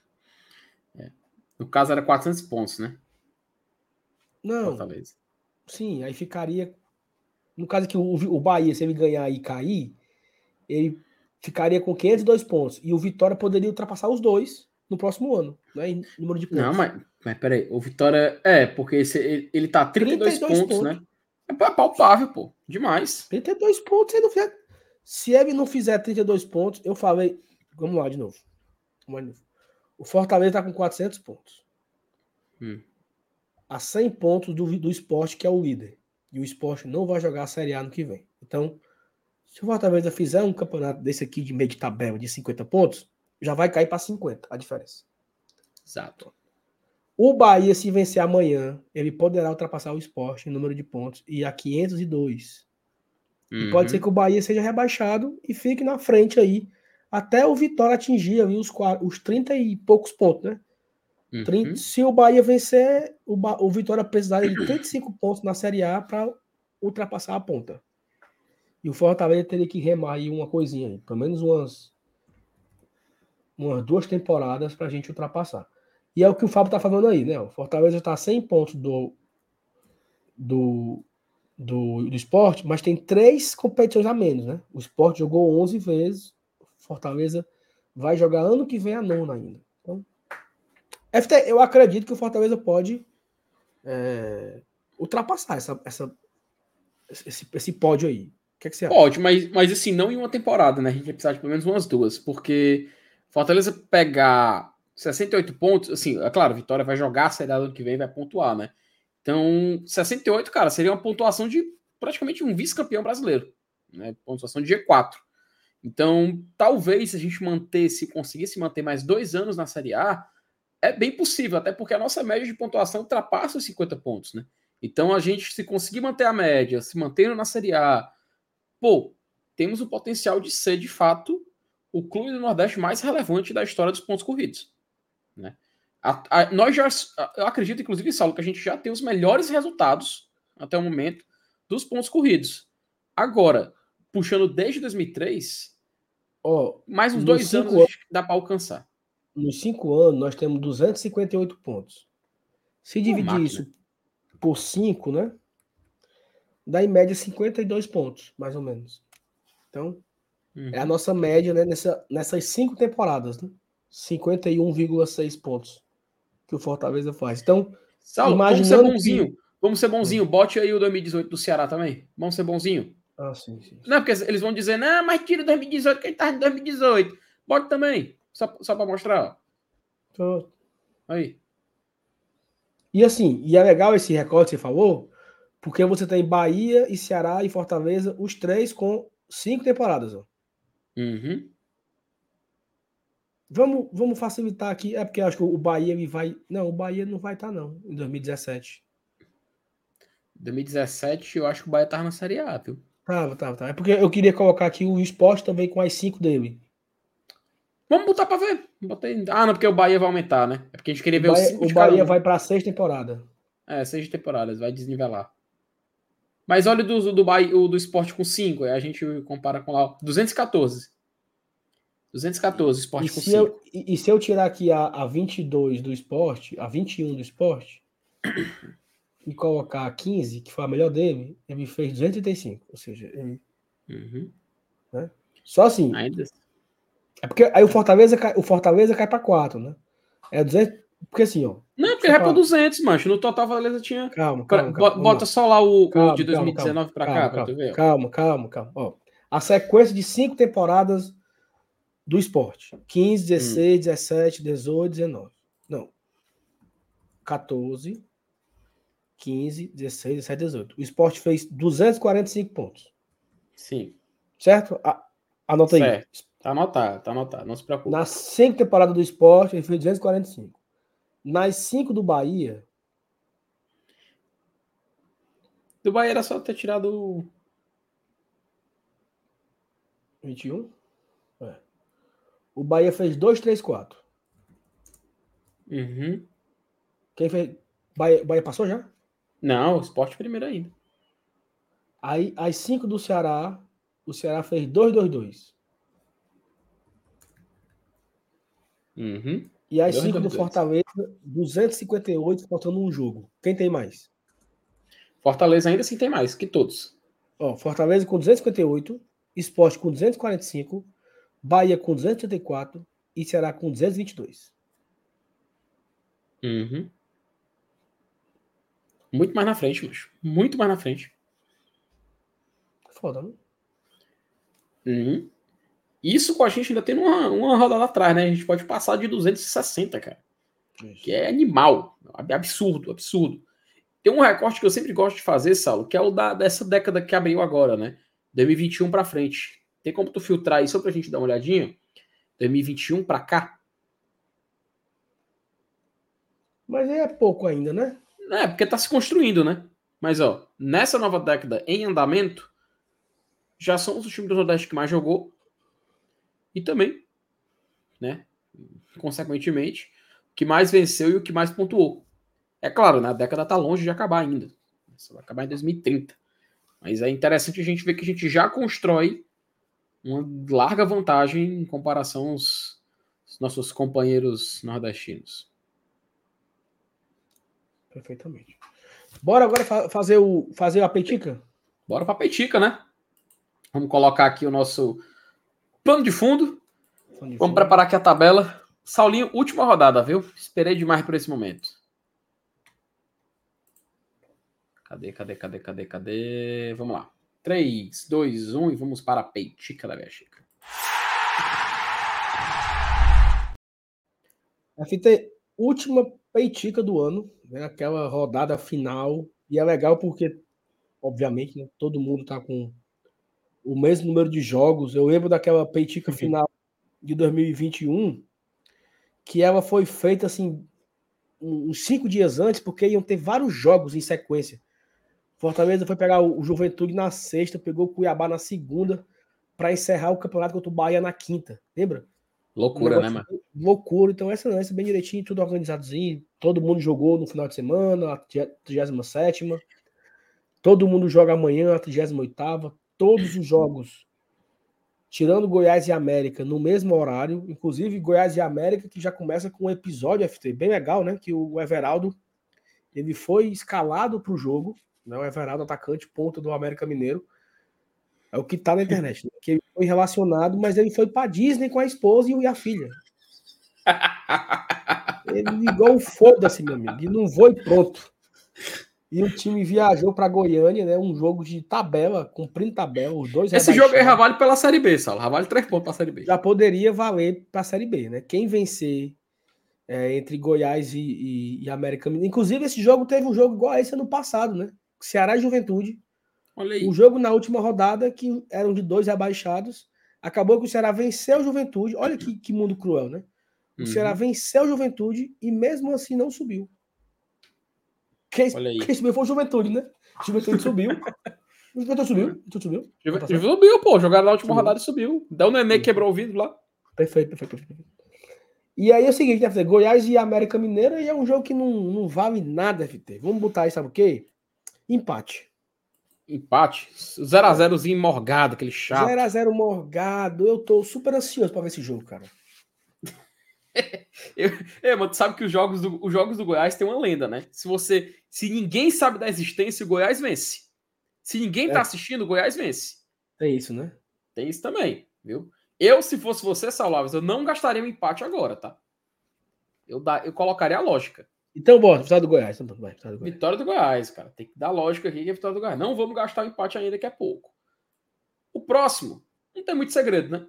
S2: É. No caso era quatrocentos pontos, né?
S1: Não. Fortaleza. Sim, aí ficaria... No caso que o, o Bahia, se ele ganhar e cair, ele ficaria com quinhentos e dois pontos. E o Vitória poderia ultrapassar os dois no próximo ano, né? Em número de pontos.
S2: Não, mas, mas peraí. O Vitória... É, porque esse, ele, ele tá trinta e dois, trinta e dois pontos, pontos, né? É palpável, pô. Demais.
S1: trinta e dois pontos, se, não fizer, se ele não fizer trinta e dois pontos, eu falei... Vamos lá de novo. Vamos lá de novo. O Fortaleza tá com quatrocentos pontos. Hum. A cem pontos do, do Sport, que é o líder. E o Sport não vai jogar a Série A no que vem. Então, se o Fortaleza fizer um campeonato desse aqui de meio de tabela de cinquenta pontos, já vai cair para cinquenta a diferença.
S2: Exato.
S1: O Bahia, se vencer amanhã, ele poderá ultrapassar o Sport em número de pontos e a quinhentos e dois. Uhum. E pode ser que o Bahia seja rebaixado e fique na frente aí até o Vitória atingir ali os, os trinta e poucos pontos, né? Uhum. trinta, se o Bahia vencer, o, ba, o Vitória precisaria de trinta e cinco pontos na Série A para ultrapassar a ponta. E o Fortaleza teria que remar aí uma coisinha aí, pelo menos umas, umas duas temporadas para a gente ultrapassar. E é o que o Fábio tá falando aí, né? O Fortaleza está a cem pontos do, do, do, do Sport, mas tem três competições a menos, né? O Sport jogou onze vezes, o Fortaleza vai jogar ano que vem a nona ainda. Então, F T, eu acredito que o Fortaleza pode é, ultrapassar essa, essa, esse, esse pódio aí. O que, é que você acha?
S2: Pode, mas, mas assim, não em uma temporada, né? A gente vai precisar de pelo menos umas duas, porque Fortaleza pegar sessenta e oito pontos, assim, é claro, Vitória vai jogar a Série A do ano que vem e vai pontuar, né? Então, sessenta e oito, cara, seria uma pontuação de praticamente um vice-campeão brasileiro, né? Pontuação de G quatro. Então, talvez se a gente manter, se conseguisse manter mais dois anos na Série A, é bem possível, até porque a nossa média de pontuação ultrapassa os cinquenta pontos, né? Então, a gente, se conseguir manter a média, se mantendo na Série A, pô, temos o potencial de ser, de fato, o clube do Nordeste mais relevante da história dos pontos corridos, né? A, a, nós já, eu acredito, inclusive, Saulo, que a gente já tem os melhores resultados até o momento dos pontos corridos. Agora, puxando desde dois mil e três,
S1: oh,
S2: mais uns dois anos, anos dá para alcançar.
S1: Nos cinco anos, nós temos duzentos e cinquenta e oito pontos. Se dividir isso por cinco, né? dá em média cinquenta e dois pontos, mais ou menos. Então,
S2: Uhum.
S1: é a nossa média, né, nessa, nessas cinco temporadas, né? cinquenta e um vírgula seis pontos que o Fortaleza faz. Então,
S2: Saulo, vamos ser
S1: imaginando
S2: bonzinho.
S1: que...
S2: Vamos ser bonzinho. Bote aí o dois mil e dezoito do Ceará também. Vamos ser bonzinho.
S1: Ah, sim, sim.
S2: Não, porque eles vão dizer, não, mas tira dois mil e dezoito, quem tá em dois mil e dezoito. Bote também. Só, só pra mostrar.
S1: Então,
S2: Aí.
S1: e assim, e é legal esse recorde que você falou, porque você tem Bahia e Ceará e Fortaleza, os três com cinco temporadas. Ó.
S2: Uhum.
S1: Vamos, vamos facilitar aqui. É porque eu acho que o Bahia ele vai. Não, o Bahia não vai estar, não, em dois mil e dezessete.
S2: dois mil e dezessete, eu acho que o Bahia tava na Série A, viu?
S1: Tava, tava, tava. É porque eu queria colocar aqui o Sport também com as cinco dele.
S2: Vamos botar pra ver. Botei... Ah, não, porque o Bahia vai aumentar, né? É porque a gente queria
S1: O
S2: ver os
S1: Bahia,
S2: cinco
S1: o
S2: de cada
S1: Bahia
S2: um.
S1: vai para a sexta temporada.
S2: É, seis temporadas, vai desnivelar. Mas olha o do, do, Bahia, o do Sport com cinco, a gente compara com lá, duzentos e catorze. duzentos e catorze,
S1: E
S2: Sport com
S1: se eu,
S2: cinco.
S1: e, e se eu tirar aqui a, a vinte e dois do Sport, a vinte e um do Sport, e colocar a quinze, que foi a melhor dele, ele fez duzentos e trinta e cinco. Ou seja, ele,
S2: Uhum.
S1: né? Só assim.
S2: Ainda.
S1: É porque aí o Fortaleza cai, o Fortaleza cai para quatro, né? É duzentos, porque assim, ó.
S2: Não, porque
S1: Só
S2: ele vai pra
S1: pra,
S2: duzentos, mancho. No total, a Fortaleza tinha.
S1: calma, calma, calma. Vamos
S2: Bota
S1: lá.
S2: só lá o, o de
S1: Calma, calma, calma.
S2: dois mil e dezenove pra cá,
S1: Calma,
S2: pra tu
S1: calma.
S2: ver. Ó.
S1: Calma, calma, calma. Ó, a sequência de cinco temporadas do esporte. quinze, dezesseis, dezessete, dezoito, dezenove. Não. catorze, quinze, dezesseis, dezessete, dezoito. O esporte fez duzentos e quarenta e cinco pontos.
S2: Sim.
S1: Certo? A, anota aí.
S2: Certo. Tá anotado, tá anotado. Não se preocupe.
S1: Nas cinco temporadas do esporte, ele fez duzentos e quarenta e cinco. Nas cinco do Bahia.
S2: Do Bahia era só ter tirado.
S1: vinte e um? É. O Bahia fez dois, três, quatro.
S2: Uhum.
S1: Quem fez? Bahia, Bahia passou já?
S2: Não, o Sport primeiro ainda.
S1: Aí, as cinco do Ceará, o Ceará fez dois, dois, dois.
S2: Uhum.
S1: E as
S2: dois,
S1: cinco
S2: dois,
S1: do
S2: dois.
S1: Fortaleza, duzentos e cinquenta e oito, faltando um jogo. Quem tem mais?
S2: Fortaleza ainda assim tem mais que todos.
S1: Ó, Fortaleza com duzentos e cinquenta e oito, Sport com duzentos e quarenta e cinco, Bahia com duzentos e trinta e quatro e Ceará com duzentos e vinte e dois.
S2: Uhum. Muito mais na frente, macho. Muito mais na frente.
S1: Foda, né?
S2: Uhum. Isso com a gente ainda tem uma, uma rodada atrás, né? A gente pode passar de duzentos e sessenta, cara.
S1: Isso.
S2: Que é animal. Absurdo, absurdo. Tem um recorte que eu sempre gosto de fazer, Saulo, que é o da, dessa década que abriu agora, né? dois mil e vinte e um pra frente. Tem como tu filtrar isso só pra gente dar uma olhadinha? dois mil e vinte e um pra cá?
S1: Mas aí é pouco ainda, né?
S2: É, porque tá se construindo, né? Mas, ó, nessa nova década em andamento, já são os times do Nordeste que mais jogou. E também, né? Consequentemente, o que mais venceu e o que mais pontuou. É claro, né, a década está longe de acabar ainda. Isso vai acabar em dois mil e trinta. Mas é interessante a gente ver que a gente já constrói uma larga vantagem em comparação aos, aos nossos companheiros nordestinos.
S1: Perfeitamente. Bora agora fa- fazer, o, fazer a peitica?
S2: Bora pra Petica, né? Vamos colocar aqui o nosso plano de fundo.
S1: De
S2: Vamos preparar aqui a tabela. Saulinho, última rodada, viu? Esperei demais por esse momento. Cadê, cadê, cadê, cadê, cadê? Vamos lá. três, dois, um e vamos para a Peitica da Bélgica.
S1: A fita é última peitica do ano, né? Aquela rodada final. E é legal porque, obviamente, né, todo mundo tá com o mesmo número de jogos. Eu lembro daquela peitica final de dois mil e vinte e um, que ela foi feita assim uns cinco dias antes, porque iam ter vários jogos em sequência. Fortaleza foi pegar o Juventude na sexta, pegou o Cuiabá na segunda, para encerrar o campeonato contra o Bahia na quinta. Lembra? Um
S2: Loucura, né,
S1: negócio
S2: mano?
S1: loucura. Então, essa não, essa bem direitinho, tudo organizadozinho. Todo mundo jogou no final de semana, a trigésima sétima. Todo mundo joga amanhã, a trigésima oitava. Todos os jogos, tirando Goiás e América, no mesmo horário. Inclusive, Goiás e América, que já começa com um episódio F T bem legal, né? Que o Everaldo ele foi escalado para o jogo, né? O Everaldo, atacante, ponta do América Mineiro. É o que tá na internet, né? Que ele foi relacionado, mas ele foi pra Disney com a esposa e a filha. Ele ligou o foda-se, meu amigo, e não foi pronto. E o time viajou para Goiânia, né? Um jogo de tabela, cumprindo tabela, os dois
S2: Esse jogo aí já vale pela Série B, Saulo. Já vale três pontos para a Série B.
S1: Já poderia valer para a Série B, né? Quem vencer é, entre Goiás e, e, e América Mineiro. Inclusive, esse jogo teve um jogo igual a esse ano passado, né? Ceará e Juventude.
S2: Olha aí.
S1: Um jogo na última rodada, que eram de dois rebaixados. Acabou que o Ceará venceu o Juventude. Olha que, que mundo cruel, né? O uhum. Ceará venceu o Juventude e mesmo assim não subiu. Quem, quem subiu foi o Juventude, né? O Juventude subiu. O Juventude subiu. O Juventude subiu.
S2: Juventude subiu, pô. Jogaram na última subiu. rodada e subiu. Dá o Nenê, quebrou o vidro lá.
S1: Perfeito, perfeito, perfeito. E aí é o seguinte, né? Goiás e América Mineira, e é um jogo que não, não vale nada, F T. Vamos botar aí, sabe o quê? Empate.
S2: Empate? zero a zerozinho morgado, aquele chato.
S1: zero a zero morgado. Eu tô super ansioso pra ver esse jogo, cara.
S2: eu, é, mas tu sabe que os jogos, do, os jogos do Goiás tem uma lenda, né? Se você, se ninguém sabe da existência, o Goiás vence. Se ninguém é. tá assistindo, o Goiás vence.
S1: Tem isso, né?
S2: Tem isso também, viu? Eu, se fosse você, Saulo, eu não gastaria um empate agora, tá? Eu, da, eu colocaria a lógica.
S1: Então, bora, vitória do Goiás. Então, vai, vitória do Goiás.
S2: Vitória do Goiás, cara. Tem que dar lógica aqui que é vitória do Goiás. Não vamos gastar o empate ainda daqui a pouco. O próximo, não tem muito segredo, né?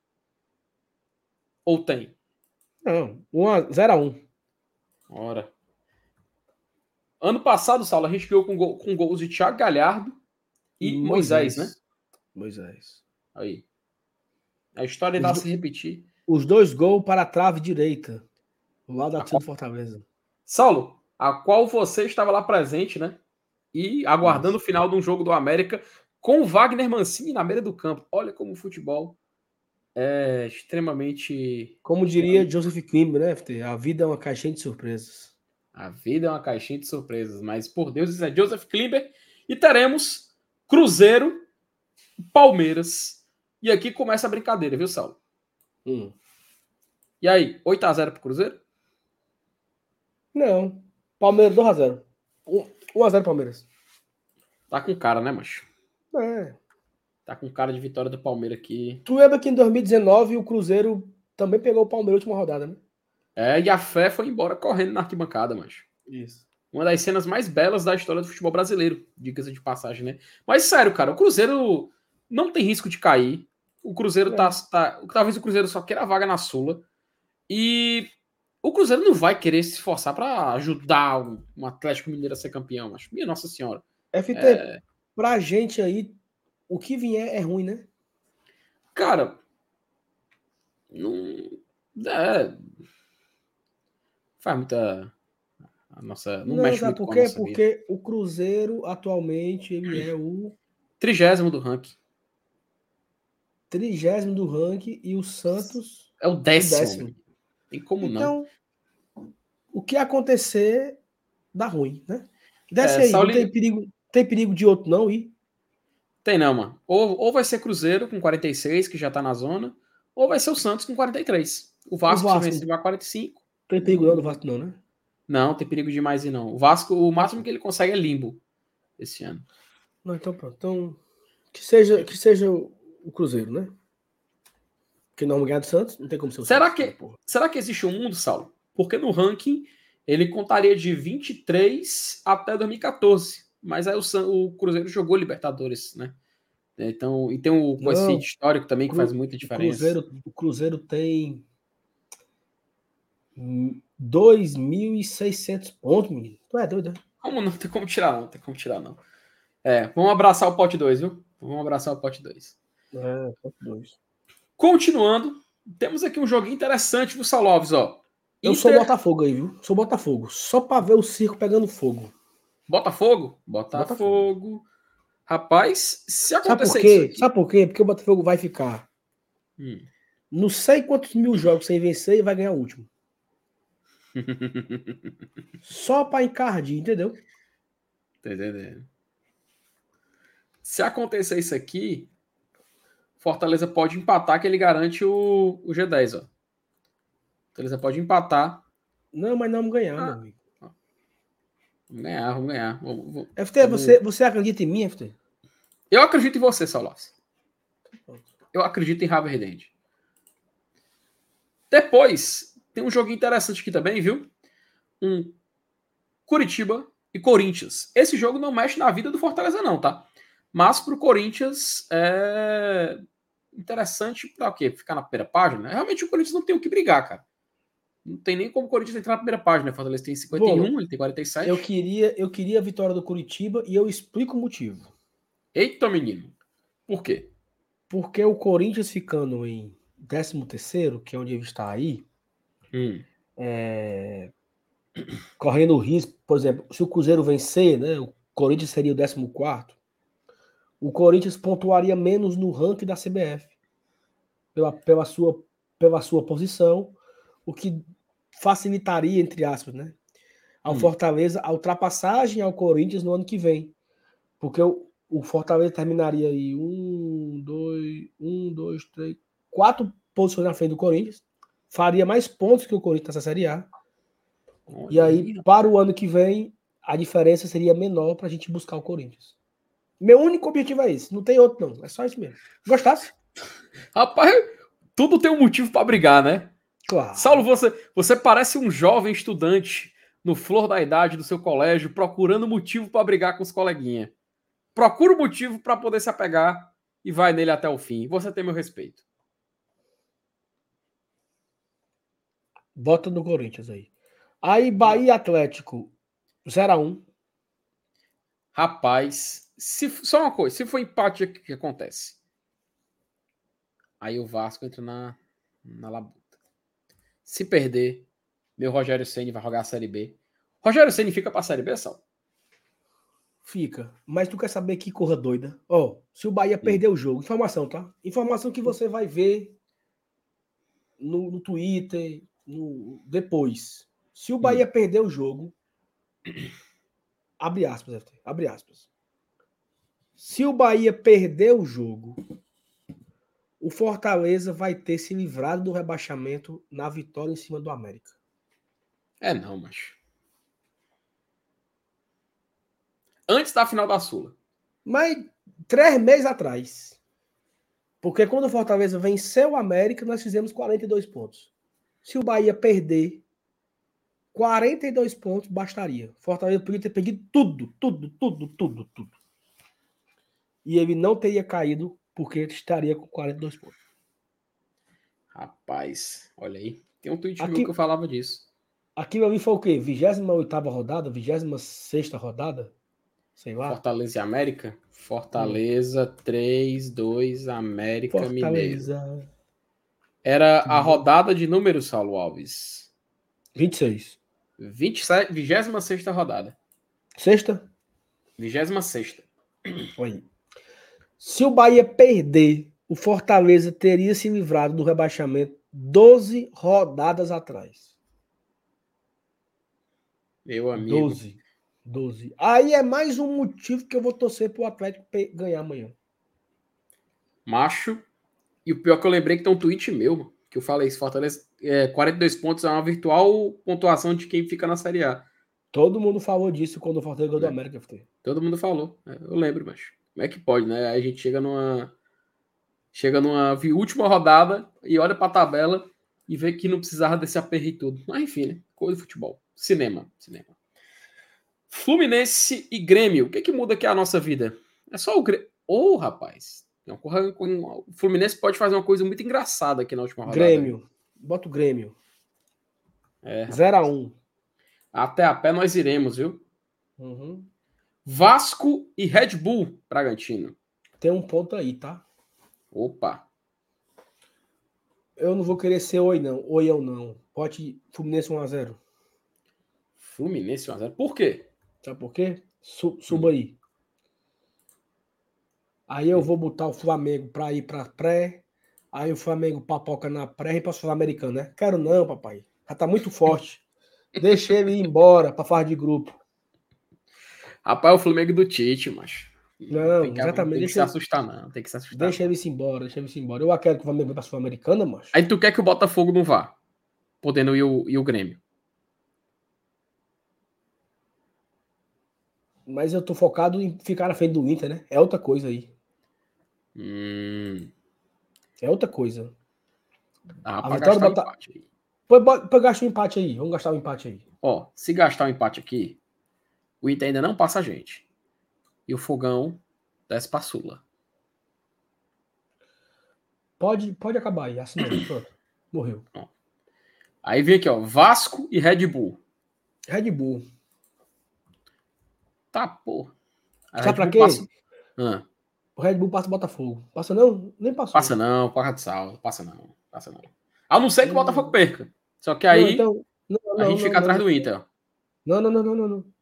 S2: Ou tem?
S1: Não, zero a um.
S2: Ora. Ano passado, Saulo, a gente ganhou com, gol, com gols de Thiago Galhardo e Moisés, Moisés né?
S1: Moisés.
S2: Aí. A história irá se repetir.
S1: Os dois gols para a trave direita. Do lado da torcida do Fortaleza.
S2: Saulo, a qual você estava lá presente, né? E aguardando Isso. o final de um jogo do América com o Wagner Mancini na beira do campo. Olha como o futebol é extremamente...
S1: Como diria Joseph Klimber, né, F T? A vida é uma caixinha de surpresas.
S2: A vida é uma caixinha de surpresas. Mas, por Deus, isso é Joseph Klimber. E teremos Cruzeiro, Palmeiras. E aqui começa a brincadeira, viu, Saulo?
S1: Hum.
S2: E aí, oito a zero pro Cruzeiro?
S1: Não. Palmeiras dois a zero. um a zero Palmeiras.
S2: Tá com cara, né, macho?
S1: É.
S2: Tá com cara de vitória do Palmeiras aqui.
S1: Tu lembra que em dois mil e dezenove o Cruzeiro também pegou o Palmeiras na última rodada, né?
S2: É, e a fé foi embora correndo na arquibancada, macho.
S1: Isso.
S2: Uma das cenas mais belas da história do futebol brasileiro, diga-se de passagem, né? Mas sério, cara, o Cruzeiro não tem risco de cair. O Cruzeiro é. tá, tá... Talvez o Cruzeiro só queira a vaga na Sula. E o Cruzeiro não vai querer se esforçar para ajudar um, um Atlético Mineiro a ser campeão, mas minha Nossa Senhora.
S1: F T, é... pra gente aí, o que vier é ruim, né?
S2: Cara, não... É... Faz muita... A nossa... Não,
S1: não
S2: mexe
S1: sabe
S2: muito
S1: por quê?
S2: com a
S1: Porque
S2: vida.
S1: o Cruzeiro, atualmente, ele é o...
S2: Trigésimo do ranking.
S1: Trigésimo do ranking e o Santos...
S2: É o décimo.
S1: O décimo.
S2: Tem como
S1: então,
S2: não.
S1: O que acontecer dá ruim, né? Desce
S2: é,
S1: aí,
S2: Sauli...
S1: não tem perigo, tem perigo de outro não ir?
S2: Tem não, mano. Ou, ou vai ser Cruzeiro com quarenta e seis, que já tá na zona, ou vai ser o Santos com quarenta e três. O Vasco, o Vasco se vencer vai quarenta e cinco.
S1: Tem perigo não do Vasco não, né?
S2: Não, tem perigo demais e não. O Vasco, o máximo que ele consegue é limbo esse ano.
S1: Não, então pronto. Então, que seja, que seja o Cruzeiro, né? Porque não ganhar do Santos, não tem como ser o
S2: será
S1: Santos.
S2: Que, porra. Será que existe um mundo, Saulo? Porque no ranking ele contaria de vinte e três até dois mil e quatorze. Mas aí o, o Cruzeiro jogou Libertadores, né? Então, e tem o coeficiente histórico também que Cru, faz muita diferença.
S1: O Cruzeiro, o Cruzeiro tem dois mil e seiscentos pontos, menino. Tu é doido, né?
S2: Como não? Tem como tirar, não. Tem como tirar, não. É, vamos abraçar o pote dois, viu? Vamos abraçar o pote dois.
S1: É, pote dois.
S2: Continuando, temos aqui um joguinho interessante do Saloves, ó.
S1: Eu Inter... sou Botafogo aí, viu? Sou Botafogo. Só pra ver o circo pegando fogo.
S2: Botafogo? Botafogo. Botafogo. Rapaz, se acontecer
S1: Sabe por quê?
S2: isso aqui...
S1: Sabe por quê? Porque o Botafogo vai ficar hum. não sei quantos mil jogos sem vencer e vai ganhar o último. Só pra encardir, entendeu?
S2: Tá entendendo? Se acontecer isso aqui, Fortaleza pode empatar, que ele garante o, o G dez, ó. Fortaleza pode empatar.
S1: Não, mas não vamos ganhar, ah. meu amigo.
S2: Vamos ganhar, vamos ganhar. Vamos, vamos,
S1: F T,
S2: vamos...
S1: Você, você acredita em mim, F T?
S2: Eu acredito em você, Saulas. Eu acredito em Haverdente. Depois, tem um joguinho interessante aqui também, viu? Um Curitiba e Corinthians. Esse jogo não mexe na vida do Fortaleza, não, tá? Mas pro Corinthians é interessante para o quê? Ficar na primeira página? Realmente o Corinthians não tem o que brigar, cara. Não tem nem como o Corinthians entrar na primeira página. O Fortaleza tem cinquenta e um, Bom, ele tem quarenta e sete.
S1: Eu queria, eu queria a vitória do Curitiba e eu explico o motivo.
S2: Eita, menino. Por quê?
S1: Porque o Corinthians ficando em décimo terceiro, que é onde ele está aí, hum. é... correndo o risco, por exemplo, se o Cruzeiro vencer, né, o Corinthians seria o décimo quarto, o Corinthians pontuaria menos no ranking da C B F pela, pela, sua, pela sua posição, o que facilitaria, entre aspas, né, ao hum. Fortaleza a ultrapassagem ao Corinthians no ano que vem. Porque o, o Fortaleza terminaria aí um, dois, um, dois, três, quatro posições na frente do Corinthians, faria mais pontos que o Corinthians nessa Série A. Olha e aí, aí, para o ano que vem, a diferença seria menor para a gente buscar o Corinthians. Meu único objetivo é esse, não tem outro não, é só isso mesmo. Gostasse?
S2: Rapaz, tudo tem um motivo para brigar, né?
S1: Claro.
S2: Saulo, você, você parece um jovem estudante no flor da idade do seu colégio, procurando motivo para brigar com os coleguinhas. Procura o motivo para poder se apegar e vai nele até o fim. Você tem meu respeito.
S1: Bota no Corinthians aí. Aí, Bahia Atlético, zero a um.
S2: Rapaz, se, só uma coisa. Se for empate, o que acontece? Aí o Vasco entra na, na labuta. Se perder, meu Rogério Ceni vai jogar a Série B. Rogério Ceni fica pra Série B, Sal?
S1: Fica. Mas tu quer saber que corra doida? Ó, oh, se o Bahia Sim. perder o jogo, informação, tá? Informação que você vai ver no, no Twitter, no, depois. Se o Bahia hum. perder o jogo, abre aspas, F T, abre aspas. Se o Bahia perder o jogo, o Fortaleza vai ter se livrado do rebaixamento na vitória em cima do América.
S2: É não, macho. Antes da final da Sula.
S1: Mas três meses atrás. Porque quando o Fortaleza venceu o América, nós fizemos quarenta e dois pontos. Se o Bahia perder, quarenta e dois pontos bastaria. Fortaleza podia ter perdido tudo, tudo, tudo, tudo, tudo. E ele não teria caído porque estaria com quarenta e dois pontos.
S2: Rapaz, olha aí. Tem um tweet meu que eu falava disso.
S1: Aquilo ali foi o quê? vigésima oitava rodada? vigésima sexta rodada? Sei lá.
S2: Fortaleza e América? Fortaleza, hum. três, dois, América
S1: Fortaleza.
S2: Mineiro. Era a rodada de números, Saulo Alves.
S1: vinte e seis.
S2: vinte e sete, vigésima sexta rodada.
S1: Sexta?
S2: vigésima sexta.
S1: Oi. Se o Bahia perder, o Fortaleza teria se livrado do rebaixamento doze rodadas atrás.
S2: Meu amigo.
S1: doze. doze. Aí é mais um motivo que eu vou torcer pro Atlético ganhar amanhã.
S2: Macho. E o pior que eu lembrei que tem um tweet meu, que eu falei isso, Fortaleza, é, quarenta e dois pontos é uma virtual pontuação de quem fica na Série A.
S1: Todo mundo falou disso quando o Fortaleza ganhou
S2: é.
S1: do América. F T.
S2: Todo mundo falou. É, eu lembro, macho. Como é que pode, né? Aí a gente chega numa chega numa última rodada e olha pra tabela e vê que não precisava desse aperreio todo. Mas enfim, né? Coisa de futebol. Cinema. Cinema. Fluminense e Grêmio. O que que muda aqui a nossa vida? É só o Grêmio. Ô, oh, rapaz. O Fluminense pode fazer uma coisa muito engraçada aqui na última rodada.
S1: Grêmio. Bota o Grêmio.
S2: É,
S1: zero a um.
S2: Até a pé nós iremos, viu?
S1: Uhum.
S2: Vasco e Red Bull Bragantino.
S1: Tem um ponto aí, tá?
S2: Opa.
S1: Eu não vou querer ser oi, não. Oi ou não. Pode Fluminense um a zero.
S2: Fluminense um a zero. Por quê?
S1: Sabe por quê? Suba hum. aí. Aí eu vou botar o Flamengo pra ir pra pré. Aí o Flamengo papoca na pré e pra Sul-Americana, né? Quero não, papai. Já tá muito forte. Deixa ele ir embora pra fase de grupo.
S2: Rapaz, o Flamengo do Tite, macho.
S1: Não,
S2: tem que,
S1: exatamente.
S2: Tem que se
S1: ele...
S2: assustar, não. Tem que se assustar.
S1: Deixa ele se embora, deixa ele se embora. Eu quero que o Flamengo vá pra Sul-Americana, macho.
S2: Aí tu quer que o Botafogo não vá? Podendo ir o, ir o Grêmio.
S1: Mas eu tô focado em ficar na frente do Inter, né? É outra coisa aí.
S2: Hum.
S1: É outra coisa.
S2: Ah,
S1: A
S2: pra
S1: vitória
S2: gastar
S1: do
S2: o
S1: Botafogo.
S2: empate aí.
S1: Põe gastar um empate aí. Vamos gastar um empate aí.
S2: Ó, se gastar o empate aqui, o Inter ainda não passa a gente. E o Fogão desce pra Sula.
S1: Pode, pode acabar aí. Assinou. Pronto. Morreu.
S2: Ó. Aí vem aqui, ó. Vasco e Red Bull.
S1: Red Bull.
S2: Tá, pô. A
S1: Sabe
S2: Red
S1: pra
S2: Bull
S1: quê?
S2: passa. Ah,
S1: O Red Bull passa o Botafogo. Passa não? Nem
S2: passa
S1: passou.
S2: não, porra de sal. Passa não. Passa não. A não ser que o Botafogo
S1: Hum.
S2: perca. Só que
S1: Não,
S2: aí
S1: então. Não,
S2: a
S1: não,
S2: gente
S1: não,
S2: fica
S1: não,
S2: atrás
S1: não.
S2: do Inter, ó.
S1: Não, não, não, não, não, não.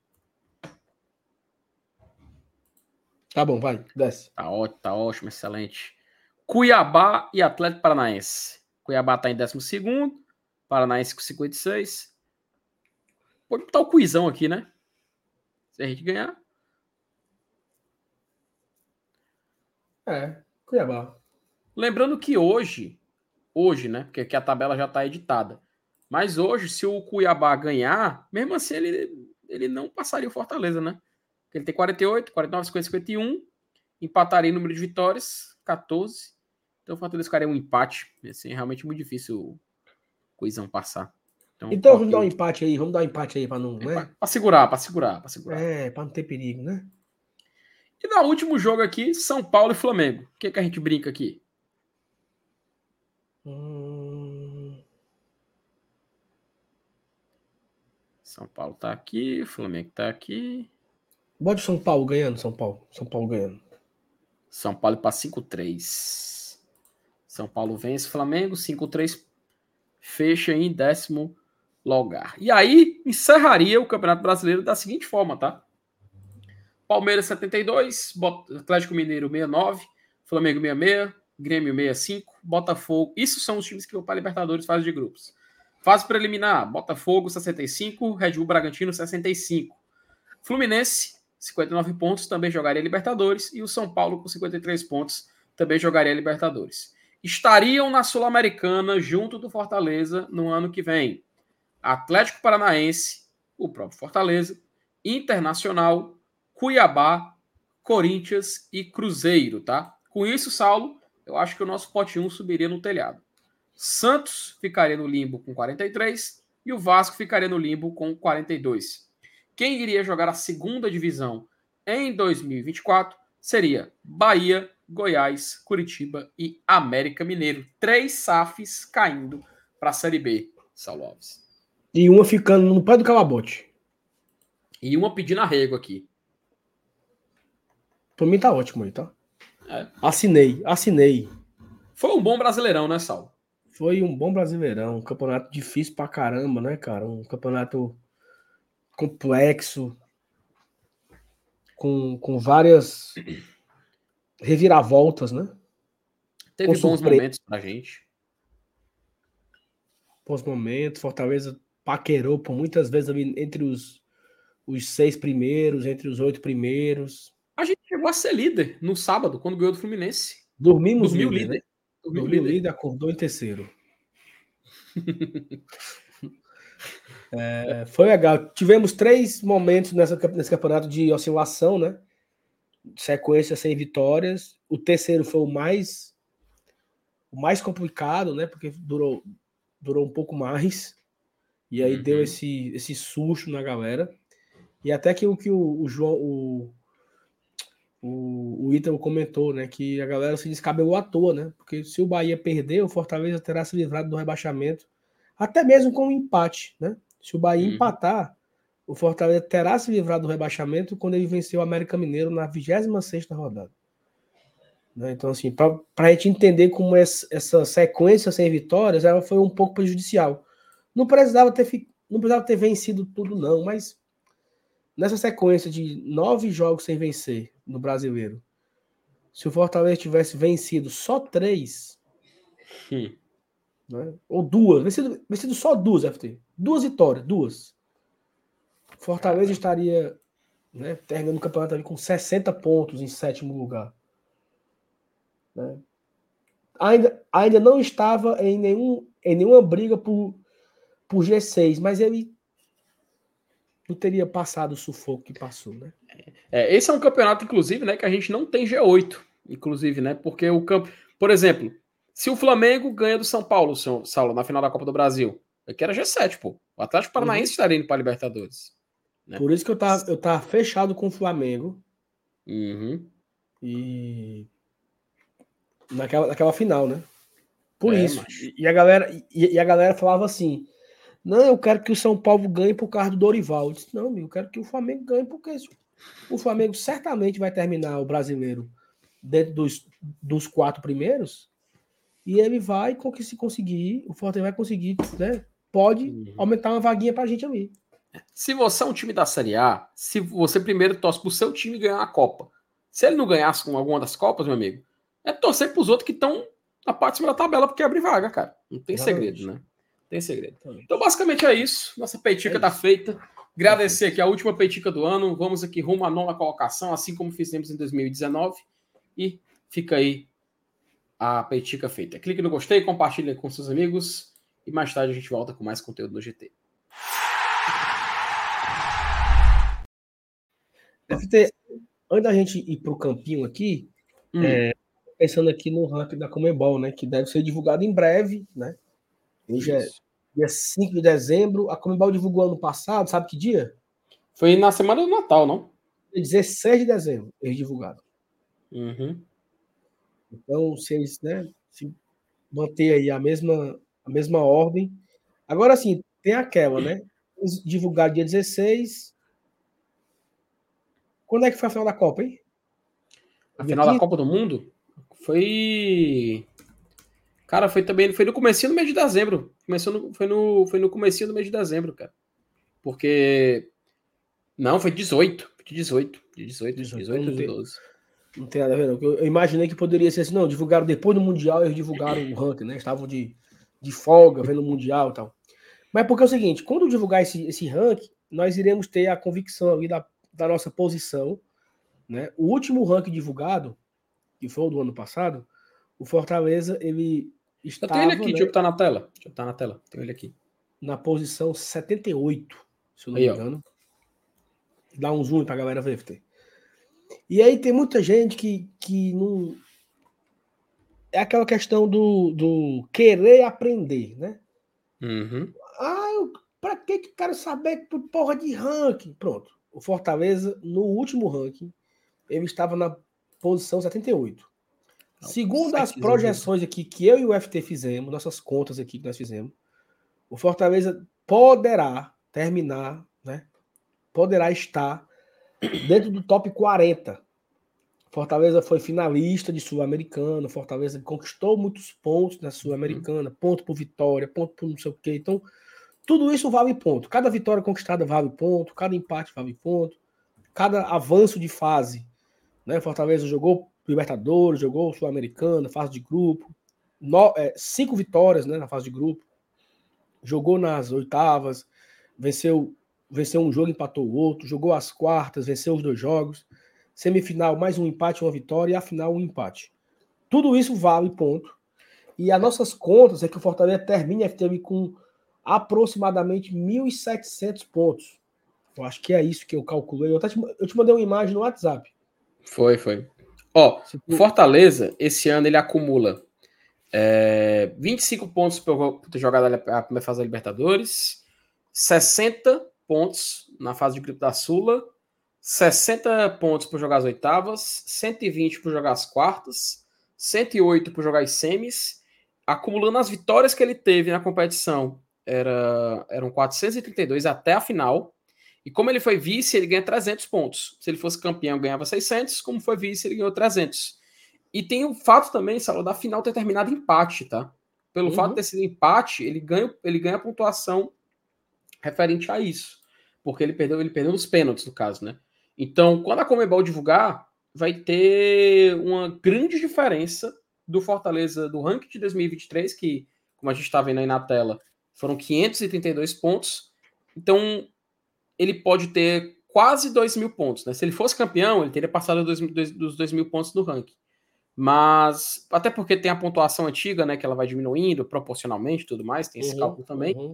S1: Tá bom, vai. Desce.
S2: Tá ótimo, tá ótimo, excelente. Cuiabá e Atlético Paranaense. Cuiabá tá em décimo segundo, Paranaense com cinquenta e seis. Pode botar o quizão aqui, né? Se a gente ganhar.
S1: É, Cuiabá.
S2: Lembrando que hoje, hoje, né? Porque aqui a tabela já tá editada. Mas hoje, se o Cuiabá ganhar, mesmo assim ele, ele não passaria o Fortaleza, né? Porque ele tem quarenta e oito, quarenta e nove, cinquenta, cinquenta e um. Empataria em número de vitórias, quatorze. Então o Fortaleza ficaria um empate. Assim, é realmente muito difícil o Coisão passar. Então
S1: Então vamos dar um
S2: coloquei.
S1: empate aí. Vamos dar um empate aí pra não,
S2: Pra,
S1: né?
S2: pra segurar, pra segurar, pra segurar.
S1: É, pra não ter perigo, né?
S2: E no último jogo aqui, São Paulo e Flamengo. O que, que a gente brinca aqui?
S1: Hum...
S2: São Paulo tá aqui, Flamengo tá aqui.
S1: Bote São Paulo ganhando, São Paulo. São Paulo ganhando.
S2: São Paulo para cinco a três. São Paulo vence Flamengo, cinco a três. Fecha em décimo lugar. E aí, encerraria o Campeonato Brasileiro da seguinte forma, tá? Palmeiras setenta e dois, Atlético Mineiro sessenta e nove, Flamengo sessenta e seis, Grêmio sessenta e cinco, Botafogo. Isso são os times que vão para a Libertadores, fase de grupos. Fase preliminar, Botafogo sessenta e cinco, Red Bull Bragantino sessenta e cinco. Fluminense, cinquenta e nove pontos, também jogaria Libertadores. E o São Paulo, com cinquenta e três pontos, também jogaria Libertadores. Estariam na Sul-Americana, junto do Fortaleza, no ano que vem. Atlético Paranaense, o próprio Fortaleza, Internacional, Cuiabá, Corinthians e Cruzeiro, tá? Com isso, Saulo, eu acho que o nosso pote um subiria no telhado. Santos ficaria no limbo com quarenta e três e o Vasco ficaria no limbo com quarenta e dois. Quem iria jogar a segunda divisão em dois mil e vinte e quatro seria Bahia, Goiás, Curitiba e América Mineiro. Três S A Fs caindo para a Série B, Saulo Alves.
S1: E uma ficando no pé do calabote.
S2: E uma pedindo arrego aqui.
S1: Pra mim tá ótimo aí, tá?
S2: É.
S1: Assinei, assinei.
S2: Foi um bom Brasileirão, né, Saulo?
S1: Foi um bom Brasileirão. Um campeonato difícil pra caramba, né, cara? Um campeonato complexo. Com, com várias reviravoltas, né?
S2: Teve
S1: com
S2: bons
S1: surpresa.
S2: momentos pra gente.
S1: Bons momentos. Fortaleza paquerou por muitas vezes ali entre os, os seis primeiros, entre os oito primeiros.
S2: A gente chegou a ser líder no sábado, quando ganhou do Fluminense.
S1: Dormimos
S2: Dormiu
S1: líder,
S2: líder.
S1: né?
S2: Dormiu,
S1: Dormiu
S2: líder.
S1: líder, acordou em terceiro. é, foi legal. Tivemos três momentos nessa, nesse campeonato de oscilação, né? Sequência sem vitórias. O terceiro foi o mais o mais complicado, né? Porque durou, durou um pouco mais. E aí uhum. deu esse, esse susto na galera. E até que o que o, o João, o, o, o Ítalo comentou, né? Que a galera se descabelou à toa, né? Porque se o Bahia perder, o Fortaleza terá se livrado do rebaixamento, até mesmo com um empate, né? Se o Bahia uhum. empatar, o Fortaleza terá se livrado do rebaixamento quando ele venceu o América Mineiro na vigésima sexta rodada. Né? Então, assim, para a gente entender como essa, essa sequência sem vitórias, ela foi um pouco prejudicial. Não precisava ter, não precisava ter vencido tudo, não, mas nessa sequência de nove jogos sem vencer no Brasileiro, se o Fortaleza tivesse vencido só três, hum. né, ou duas, vencido, vencido só duas, F T, duas vitórias, duas, Fortaleza estaria, né, terminando o campeonato ali com sessenta pontos em sétimo lugar. Né? Ainda, ainda não estava em, nenhum, em nenhuma briga por, por G seis, mas ele não teria passado o sufoco que passou, né?
S2: É, esse é um campeonato, inclusive, né, que a gente não tem G oito, inclusive, né? Porque o campo. Por exemplo, se o Flamengo ganha do São Paulo, Saulo, na final da Copa do Brasil, aqui era G sete, pô. O Atlético Paranaense uhum. estaria indo para a Libertadores. Né?
S1: Por isso que eu tava, eu tava fechado com o Flamengo.
S2: Uhum.
S1: E. Naquela, naquela final, né? Por
S2: é,
S1: isso. E, e, a galera, e, e a galera falava assim. Não, eu quero que o São Paulo ganhe por causa do Dorival. Eu disse, não, amigo, eu quero que o Flamengo ganhe, porque o Flamengo certamente vai terminar o brasileiro dentro dos, dos quatro primeiros, e ele vai, se conseguir, o Fortaleza vai conseguir, né? Pode uhum. aumentar uma vaguinha pra gente ali.
S2: Se você é um time da Série A, se você primeiro torce pro seu time ganhar a Copa. Se ele não ganhasse com alguma das Copas, meu amigo, é torcer pros outros que estão na parte de cima da tabela, porque abre vaga, cara. Não tem Exatamente. segredo, né? Tem segredo. Então, basicamente é isso. Nossa peitica é tá feita. Agradecer aqui a última peitica do ano. Vamos aqui rumo à nona colocação, assim como fizemos em dois mil e dezenove. E fica aí a peitica feita. Clique no gostei, compartilhe com seus amigos. E mais tarde a gente volta com mais conteúdo no G T.
S1: Deve ter, antes da gente ir pro campinho aqui, hum. é, pensando aqui no ranking da Conmebol, né? Que deve ser divulgado em breve, né? Hoje é dia cinco de dezembro. A Conmebol divulgou ano passado, sabe que dia?
S2: Foi na semana do Natal, não?
S1: dezesseis de dezembro, eles divulgaram.
S2: Uhum.
S1: Então, se eles, né, se manter aí a mesma, a mesma ordem. Agora, sim, tem aquela, né? Eles divulgaram dia dezesseis. Quando é que foi a final da Copa, hein?
S2: A final da Copa do Mundo? Foi... Cara, foi também, foi no comecinho do mês de dezembro. Começou no, foi, no, foi no comecinho do mês de dezembro, cara. Porque... Não, foi dezoito. dezoito. dezoito, dezoito de doze.
S1: Não tem nada a ver, não. Eu imaginei que poderia ser assim, não, divulgaram depois do Mundial, eles divulgaram o ranking, né? Estavam de, de folga, vendo o Mundial e tal. Mas porque é o seguinte, quando divulgar esse, esse ranking, nós iremos ter a convicção ali da, da nossa posição, né? O último ranking divulgado, que foi o do ano passado, o Fortaleza, ele estava...
S2: Eu tenho ele aqui, né, deixa eu botar na tela. Deixa eu botar na tela, tenho ele aqui.
S1: Na posição setenta e oito, se eu não aí, me engano. Ó. Dá um zoom pra galera ver, F T. E aí tem muita gente que, que não... É aquela questão do, do querer aprender, né?
S2: Uhum.
S1: Ah, eu, pra que que quero saber por porra de ranking? Pronto. O Fortaleza, no último ranking, ele estava na posição setenta e oito. Não, Segundo as projeções aqui que eu e o F T fizemos, nossas contas aqui que nós fizemos, o Fortaleza poderá terminar, né? Poderá estar dentro do top quarenta. Fortaleza foi finalista de Sul-Americana, Fortaleza conquistou muitos pontos na Sul-Americana, uhum. ponto por vitória, ponto por não sei o quê. Então, tudo isso vale ponto. Cada vitória conquistada vale ponto, cada empate vale ponto, cada avanço de fase. Né? Fortaleza jogou Libertadores, jogou Sul-Americana, fase de grupo, no, é, cinco vitórias, né, na fase de grupo, jogou nas oitavas, venceu, venceu um jogo, empatou o outro, jogou as quartas, venceu os dois jogos. Semifinal, mais um empate, uma vitória, e a final, um empate. Tudo isso vale ponto. E as nossas contas é que o Fortaleza termina F T V com aproximadamente mil e setecentos pontos. Eu acho que é isso que eu calculei. Eu, te, eu te mandei uma imagem no WhatsApp.
S2: Foi, foi. Ó, o Fortaleza, esse ano, ele acumula é, vinte e cinco pontos por ter jogado a primeira fase da Libertadores, sessenta pontos na fase de grupo da Sula, sessenta pontos por jogar as oitavas, cento e vinte por jogar as quartas, cento e oito por jogar as semis, acumulando as vitórias que ele teve na competição, era, eram quatrocentos e trinta e dois até a final, e como ele foi vice, ele ganha trezentos pontos. Se ele fosse campeão, ganhava seiscentos, como foi vice, ele ganhou trezentos. E tem o fato também, Saulo, da final ter terminado empate, tá? Pelo uhum. fato de ter sido empate, ele ganha, ele ganha pontuação referente a isso, porque ele perdeu, ele perdeu nos pênaltis, no caso, né? Então, quando a Conmebol divulgar, vai ter uma grande diferença do Fortaleza, do ranking de dois mil e vinte e três, que, como a gente está vendo aí na tela, foram quinhentos e trinta e dois pontos. Então, ele pode ter quase dois mil pontos, né? Se ele fosse campeão, ele teria passado dos, dos, dos dois mil pontos do ranking. Mas, até porque tem a pontuação antiga, né? Que ela vai diminuindo proporcionalmente e tudo mais, tem esse uhum, cálculo também. Uhum.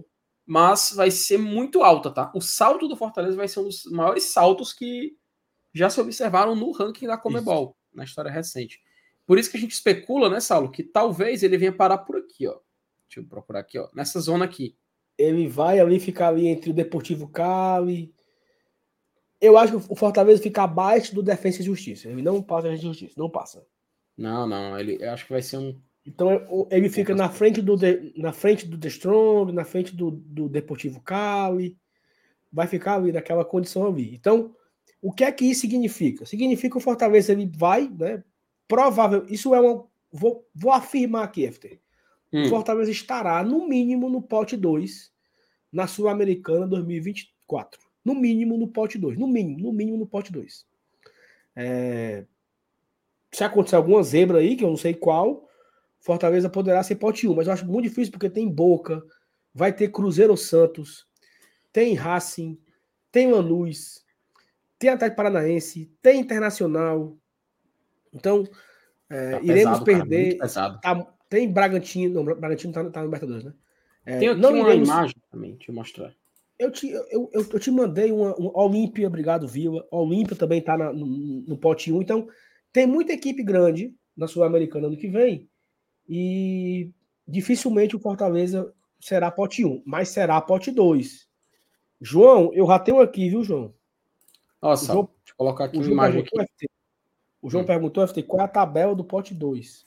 S2: mas vai ser muito alta, tá? O salto do Fortaleza vai ser um dos maiores saltos que já se observaram no ranking da Conmebol, isso, na história recente. Por isso que a gente especula, né, Saulo, que talvez ele venha parar por aqui, ó. Deixa eu procurar aqui, ó, nessa zona aqui.
S1: Ele vai ali ficar ali entre o Deportivo Cali. Eu acho que o Fortaleza fica abaixo do Defensa e Justiça. Ele não passa a Justiça, não passa.
S2: Não, não, ele, eu acho que vai ser um...
S1: Então ele fica na frente do, na frente do The Strong, na frente do, do Deportivo Cali. Vai ficar ali naquela condição ali. Então, o que é que isso significa? Significa que o Fortaleza ele vai, né? Provável, isso é uma... Vou, vou afirmar aqui, F T. Hum. O Fortaleza estará, no mínimo, no pote dois na Sul-Americana dois mil e vinte e quatro. No mínimo no pote dois. No mínimo, no mínimo no pote dois. É... Se acontecer alguma zebra aí, que eu não sei qual, Fortaleza poderá ser pote um, mas eu acho muito difícil porque tem Boca, vai ter Cruzeiro Santos, tem Racing, tem Lanús, tem Atlético Paranaense, tem Internacional. Então, é, tá iremos pesado, perder. Cara, tá, tem Bragantino, não, Bragantino tá, tá no Libertadores, né?
S2: É, tem aqui não uma iremos... imagem também, deixa eu mostrar.
S1: Eu te, eu, eu, eu te mandei uma, uma Olímpia, obrigado, Vila. Olímpia também tá na, no, no pote um. Então, tem muita equipe grande na Sul-Americana ano que vem. E dificilmente o Fortaleza será pote um, mas será pote dois. João, eu já tenho aqui, viu, João?
S2: Nossa, João, deixa eu colocar aqui uma imagem aqui.
S1: F T, o João hum. perguntou, F T, qual é a tabela do pote dois?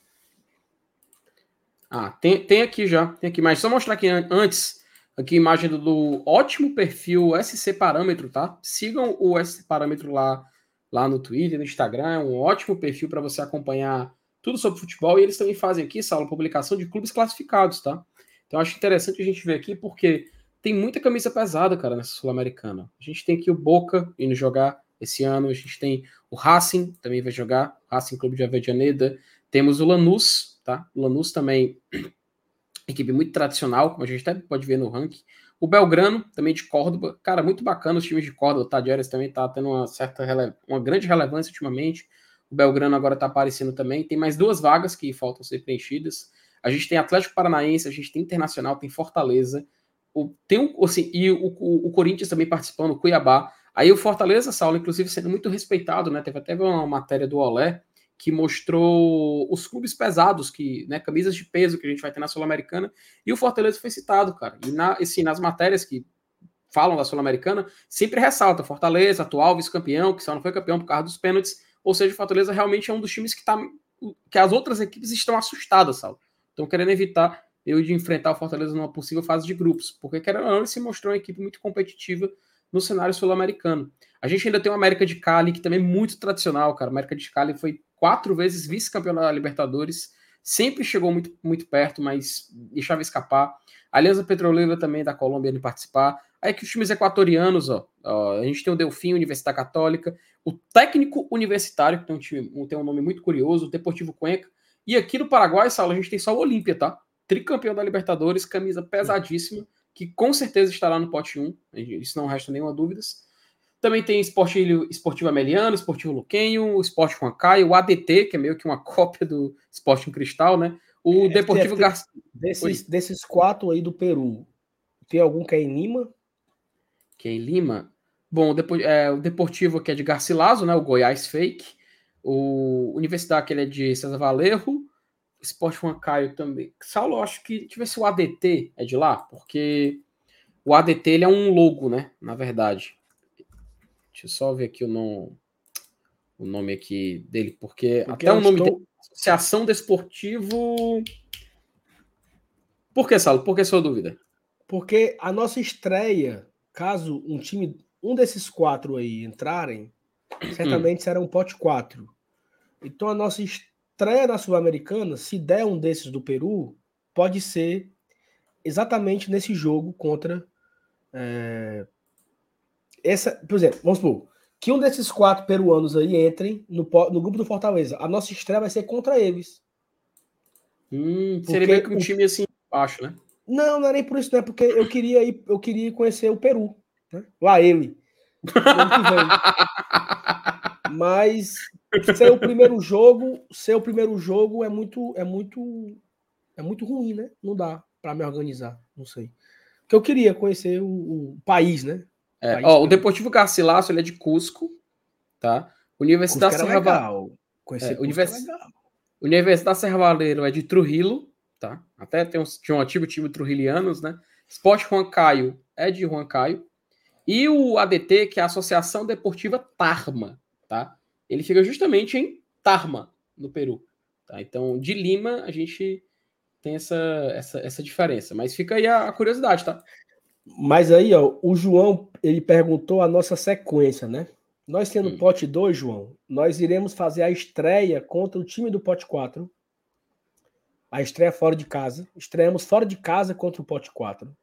S2: Ah, tem, tem aqui já. Tem aqui, mas só mostrar aqui antes... Aqui a imagem do, do ótimo perfil S C Parâmetro, tá? Sigam o S C Parâmetro lá, lá no Twitter, no Instagram. É um ótimo perfil para você acompanhar tudo sobre futebol. E eles também fazem aqui, Saulo, publicação de clubes classificados, tá? Então eu acho interessante a gente ver aqui, porque tem muita camisa pesada, cara, nessa Sul-Americana. A gente tem aqui o Boca indo jogar esse ano. A gente tem o Racing, também vai jogar. Racing Clube de Avellaneda. Temos o Lanús, tá? O Lanús também... equipe muito tradicional, como a gente até pode ver no ranking. O Belgrano, também de Córdoba. Cara, muito bacana os times de Córdoba. O Tadieres também tá tendo uma certa rele... uma grande relevância ultimamente. O Belgrano agora tá aparecendo também. Tem mais duas vagas que faltam ser preenchidas. A gente tem Atlético Paranaense, a gente tem Internacional, tem Fortaleza. O... Tem um... assim, e o... o, o Corinthians também participando, o Cuiabá. Aí o Fortaleza, Saulo, inclusive sendo muito respeitado, né? Teve até uma matéria do Olé, que mostrou os clubes pesados, que, né, camisas de peso que a gente vai ter na Sul-Americana, e o Fortaleza foi citado, cara. E na, assim, nas matérias que falam da Sul-Americana, sempre ressalta Fortaleza, atual vice-campeão, que só não foi campeão por causa dos pênaltis, ou seja, o Fortaleza realmente é um dos times que, tá, que as outras equipes estão assustadas, sabe? Estão querendo evitar eu de enfrentar o Fortaleza numa possível fase de grupos, porque, querendo ou não, ele se mostrou uma equipe muito competitiva no cenário sul-americano. A gente ainda tem o América de Cali, que também é muito tradicional, cara. O América de Cali foi quatro vezes vice-campeão da Libertadores, sempre chegou muito, muito perto, mas deixava escapar. A Alianza Petroleira também da Colômbia de participar. Aí que os times equatorianos, ó, ó, a gente tem o Delfim, Universidade Católica, o Técnico Universitário, que tem um, time, tem um nome muito curioso, o Deportivo Cuenca, e aqui no Paraguai, Saulo, a gente tem só o Olímpia, tá? Tricampeão da Libertadores, camisa pesadíssima, que com certeza estará no pote um, isso não resta nenhuma dúvida. Também tem Esportivo, Esportivo Ameliano, Esportivo Luquenho, o Sport Huancayo, o A D T, que é meio que uma cópia do Sporting Cristal, né? O é, Deportivo Garcia.
S1: Desses, desses quatro aí do Peru, tem algum que é em Lima?
S2: Que é em Lima? Bom, depois, é, o Deportivo que é de Garcilaso, né? O Goiás Fake. O Universidade que ele é de César Valerro. O Sport Huancayo também. Saulo, acho que deixa eu ver se o A D T é de lá, porque o A D T ele é um logo, né? Na verdade. Deixa eu só ver aqui o nome, o nome aqui dele, porque, porque até o nome estou... dele, Associação Desportivo... Por que, Saulo? Por que sua dúvida?
S1: Porque a nossa estreia, caso um time, um desses quatro aí entrarem, certamente hum. será um pote quatro. Então a nossa estreia na Sul-Americana, se der um desses do Peru, pode ser exatamente nesse jogo contra... É... Essa, por exemplo, vamos supor, que um desses quatro peruanos aí entrem no, no grupo do Fortaleza. A nossa estreia vai ser contra eles.
S2: Hum, seria meio que um o... time assim baixo, né?
S1: Não, não é nem por isso, né? Porque eu queria ir, eu queria ir conhecer o Peru, né? Lá ele. Mas ser o primeiro jogo, ser o primeiro jogo é muito, é muito, é muito ruim, né? Não dá para me organizar, não sei. que eu queria conhecer o, o país, né? O,
S2: É,
S1: país
S2: ó, o
S1: Peru.
S2: Deportivo Garcilaso, ele é de Cusco, tá? Universidade
S1: Cusco era
S2: Serra Va-
S1: legal. Conhecer
S2: é,
S1: Cusco
S2: Univers...
S1: é legal.
S2: Universidade Cervaleiro é de Trujillo, tá? Até tem um, tinha um antigo time trujillianos, né? Sport Huancayo é de Huancayo. E o A D T, que é a Associação Deportiva Tarma, tá? Ele fica justamente em Tarma, no Peru. Tá? Então, de Lima, a gente tem essa, essa, essa diferença. Mas fica aí a, a curiosidade, tá?
S1: Mas aí, ó, o João, ele perguntou a nossa sequência, né? Nós tendo
S2: Hum.
S1: pote dois, João, nós iremos fazer a estreia contra o time do pote quatro. A estreia fora de casa. Estreamos fora de casa contra o pote quatro.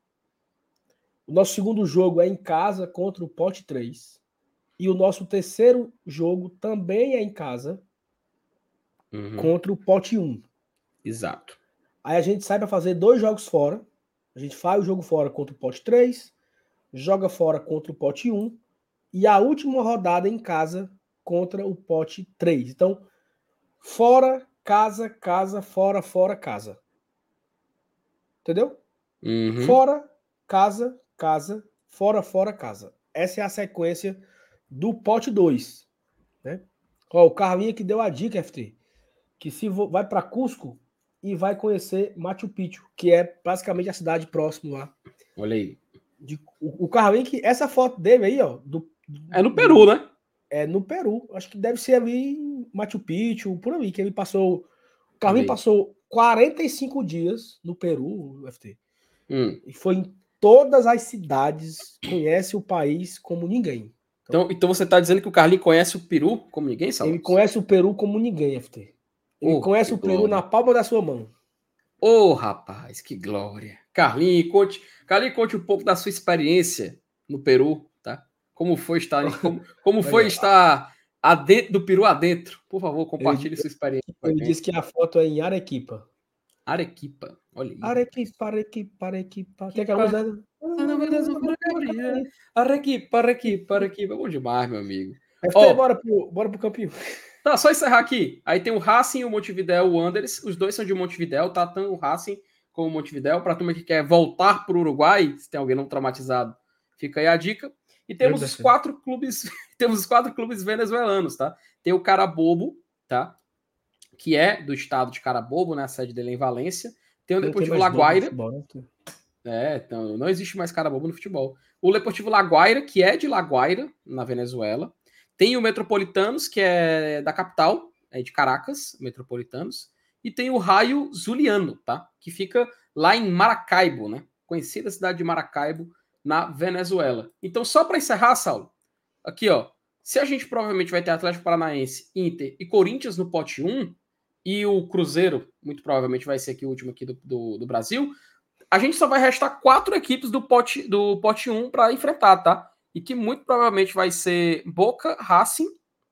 S1: O nosso segundo jogo é em casa contra o pote três. E o nosso terceiro jogo também é em casa
S2: Uhum.
S1: contra o pote um.
S2: Exato.
S1: Aí a gente sai para fazer dois jogos fora. A gente faz o jogo fora contra o pote três, joga fora contra o pote um e a última rodada em casa contra o pote três. Então, fora, casa, casa, fora, fora, casa. Entendeu?
S2: Uhum.
S1: Fora, casa, casa, fora, fora, casa. Essa é a sequência do pote dois. Né? Ó, o Carlinho que deu a dica, F T, que se vai para Cusco e vai conhecer Machu Picchu, que é basicamente a cidade próxima lá.
S2: Olha aí.
S1: De, o, o Carlinho, que essa foto dele aí, ó, do,
S2: É no Peru,
S1: do,
S2: né?
S1: É no Peru. Acho que deve ser ali em Machu Picchu, por ali, que ele passou. O Carlinho passou quarenta e cinco dias no Peru, F T.
S2: Hum.
S1: E foi em todas as cidades, conhece o país como ninguém.
S2: Então, então, então você está dizendo que o Carlinhos conhece o Peru como ninguém, Saulo?
S1: Ele conhece o Peru como ninguém, F T. Ele
S2: Oh,
S1: conhece o Peru glória. Na palma da sua mão.
S2: Ô, oh, rapaz, que glória. Carlinhos, conte, Carlinhos, conte um pouco da sua experiência no Peru, tá? Como foi estar, como, como foi estar adentro do Peru adentro? Por favor, compartilhe
S1: ele,
S2: sua experiência.
S1: Ele disse que a foto é em Arequipa.
S2: Arequipa, olha aí.
S1: Arequipa, Arequipa, Arequipa. Tem aquela música.
S2: Arequipa, Arequipa, Arequipa. Bom demais, meu amigo.
S1: F T, oh, bora pro, bora pro campinho.
S2: Tá, só encerrar aqui. Aí tem o Racing e o Montevidéu, o Wanderers. Os dois são de Montevidéu, tá? Tanto o Racing como o Montevidéu. Pra turma que quer voltar pro Uruguai, se tem alguém não traumatizado, fica aí a dica. E temos os quatro clubes, temos os quatro clubes venezuelanos, tá? Tem o Carabobo, tá? Que é do estado de Carabobo, né? A sede dele é em Valência. Tem o Deportivo La Guaira. É, então não existe mais Carabobo no futebol. O Deportivo La Guaira, que é de La Guaira, na Venezuela. Tem o Metropolitanos, que é da capital, é de Caracas, Metropolitanos. E tem o Raio Zuliano, tá? Que fica lá em Maracaibo, né? Conhecida cidade de Maracaibo, na Venezuela. Então, só para encerrar, Saulo, aqui, ó. Se a gente provavelmente vai ter Atlético Paranaense, Inter e Corinthians no pote um, e o Cruzeiro, muito provavelmente vai ser aqui o último aqui do, do, do Brasil, a gente só vai restar quatro equipes do pote, do pote um para enfrentar, tá? E que muito provavelmente vai ser Boca, Racing,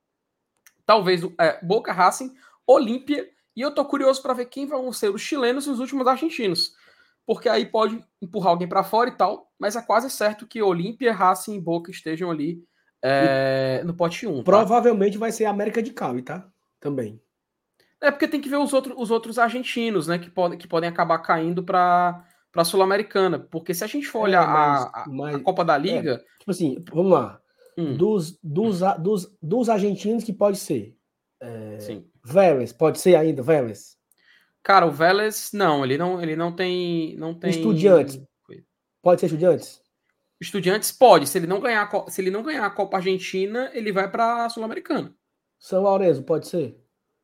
S2: talvez é, Boca, Racing, Olímpia, e eu tô curioso para ver quem vão ser os chilenos e os últimos argentinos, porque aí pode empurrar alguém para fora e tal, mas é quase certo que Olímpia, Racing e Boca estejam ali é, no pote um.
S1: Provavelmente tá? Vai ser América de Cali, tá? Também.
S2: É porque tem que ver os, outro, os outros argentinos, né, que, pode, que podem acabar caindo para para a Sul-Americana, porque se a gente for olhar é, mas, a, a, mas, a Copa da Liga...
S1: É, tipo assim, vamos lá. Hum. Dos, dos, hum. dos, dos argentinos que pode ser. É,
S2: Sim.
S1: Vélez, pode ser ainda, Vélez?
S2: Cara, o Vélez, não, ele não, ele não tem... Não tem...
S1: Estudiantes. Pode ser Estudiantes?
S2: Estudiantes pode. Se ele não ganhar, se ele não ganhar a Copa Argentina, ele vai para a Sul-Americana.
S1: São Lourenço, pode ser?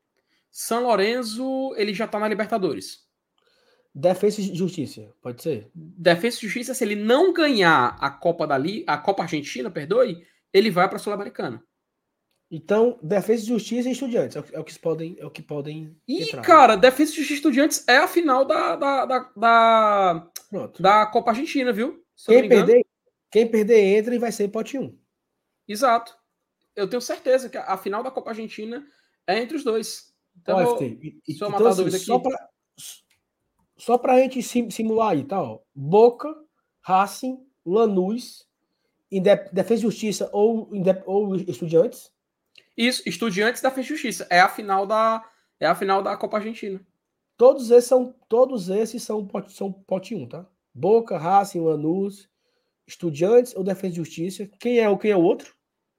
S2: São Lourenço, ele já tá na Libertadores.
S1: Defesa e Justiça, pode ser?
S2: Defesa e Justiça, se ele não ganhar a Copa da Li... a Copa Argentina, perdoe, ele vai para a Sul-Americana.
S1: Então, Defesa e Justiça e Estudiantes é o que podem, é o que podem
S2: e,
S1: entrar.
S2: cara, Defesa e Justiça e Estudiantes é a final da da, da, da, da Copa Argentina, viu?
S1: Se quem perder, quem perder entra e vai ser pote um.
S2: Exato. Eu tenho certeza que a final da Copa Argentina é entre os dois. Então,
S1: ó,
S2: vou,
S1: F T, e,
S2: só
S1: então,
S2: matar
S1: assim,
S2: a dúvida aqui.
S1: Só pra, só pra gente simular aí, tá? Ó. Boca, Racing, Lanús, Defesa e Justiça ou, ou Estudiantes?
S2: Isso, Estudiantes da Defesa e Justiça. É a final da, é a final da Copa Argentina.
S1: Todos esses são, todos esses são, são pote um, tá? Boca, Racing, Lanús, Estudiantes ou Defensa e Justiça? Quem é o quem é o outro?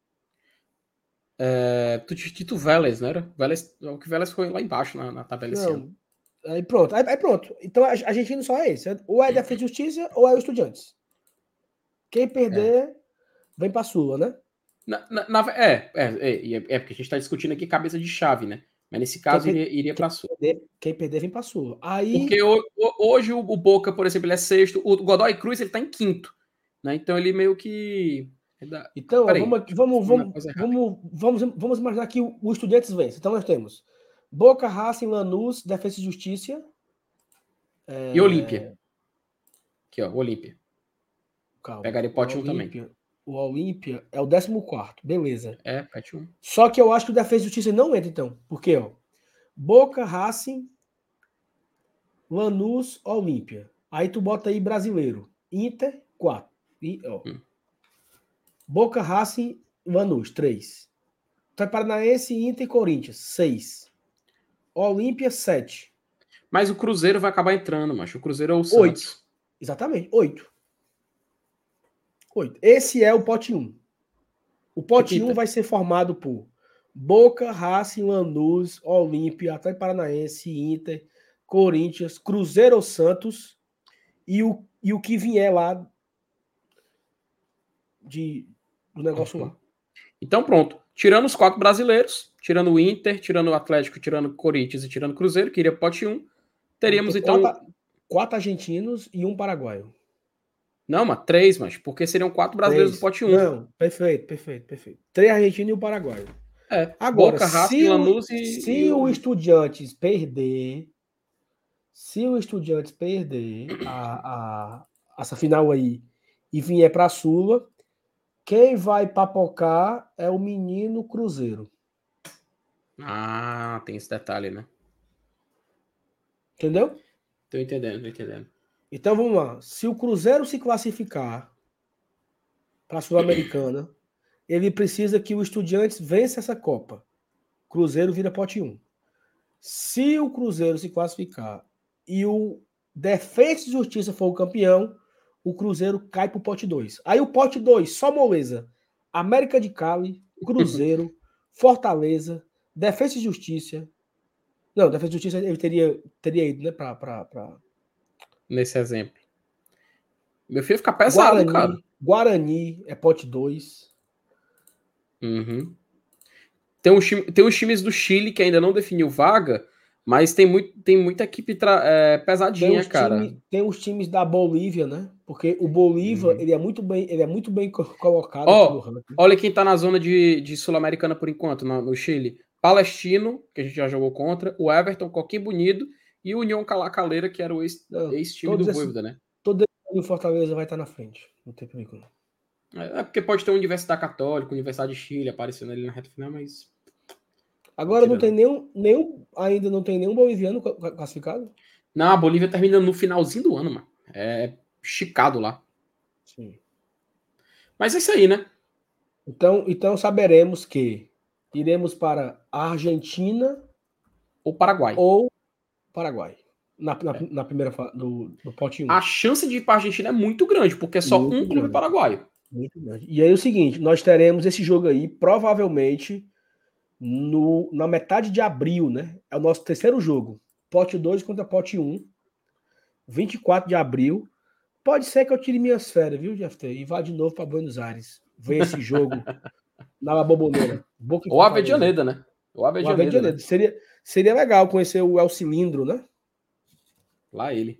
S2: É, tu tinha dito Vélez, não era? Vélez, o que Vélez foi lá embaixo na, na tabela esse ano.
S1: Não. Aí pronto, aí, aí pronto. Então a, a gente não só é esse. Ou é Defesa e Justiça ou é o Estudiantes. Quem perder, é. vem pra Sula, né?
S2: Na, na, na, é, é, é, é, porque a gente tá discutindo aqui cabeça de chave, né? Mas nesse caso
S1: quem,
S2: iria, iria pra Sula.
S1: Perder, quem perder, vem pra Sula. Aí...
S2: Porque o, o, hoje o, o Boca, por exemplo, ele é sexto. O Godoy Cruz, ele tá em quinto. Né? Então ele meio que...
S1: Então, ó, vamos, aqui, vamos, vamos, vamos, vamos, vamos imaginar que o, o Estudiantes vence. Então nós temos Boca, Racing, Lanús, Defesa e Justiça.
S2: É... E Olímpia. Aqui, ó, Olímpia.
S1: Calma.
S2: Pegaria pote um também.
S1: O Olímpia é o décimo quarto, beleza.
S2: É, pote um.
S1: Só que eu acho que o Defesa e Justiça não entra, então. Por quê, ó? Boca, Racing, Lanús, Olímpia. Aí tu bota aí brasileiro. Inter, quatro. E, ó. Hum. Boca, Racing, Lanús, três. Paranaense, Inter e Corinthians, seis. Olímpia, sete.
S2: Mas o Cruzeiro vai acabar entrando, macho. O Cruzeiro é o Santos.
S1: oito. Exatamente, oito. oito. Esse é o pote um. O pote um vai ser formado por Boca, Racing, Lanús, Olímpia, Atlético Paranaense, Inter, Corinthians, Cruzeiro ou Santos e o, e o que vier lá de, do negócio uhum. lá.
S2: Então pronto. Tirando os quatro brasileiros, tirando o Inter, tirando o Atlético, tirando o Corinthians e tirando o Cruzeiro, que iria pote um, teríamos então...
S1: Quatro, quatro argentinos e um paraguaio.
S2: Não, mas três, mas porque seriam quatro brasileiros três. do pote um.
S1: Não, perfeito, perfeito, perfeito. Três argentinos e um paraguaio.
S2: É,
S1: agora,
S2: Boca, Racing,
S1: se,
S2: Lanús
S1: o,
S2: e...
S1: se
S2: e
S1: o Estudiantes perder, se o Estudiantes perder a, a, essa final aí e vier para a Sula, quem vai papocar é o menino Cruzeiro.
S2: Ah, tem esse detalhe, né?
S1: Entendeu?
S2: Tô entendendo, tô entendendo.
S1: Então vamos lá. Se o Cruzeiro se classificar para a Sul-Americana, ele precisa que o Estudiantes vença essa Copa. Cruzeiro vira pote um. Se o Cruzeiro se classificar e o Defensa e Justiça for o campeão, o Cruzeiro cai para o pote dois. Aí o pote dois, só moleza. América de Cali, Cruzeiro, Fortaleza, Defensa e Justiça. Não, Defensa e Justiça ele teria, teria ido, né? Pra, pra, pra...
S2: Nesse exemplo. Meu filho fica pesado,
S1: Guarani,
S2: cara.
S1: Guarani é pote dois.
S2: Uhum. Tem, um, tem os times do Chile que ainda não definiu vaga, mas tem, muito, tem muita equipe tra, é, pesadinha,
S1: tem
S2: cara.
S1: Time, tem os times da Bolívia, né? Porque o Bolívia, uhum. ele é muito bem, ele é muito bem colocado
S2: oh,
S1: aqui no ranking.
S2: Olha quem tá na zona de, de Sul-Americana por enquanto, no, no Chile. Palestino, que a gente já jogou contra, o Everton, Coquinho Bonito e o União Calacaleira, que era o ex-time ex do Voivoda, né?
S1: Todo o Fortaleza vai estar na frente. Não tem perigo.
S2: É, é porque pode ter uma Universidade Católica, Universidade de Chile aparecendo ali na reta final, mas...
S1: Agora não tem nenhum, nenhum, ainda não tem nenhum boliviano classificado?
S2: Não, a Bolívia termina no finalzinho do ano, mano. É esticado lá.
S1: Sim.
S2: Mas é isso aí, né?
S1: Então, então saberemos que iremos para a Argentina
S2: ou Paraguai.
S1: Ou Paraguai. Na, na, é. na primeira do, do pote um.
S2: A chance de ir para a Argentina é muito grande, porque é só muito um grande. clube paraguaio.
S1: Muito grande. E aí é o seguinte, nós teremos esse jogo aí, provavelmente, no, na metade de abril, né? É o nosso terceiro jogo. Pote dois contra pote um. vinte e quatro de abril. Pode ser que eu tire minhas férias, viu, Jeff? E vá de novo para Buenos Aires. Ver esse jogo na Boboneira.
S2: Ou Avejaneda, né? Ou Avejaneda. Né?
S1: Seria, seria legal conhecer o El Cilindro, né?
S2: Lá ele.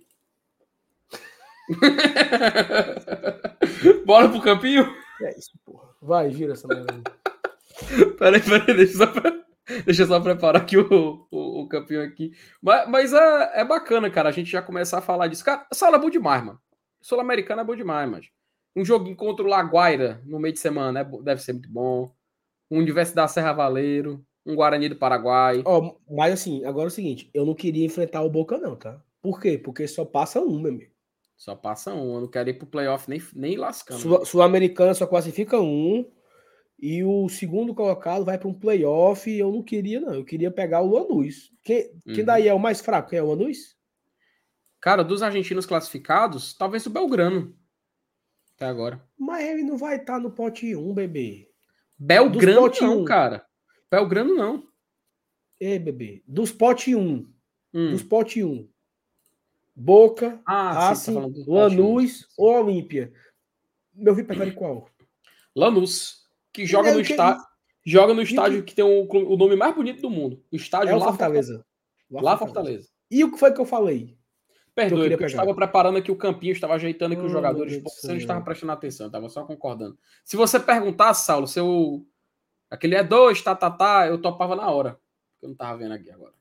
S2: Bora pro campinho?
S1: É isso, porra. Vai, gira essa merda.
S2: Peraí, peraí, deixa eu só, deixa eu só preparar aqui o, o, o campinho aqui. Mas, mas é, é bacana, cara, a gente já começar a falar disso. Cara, a sala é boa demais, mano. Sul-Americana é bom demais, mano. Um joguinho contra o Laguaira no meio de semana é, deve ser muito bom. Um Universidade Serra Valeiro, um Guarani do Paraguai.
S1: Ó, oh, mas assim, agora é o seguinte, eu não queria enfrentar o Boca não, tá? Por quê? Porque só passa um, meu amigo.
S2: Só passa um, eu não quero ir pro playoff nem, nem lascando.
S1: Sul, Sul-Americana só classifica um e o segundo colocado vai para um playoff e eu não queria não, eu queria pegar o Lanús. Quem, uhum. quem daí é o mais fraco? Quem é o Lanús?
S2: Cara, dos argentinos classificados, talvez o Belgrano. Até agora.
S1: Mas ele não vai estar no pote um, bebê.
S2: Belgrano não, um. cara. Belgrano não.
S1: Ei, bebê. Dos pote um.
S2: Hum.
S1: Dos pote um. Boca,
S2: ah,
S1: Racing,
S2: tá
S1: Lanús um. ou Olímpia. Meu filho prefere qual?
S2: Lanús. Que joga no,
S1: que...
S2: está... joga no estádio que... que tem o, o nome mais bonito do mundo. O estádio
S1: é o
S2: lá
S1: Fortaleza.
S2: Lá, lá Fortaleza. Fortaleza.
S1: E o que foi que eu falei?
S2: Perdoe, eu porque eu estava preparando aqui o campinho, estava ajeitando aqui oh, os jogadores, você não estava prestando atenção, estava só concordando. Se você perguntar, Saulo, se eu... aquele é dois, tá, tá, tá, eu topava na hora. Eu não estava vendo aqui agora.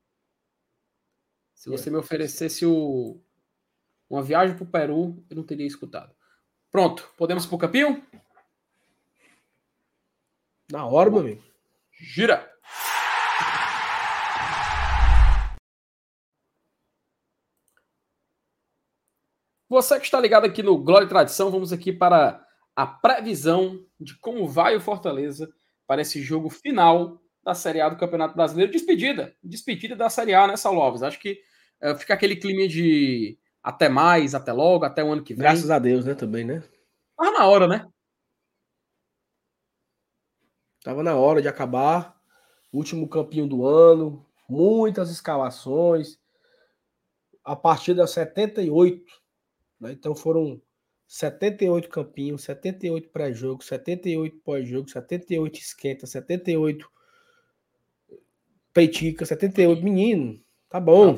S2: Se você me oferecesse o... uma viagem para o Peru, eu não teria escutado. Pronto, podemos ir para o campinho?
S1: Na hora, meu amigo.
S2: Gira! Você que está ligado aqui no Glória e Tradição, vamos aqui para a previsão de como vai o Fortaleza para esse jogo final da Série A do Campeonato Brasileiro. Despedida, despedida da Série A, né, Saulo Alves? Acho que uh, fica aquele clima de até mais, até logo, até o ano que vem.
S1: Graças a Deus, né, também, né?
S2: Tava na hora, né?
S1: Tava na hora de acabar. Último campinho do ano, muitas escalações. A partir das setenta e oito, né? Então foram setenta e oito campinhos, setenta e oito pré-jogo, setenta e oito pós-jogo, setenta e oito esquenta, setenta e oito peitica, setenta e oito menino. Tá bom.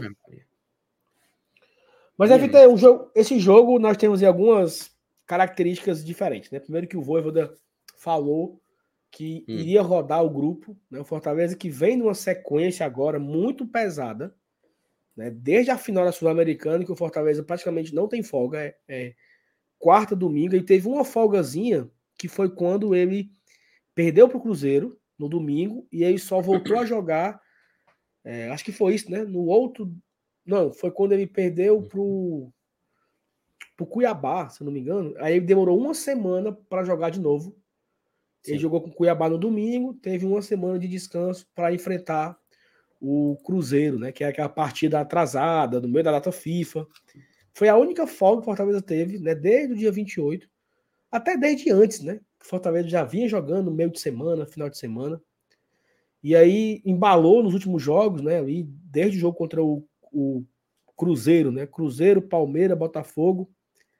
S1: Mas deve ter um jogo, esse jogo nós temos algumas características diferentes, né? Primeiro que o Vojvoda falou que hum. iria rodar o grupo, né? O Fortaleza que vem numa sequência agora muito pesada, né? Desde a final da Sul-Americana, que o Fortaleza praticamente não tem folga, é, é quarta, domingo, e teve uma folgazinha que foi quando ele perdeu para o Cruzeiro no domingo e ele só voltou a jogar, é, acho que foi isso, né? No outro, não, foi quando ele perdeu pro pro Cuiabá, se eu não me engano. Aí ele demorou uma semana para jogar de novo. Sim. Ele jogou com o Cuiabá no domingo, teve uma semana de descanso para enfrentar o Cruzeiro, né? Que é aquela partida atrasada, no meio da data FIFA. Foi a única folga que o Fortaleza teve, né? Desde o dia vinte e oito, até desde antes, né? O Fortaleza já vinha jogando no meio de semana, final de semana. E aí embalou nos últimos jogos, né? Ali, desde o jogo contra o, o Cruzeiro, né? Cruzeiro, Palmeiras, Botafogo,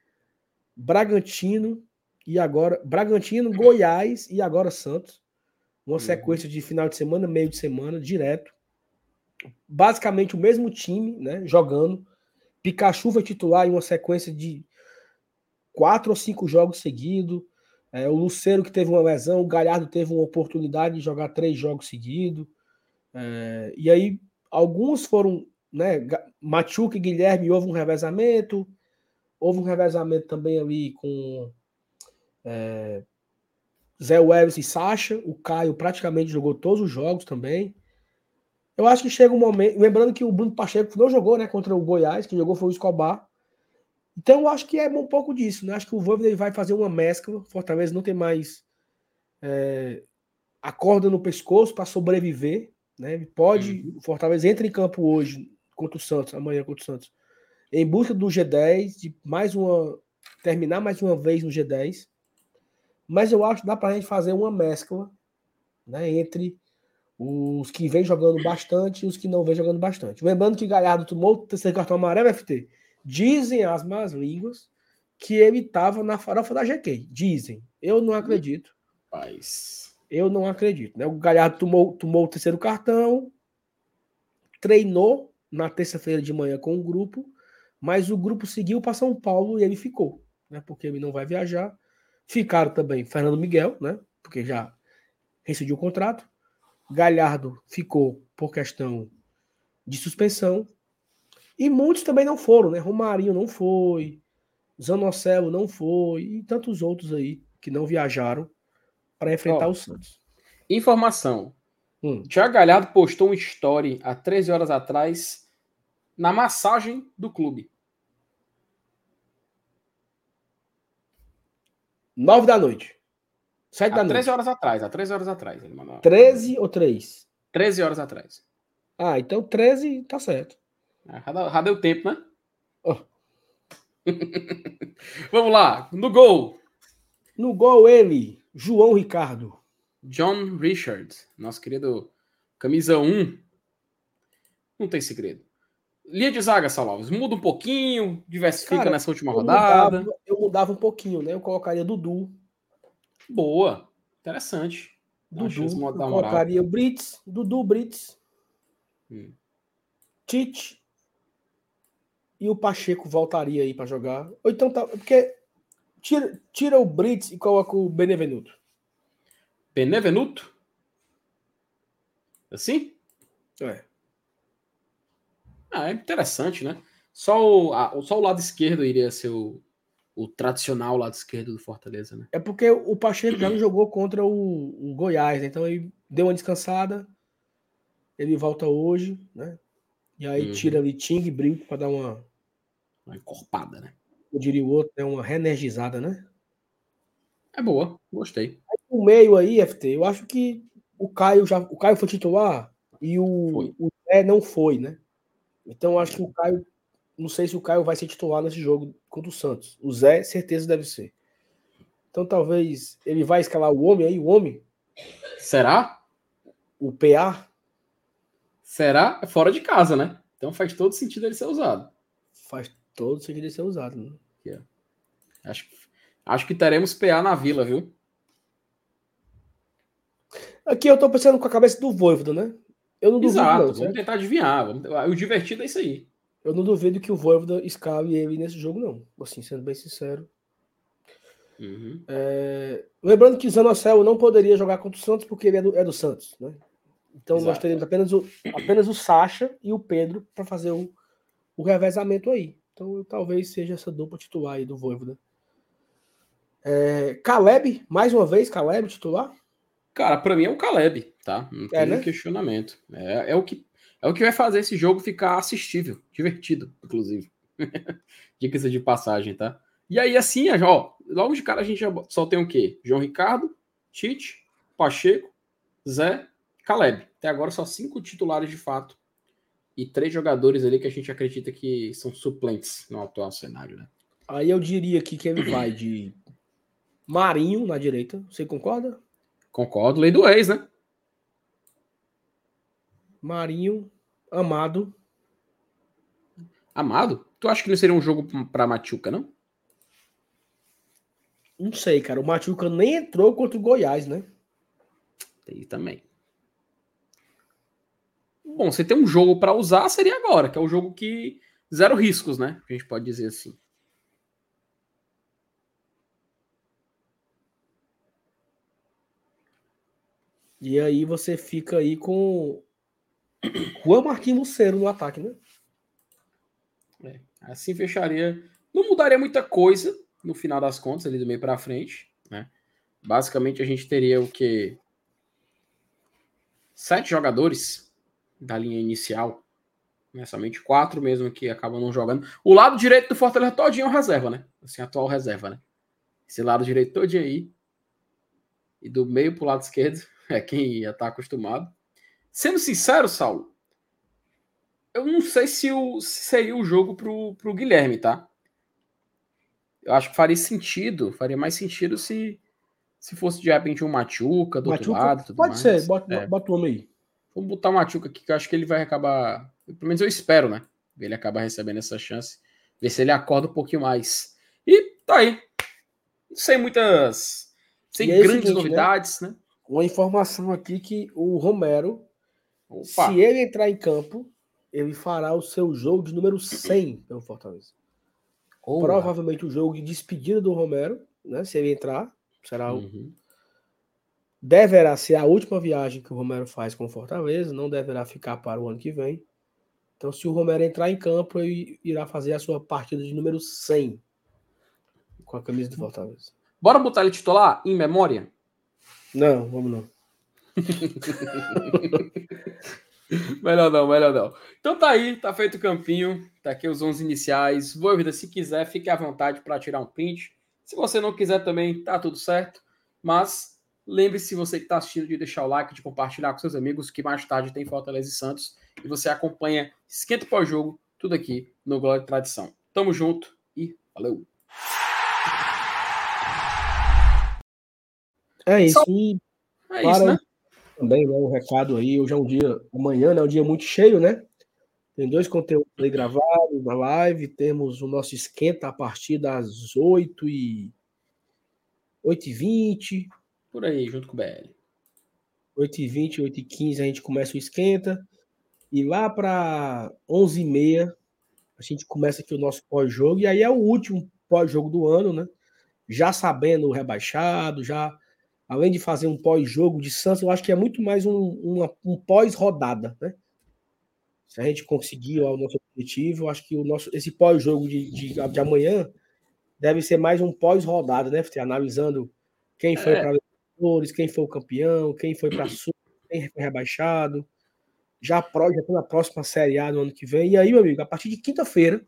S1: Bragantino e agora Bragantino, Goiás e agora Santos. Uma uhum. sequência de final de semana, meio de semana, direto. Basicamente o mesmo time, né? Jogando. Pikachu foi titular em uma sequência de quatro ou cinco jogos seguidos. É, o Lucero que teve uma lesão, o Galhardo teve uma oportunidade de jogar três jogos seguidos. É, e aí alguns foram, né? Machuca e Guilherme, houve um revezamento. Houve um revezamento também ali com é, Zé Welles e Sacha. O Caio praticamente jogou todos os jogos também. Eu acho que chega um momento... Lembrando que o Bruno Pacheco não jogou, né, contra o Goiás. Quem jogou foi o Escobar. Então eu acho que é um pouco disso, né? Acho que o Vojvoda vai fazer uma mescla. Fortaleza não tem mais é, a corda no pescoço para sobreviver, né? Ele pode... Uhum. O Fortaleza entra em campo hoje contra o Santos, amanhã contra o Santos, em busca do G dez, de mais uma terminar mais uma vez no G dez. Mas eu acho que dá para a gente fazer uma mescla, né, entre os que vem jogando bastante e os que não vem jogando bastante. Lembrando que Galhardo tomou o terceiro cartão amarelo, F T. Dizem as más línguas que ele estava na farofa da G Q. Dizem. Eu não acredito.
S2: Mas...
S1: Eu não acredito. Né? O Galhardo tomou, tomou o terceiro cartão, treinou na terça-feira de manhã com o grupo, mas o grupo seguiu para São Paulo e ele ficou, né? Porque ele não vai viajar. Ficaram também Fernando Miguel, né? Porque já rescindiu o contrato. Galhardo ficou por questão de suspensão. E muitos também não foram, né? Romarinho não foi, Zanocelo não foi, e tantos outros aí que não viajaram para enfrentar oh, o Santos.
S2: Informação. Hum. Thiago Galhardo postou um story há treze horas atrás na massagem do clube.
S1: nove da noite. sete da
S2: há
S1: noite.
S2: treze horas atrás, há treze horas atrás. Ele mandou...
S1: treze ou três?
S2: treze horas atrás.
S1: Ah, então treze tá certo.
S2: Já deu tempo, né?
S1: Oh.
S2: Vamos lá, no gol.
S1: No gol ele, João Ricardo.
S2: John Richard, nosso querido camisa um. Não tem segredo. Linha de zaga, Salves, muda um pouquinho, diversifica
S1: Cara,
S2: nessa última
S1: eu
S2: rodada.
S1: Mudava, eu mudava um pouquinho, né? Eu colocaria Dudu.
S2: Boa, interessante.
S1: Dudu, eu
S2: dar
S1: colocaria o Brits, Dudu, Brits,
S2: hum.
S1: Tite e o Pacheco voltaria aí para jogar. Ou então tá, porque tira, tira o Brits e coloca o Benevenuto.
S2: Benevenuto? Assim?
S1: É.
S2: Ah, é interessante, né? Só o, a, só o lado esquerdo iria ser o, o tradicional lado esquerdo do Fortaleza, né?
S1: É porque o Pacheco já não jogou contra o, o Goiás, né? Então ele deu uma descansada. Ele volta hoje, né? E aí
S2: Uhum.
S1: tira ali Ting e Brito para dar uma.
S2: Uma encorpada, né?
S1: Eu diria o outro, né? Uma reenergizada, né?
S2: É boa, gostei.
S1: Aí, no meio aí, F T, eu acho que o Caio já. O Caio foi titular e o, o Zé não foi, né? Então eu acho que o Caio. Não sei se o Caio vai ser titular nesse jogo contra o Santos. O Zé, certeza deve ser. Então talvez ele vai escalar o homem aí, o homem.
S2: Será?
S1: O P A.
S2: Será? É fora de casa, né? Então faz todo sentido ele ser usado.
S1: Faz todo sentido ele ser usado, né?
S2: Yeah. Acho, acho que teremos P A na Vila, viu?
S1: Aqui eu tô pensando com a cabeça do Voivoda, né? Eu não duvido,
S2: Exato,
S1: não.
S2: vamos
S1: Certo?
S2: tentar adivinhar. Vamos... O divertido é isso aí.
S1: Eu não duvido que o Voivoda escale ele nesse jogo, não. Assim, sendo bem sincero.
S2: Uhum.
S1: É... Lembrando que o Zanocelo não poderia jogar contra o Santos porque ele é do, é do Santos, né? Então
S2: Exato.
S1: nós teremos apenas o, apenas o Sacha e o Pedro para fazer o, o revezamento aí. Então talvez seja essa dupla titular aí do Voivoda. É... Caleb, mais uma vez, Caleb titular?
S2: Cara, pra mim é o Caleb, tá? Não tem
S1: É,
S2: nem
S1: né?
S2: questionamento. É, é, o que, é o que vai fazer esse jogo ficar assistível, divertido, inclusive. Dicas de passagem, tá? E aí, assim, ó, logo de cara a gente já só tem o quê? João Ricardo, Tite, Pacheco, Zé, Caleb. Até agora só cinco titulares de fato. E três jogadores ali que a gente acredita que são suplentes no atual cenário, né?
S1: Aí eu diria aqui que ele vai de Marinho na direita. Você concorda?
S2: Concordo, lei do ex, né?
S1: Marinho, Amado.
S2: Amado? Tu acha que não seria um jogo pra Machuca, não?
S1: Não sei, cara. O Machuca nem entrou contra o Goiás, né?
S2: Tem também. Bom, você tem um jogo para usar, seria agora, que é o jogo que zero riscos, né? A gente pode dizer assim.
S1: E aí você fica aí com Juan Martín Lucero no ataque, né?
S2: É, assim fecharia. Não mudaria muita coisa no final das contas, ali do meio para frente, né? Basicamente a gente teria o que sete jogadores da linha inicial, né? Somente quatro mesmo que acabam não jogando. O lado direito do Fortaleza todinho é o reserva, né? Assim, atual reserva, né? Esse lado direito todinho aí e do meio pro lado esquerdo é quem ia estar acostumado. Sendo sincero, Saulo, eu não sei se, o, se seria o jogo pro, pro Guilherme, tá? Eu acho que faria sentido, faria mais sentido se, se fosse de repente um Machuca do outro
S1: Machuca?
S2: lado e tudo
S1: Pode ser.
S2: mais.
S1: Bota,
S2: É.
S1: bota o homem aí.
S2: Vamos botar o Machuca aqui, que eu acho que ele vai acabar. Pelo menos eu espero, né? Ele acabar recebendo essa chance. Ver se ele acorda um pouquinho mais. E tá aí. Sem muitas. Sem
S1: É
S2: grandes
S1: seguinte,
S2: novidades, né?
S1: né? Uma informação aqui que o Romero,
S2: Opa.
S1: se ele entrar em campo, ele fará o seu jogo de número cem pelo Fortaleza. Oh, provavelmente o jogo de despedida do Romero, né? Se ele entrar, será o. Uhum. Deverá ser a última viagem que o Romero faz com o Fortaleza, não deverá ficar para o ano que vem. Então, se o Romero entrar em campo, ele irá fazer a sua partida de número cem com a camisa do Fortaleza.
S2: Bora botar ele titular em memória?
S1: Não, vamos não.
S2: Melhor não, melhor não. Então tá aí, tá feito o campinho, tá aqui os onze iniciais. Voivoda, se quiser, fique à vontade para tirar um print. Se você não quiser também, tá tudo certo. Mas lembre-se, você que está assistindo, de deixar o like, de compartilhar com seus amigos, que mais tarde tem Fortaleza e Santos. E você acompanha esquenta pós-jogo, tudo aqui no Glória e Tradição. tamo junto e valeu.
S1: É isso. E
S2: é
S1: para
S2: isso, né?
S1: Também, né, um recado aí. Hoje é um dia, amanhã, né, um dia muito cheio, né? Tem dois conteúdos aí gravados na live. Temos o nosso esquenta a partir das oito e vinte.
S2: Por aí, junto com o B L.
S1: oito e vinte, oito e quinze a gente começa o esquenta. E lá para onze e meia a gente começa aqui o nosso pós-jogo. E aí é o último pós-jogo do ano, né? Já sabendo o rebaixado, já além de fazer um pós-jogo de Santos, eu acho que é muito mais um, uma, um pós-rodada, né? Se a gente conseguir o nosso objetivo, eu acho que o nosso, esse pós-jogo de, de, de amanhã deve ser mais um pós-rodada, né? Analisando quem foi
S2: É.
S1: para Libertadores, quem foi o campeão, quem foi para Sul, quem foi rebaixado. Já projetando na próxima Série A no ano que vem. E aí, meu amigo, a partir de quinta-feira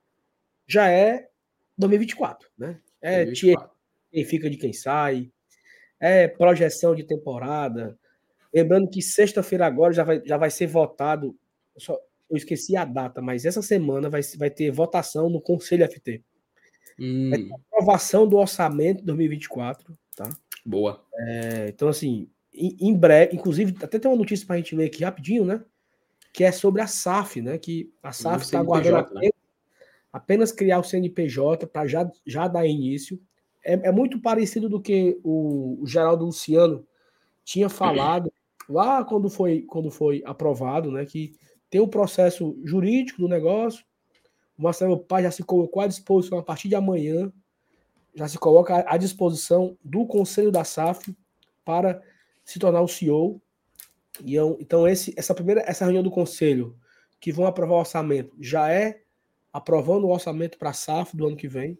S1: já é dois mil e vinte e quatro, né? É
S2: dois mil e vinte e quatro.
S1: Quem fica de quem sai, é projeção de temporada. Lembrando que sexta-feira agora já vai, já vai ser votado. Eu, só, eu esqueci a data, mas essa semana vai, vai ter votação no Conselho F T.
S2: Hum.
S1: Vai ter aprovação do orçamento de dois mil e vinte e quatro, tá?
S2: Boa.
S1: É, então, assim, em, em breve, inclusive, até tem uma notícia para a gente ler aqui rapidinho, né? Que é sobre a S A F, né? Que a S A F está aguardando apenas, né? apenas criar o C N P J para já, já dar início. É, é muito parecido do que o, o Geraldo Luciano tinha falado lá quando foi, quando foi aprovado, né? Que tem o processo jurídico do negócio. O Marcelo Paz já se colocou à disposição a partir de amanhã, já se coloca à disposição do Conselho da S A F para se tornar o C E O. E eu, então, esse, essa primeira essa reunião do Conselho, que vão aprovar o orçamento, já é aprovando o orçamento para a S A F do ano que vem.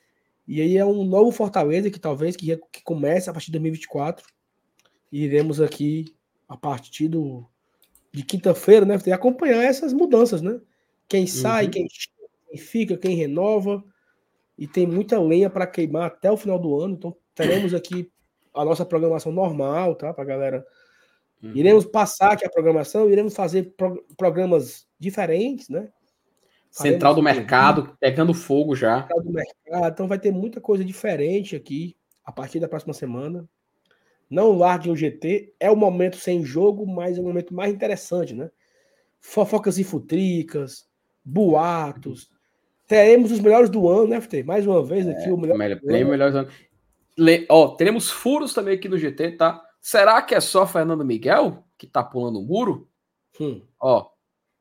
S1: E aí é um novo Fortaleza que talvez que, que comece a partir de dois mil e vinte e quatro. E iremos aqui, a partir do, de quinta-feira, né, acompanhar essas mudanças, né? Quem sai, uhum. quem, quem fica, quem renova. E tem muita lenha para queimar até o final do ano. Então, teremos aqui a nossa programação normal, tá? Para a galera. Uhum. Iremos passar aqui a programação, iremos fazer pro, programas diferentes, né?
S2: Central do Mercado, pegando fogo já.
S1: Central do Mercado. Então, vai ter muita coisa diferente aqui a partir da próxima semana. Não larguem o G T. É o momento sem jogo, mas é o momento mais interessante, né? Fofocas e futricas, boatos. Teremos os melhores do ano, né, F T? Mais uma vez aqui,
S2: é,
S1: o melhor
S2: melhor, do ano. Melhores do ano. Le... Ó, teremos furos também aqui no G T, tá? Será que é só Fernando Miguel que tá pulando o muro?
S1: Hum.
S2: Ó,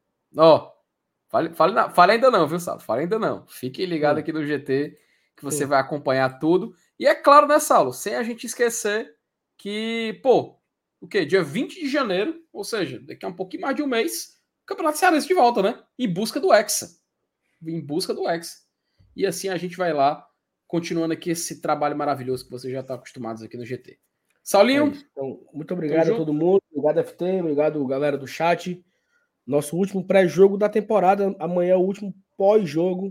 S2: ó, fale, fale, fale ainda não, viu, Saulo? Fale ainda não. Fique ligado hum. aqui no G T que você hum. vai acompanhar tudo. E é claro, né, Saulo? Sem a gente esquecer que, pô, o quê? Dia vinte de janeiro, ou seja, daqui a um pouquinho mais de um mês, o Campeonato Cearense de volta, né? Em busca do Hexa. Em busca do Hexa. E assim a gente vai lá, continuando aqui esse trabalho maravilhoso que vocês já estão acostumados aqui no G T. Saulinho.
S1: É então, muito obrigado a todo mundo. Obrigado, F T. Obrigado, galera do chat. Nosso último pré-jogo da temporada. Amanhã é o último pós-jogo.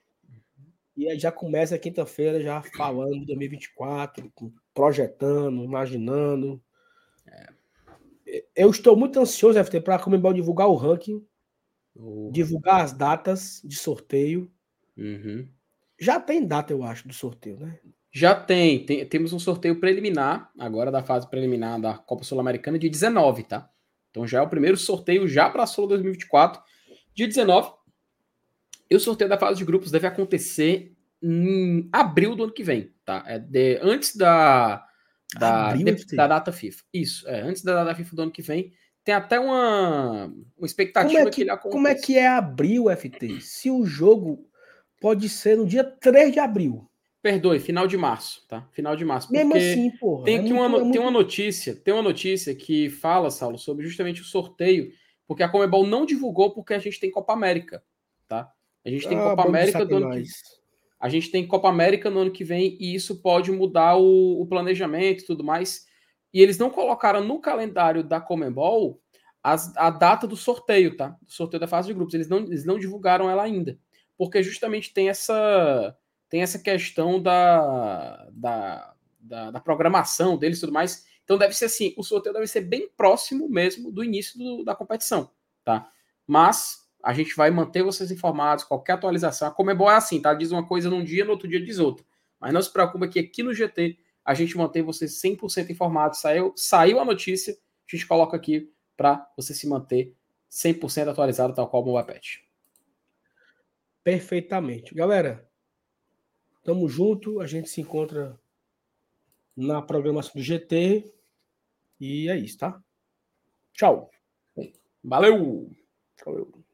S1: E aí já começa quinta-feira já falando de dois mil e vinte e quatro, projetando, imaginando. É. Eu estou muito ansioso, F T, para a Comembol divulgar o ranking, uhum. divulgar as datas de sorteio.
S2: Uhum.
S1: Já tem data, eu acho, do sorteio, né?
S2: Já tem, tem. Temos um sorteio preliminar, agora da fase preliminar da Copa Sul-Americana, de dezenove, tá? Então já é o primeiro sorteio já para a Sul dois mil e vinte e quatro, dia dezenove. E o sorteio da fase de grupos deve acontecer em abril do ano que vem, tá? É de, antes da, da,
S1: abril,
S2: de, da data FIFA. Isso, é, antes da data FIFA do ano que vem. Tem até uma, uma expectativa
S1: como é que,
S2: que ele aconteça.
S1: Como é que é abril, F T? Se o jogo pode ser no dia três de abril.
S2: Perdoe, final de março, tá? Final de março.
S1: Mesmo
S2: porque
S1: assim, porra.
S2: Tem,
S1: é
S2: aqui
S1: muito,
S2: uma,
S1: é muito...
S2: tem uma notícia, tem uma notícia que fala, Saulo, sobre justamente o sorteio, porque a Conmebol não divulgou porque a gente tem Copa América, tá? A gente tem
S1: ah,
S2: Copa América do ano que A gente tem Copa América no ano que vem e isso pode mudar o, o planejamento e tudo mais. E eles não colocaram no calendário da Conmebol as, a data do sorteio, tá? Do sorteio da fase de grupos. Eles não, eles não divulgaram ela ainda. Porque justamente tem essa, tem essa questão da, da, da, da programação deles e tudo mais. Então deve ser assim, o sorteio deve ser bem próximo mesmo do início do, da competição, tá? Mas a gente vai manter vocês informados, qualquer atualização. A Conmebol é assim, tá? Diz uma coisa num dia, no outro dia diz outra. Mas não se preocupe que aqui no G T a gente mantém vocês cem por cento informados. Saiu, saiu a notícia, a gente coloca aqui para você se manter cem por cento atualizado, tal qual o MobaPet.
S1: Perfeitamente. Galera, tamo junto, a gente se encontra na programação do G T e é isso, tá? Tchau.
S2: Valeu! Valeu.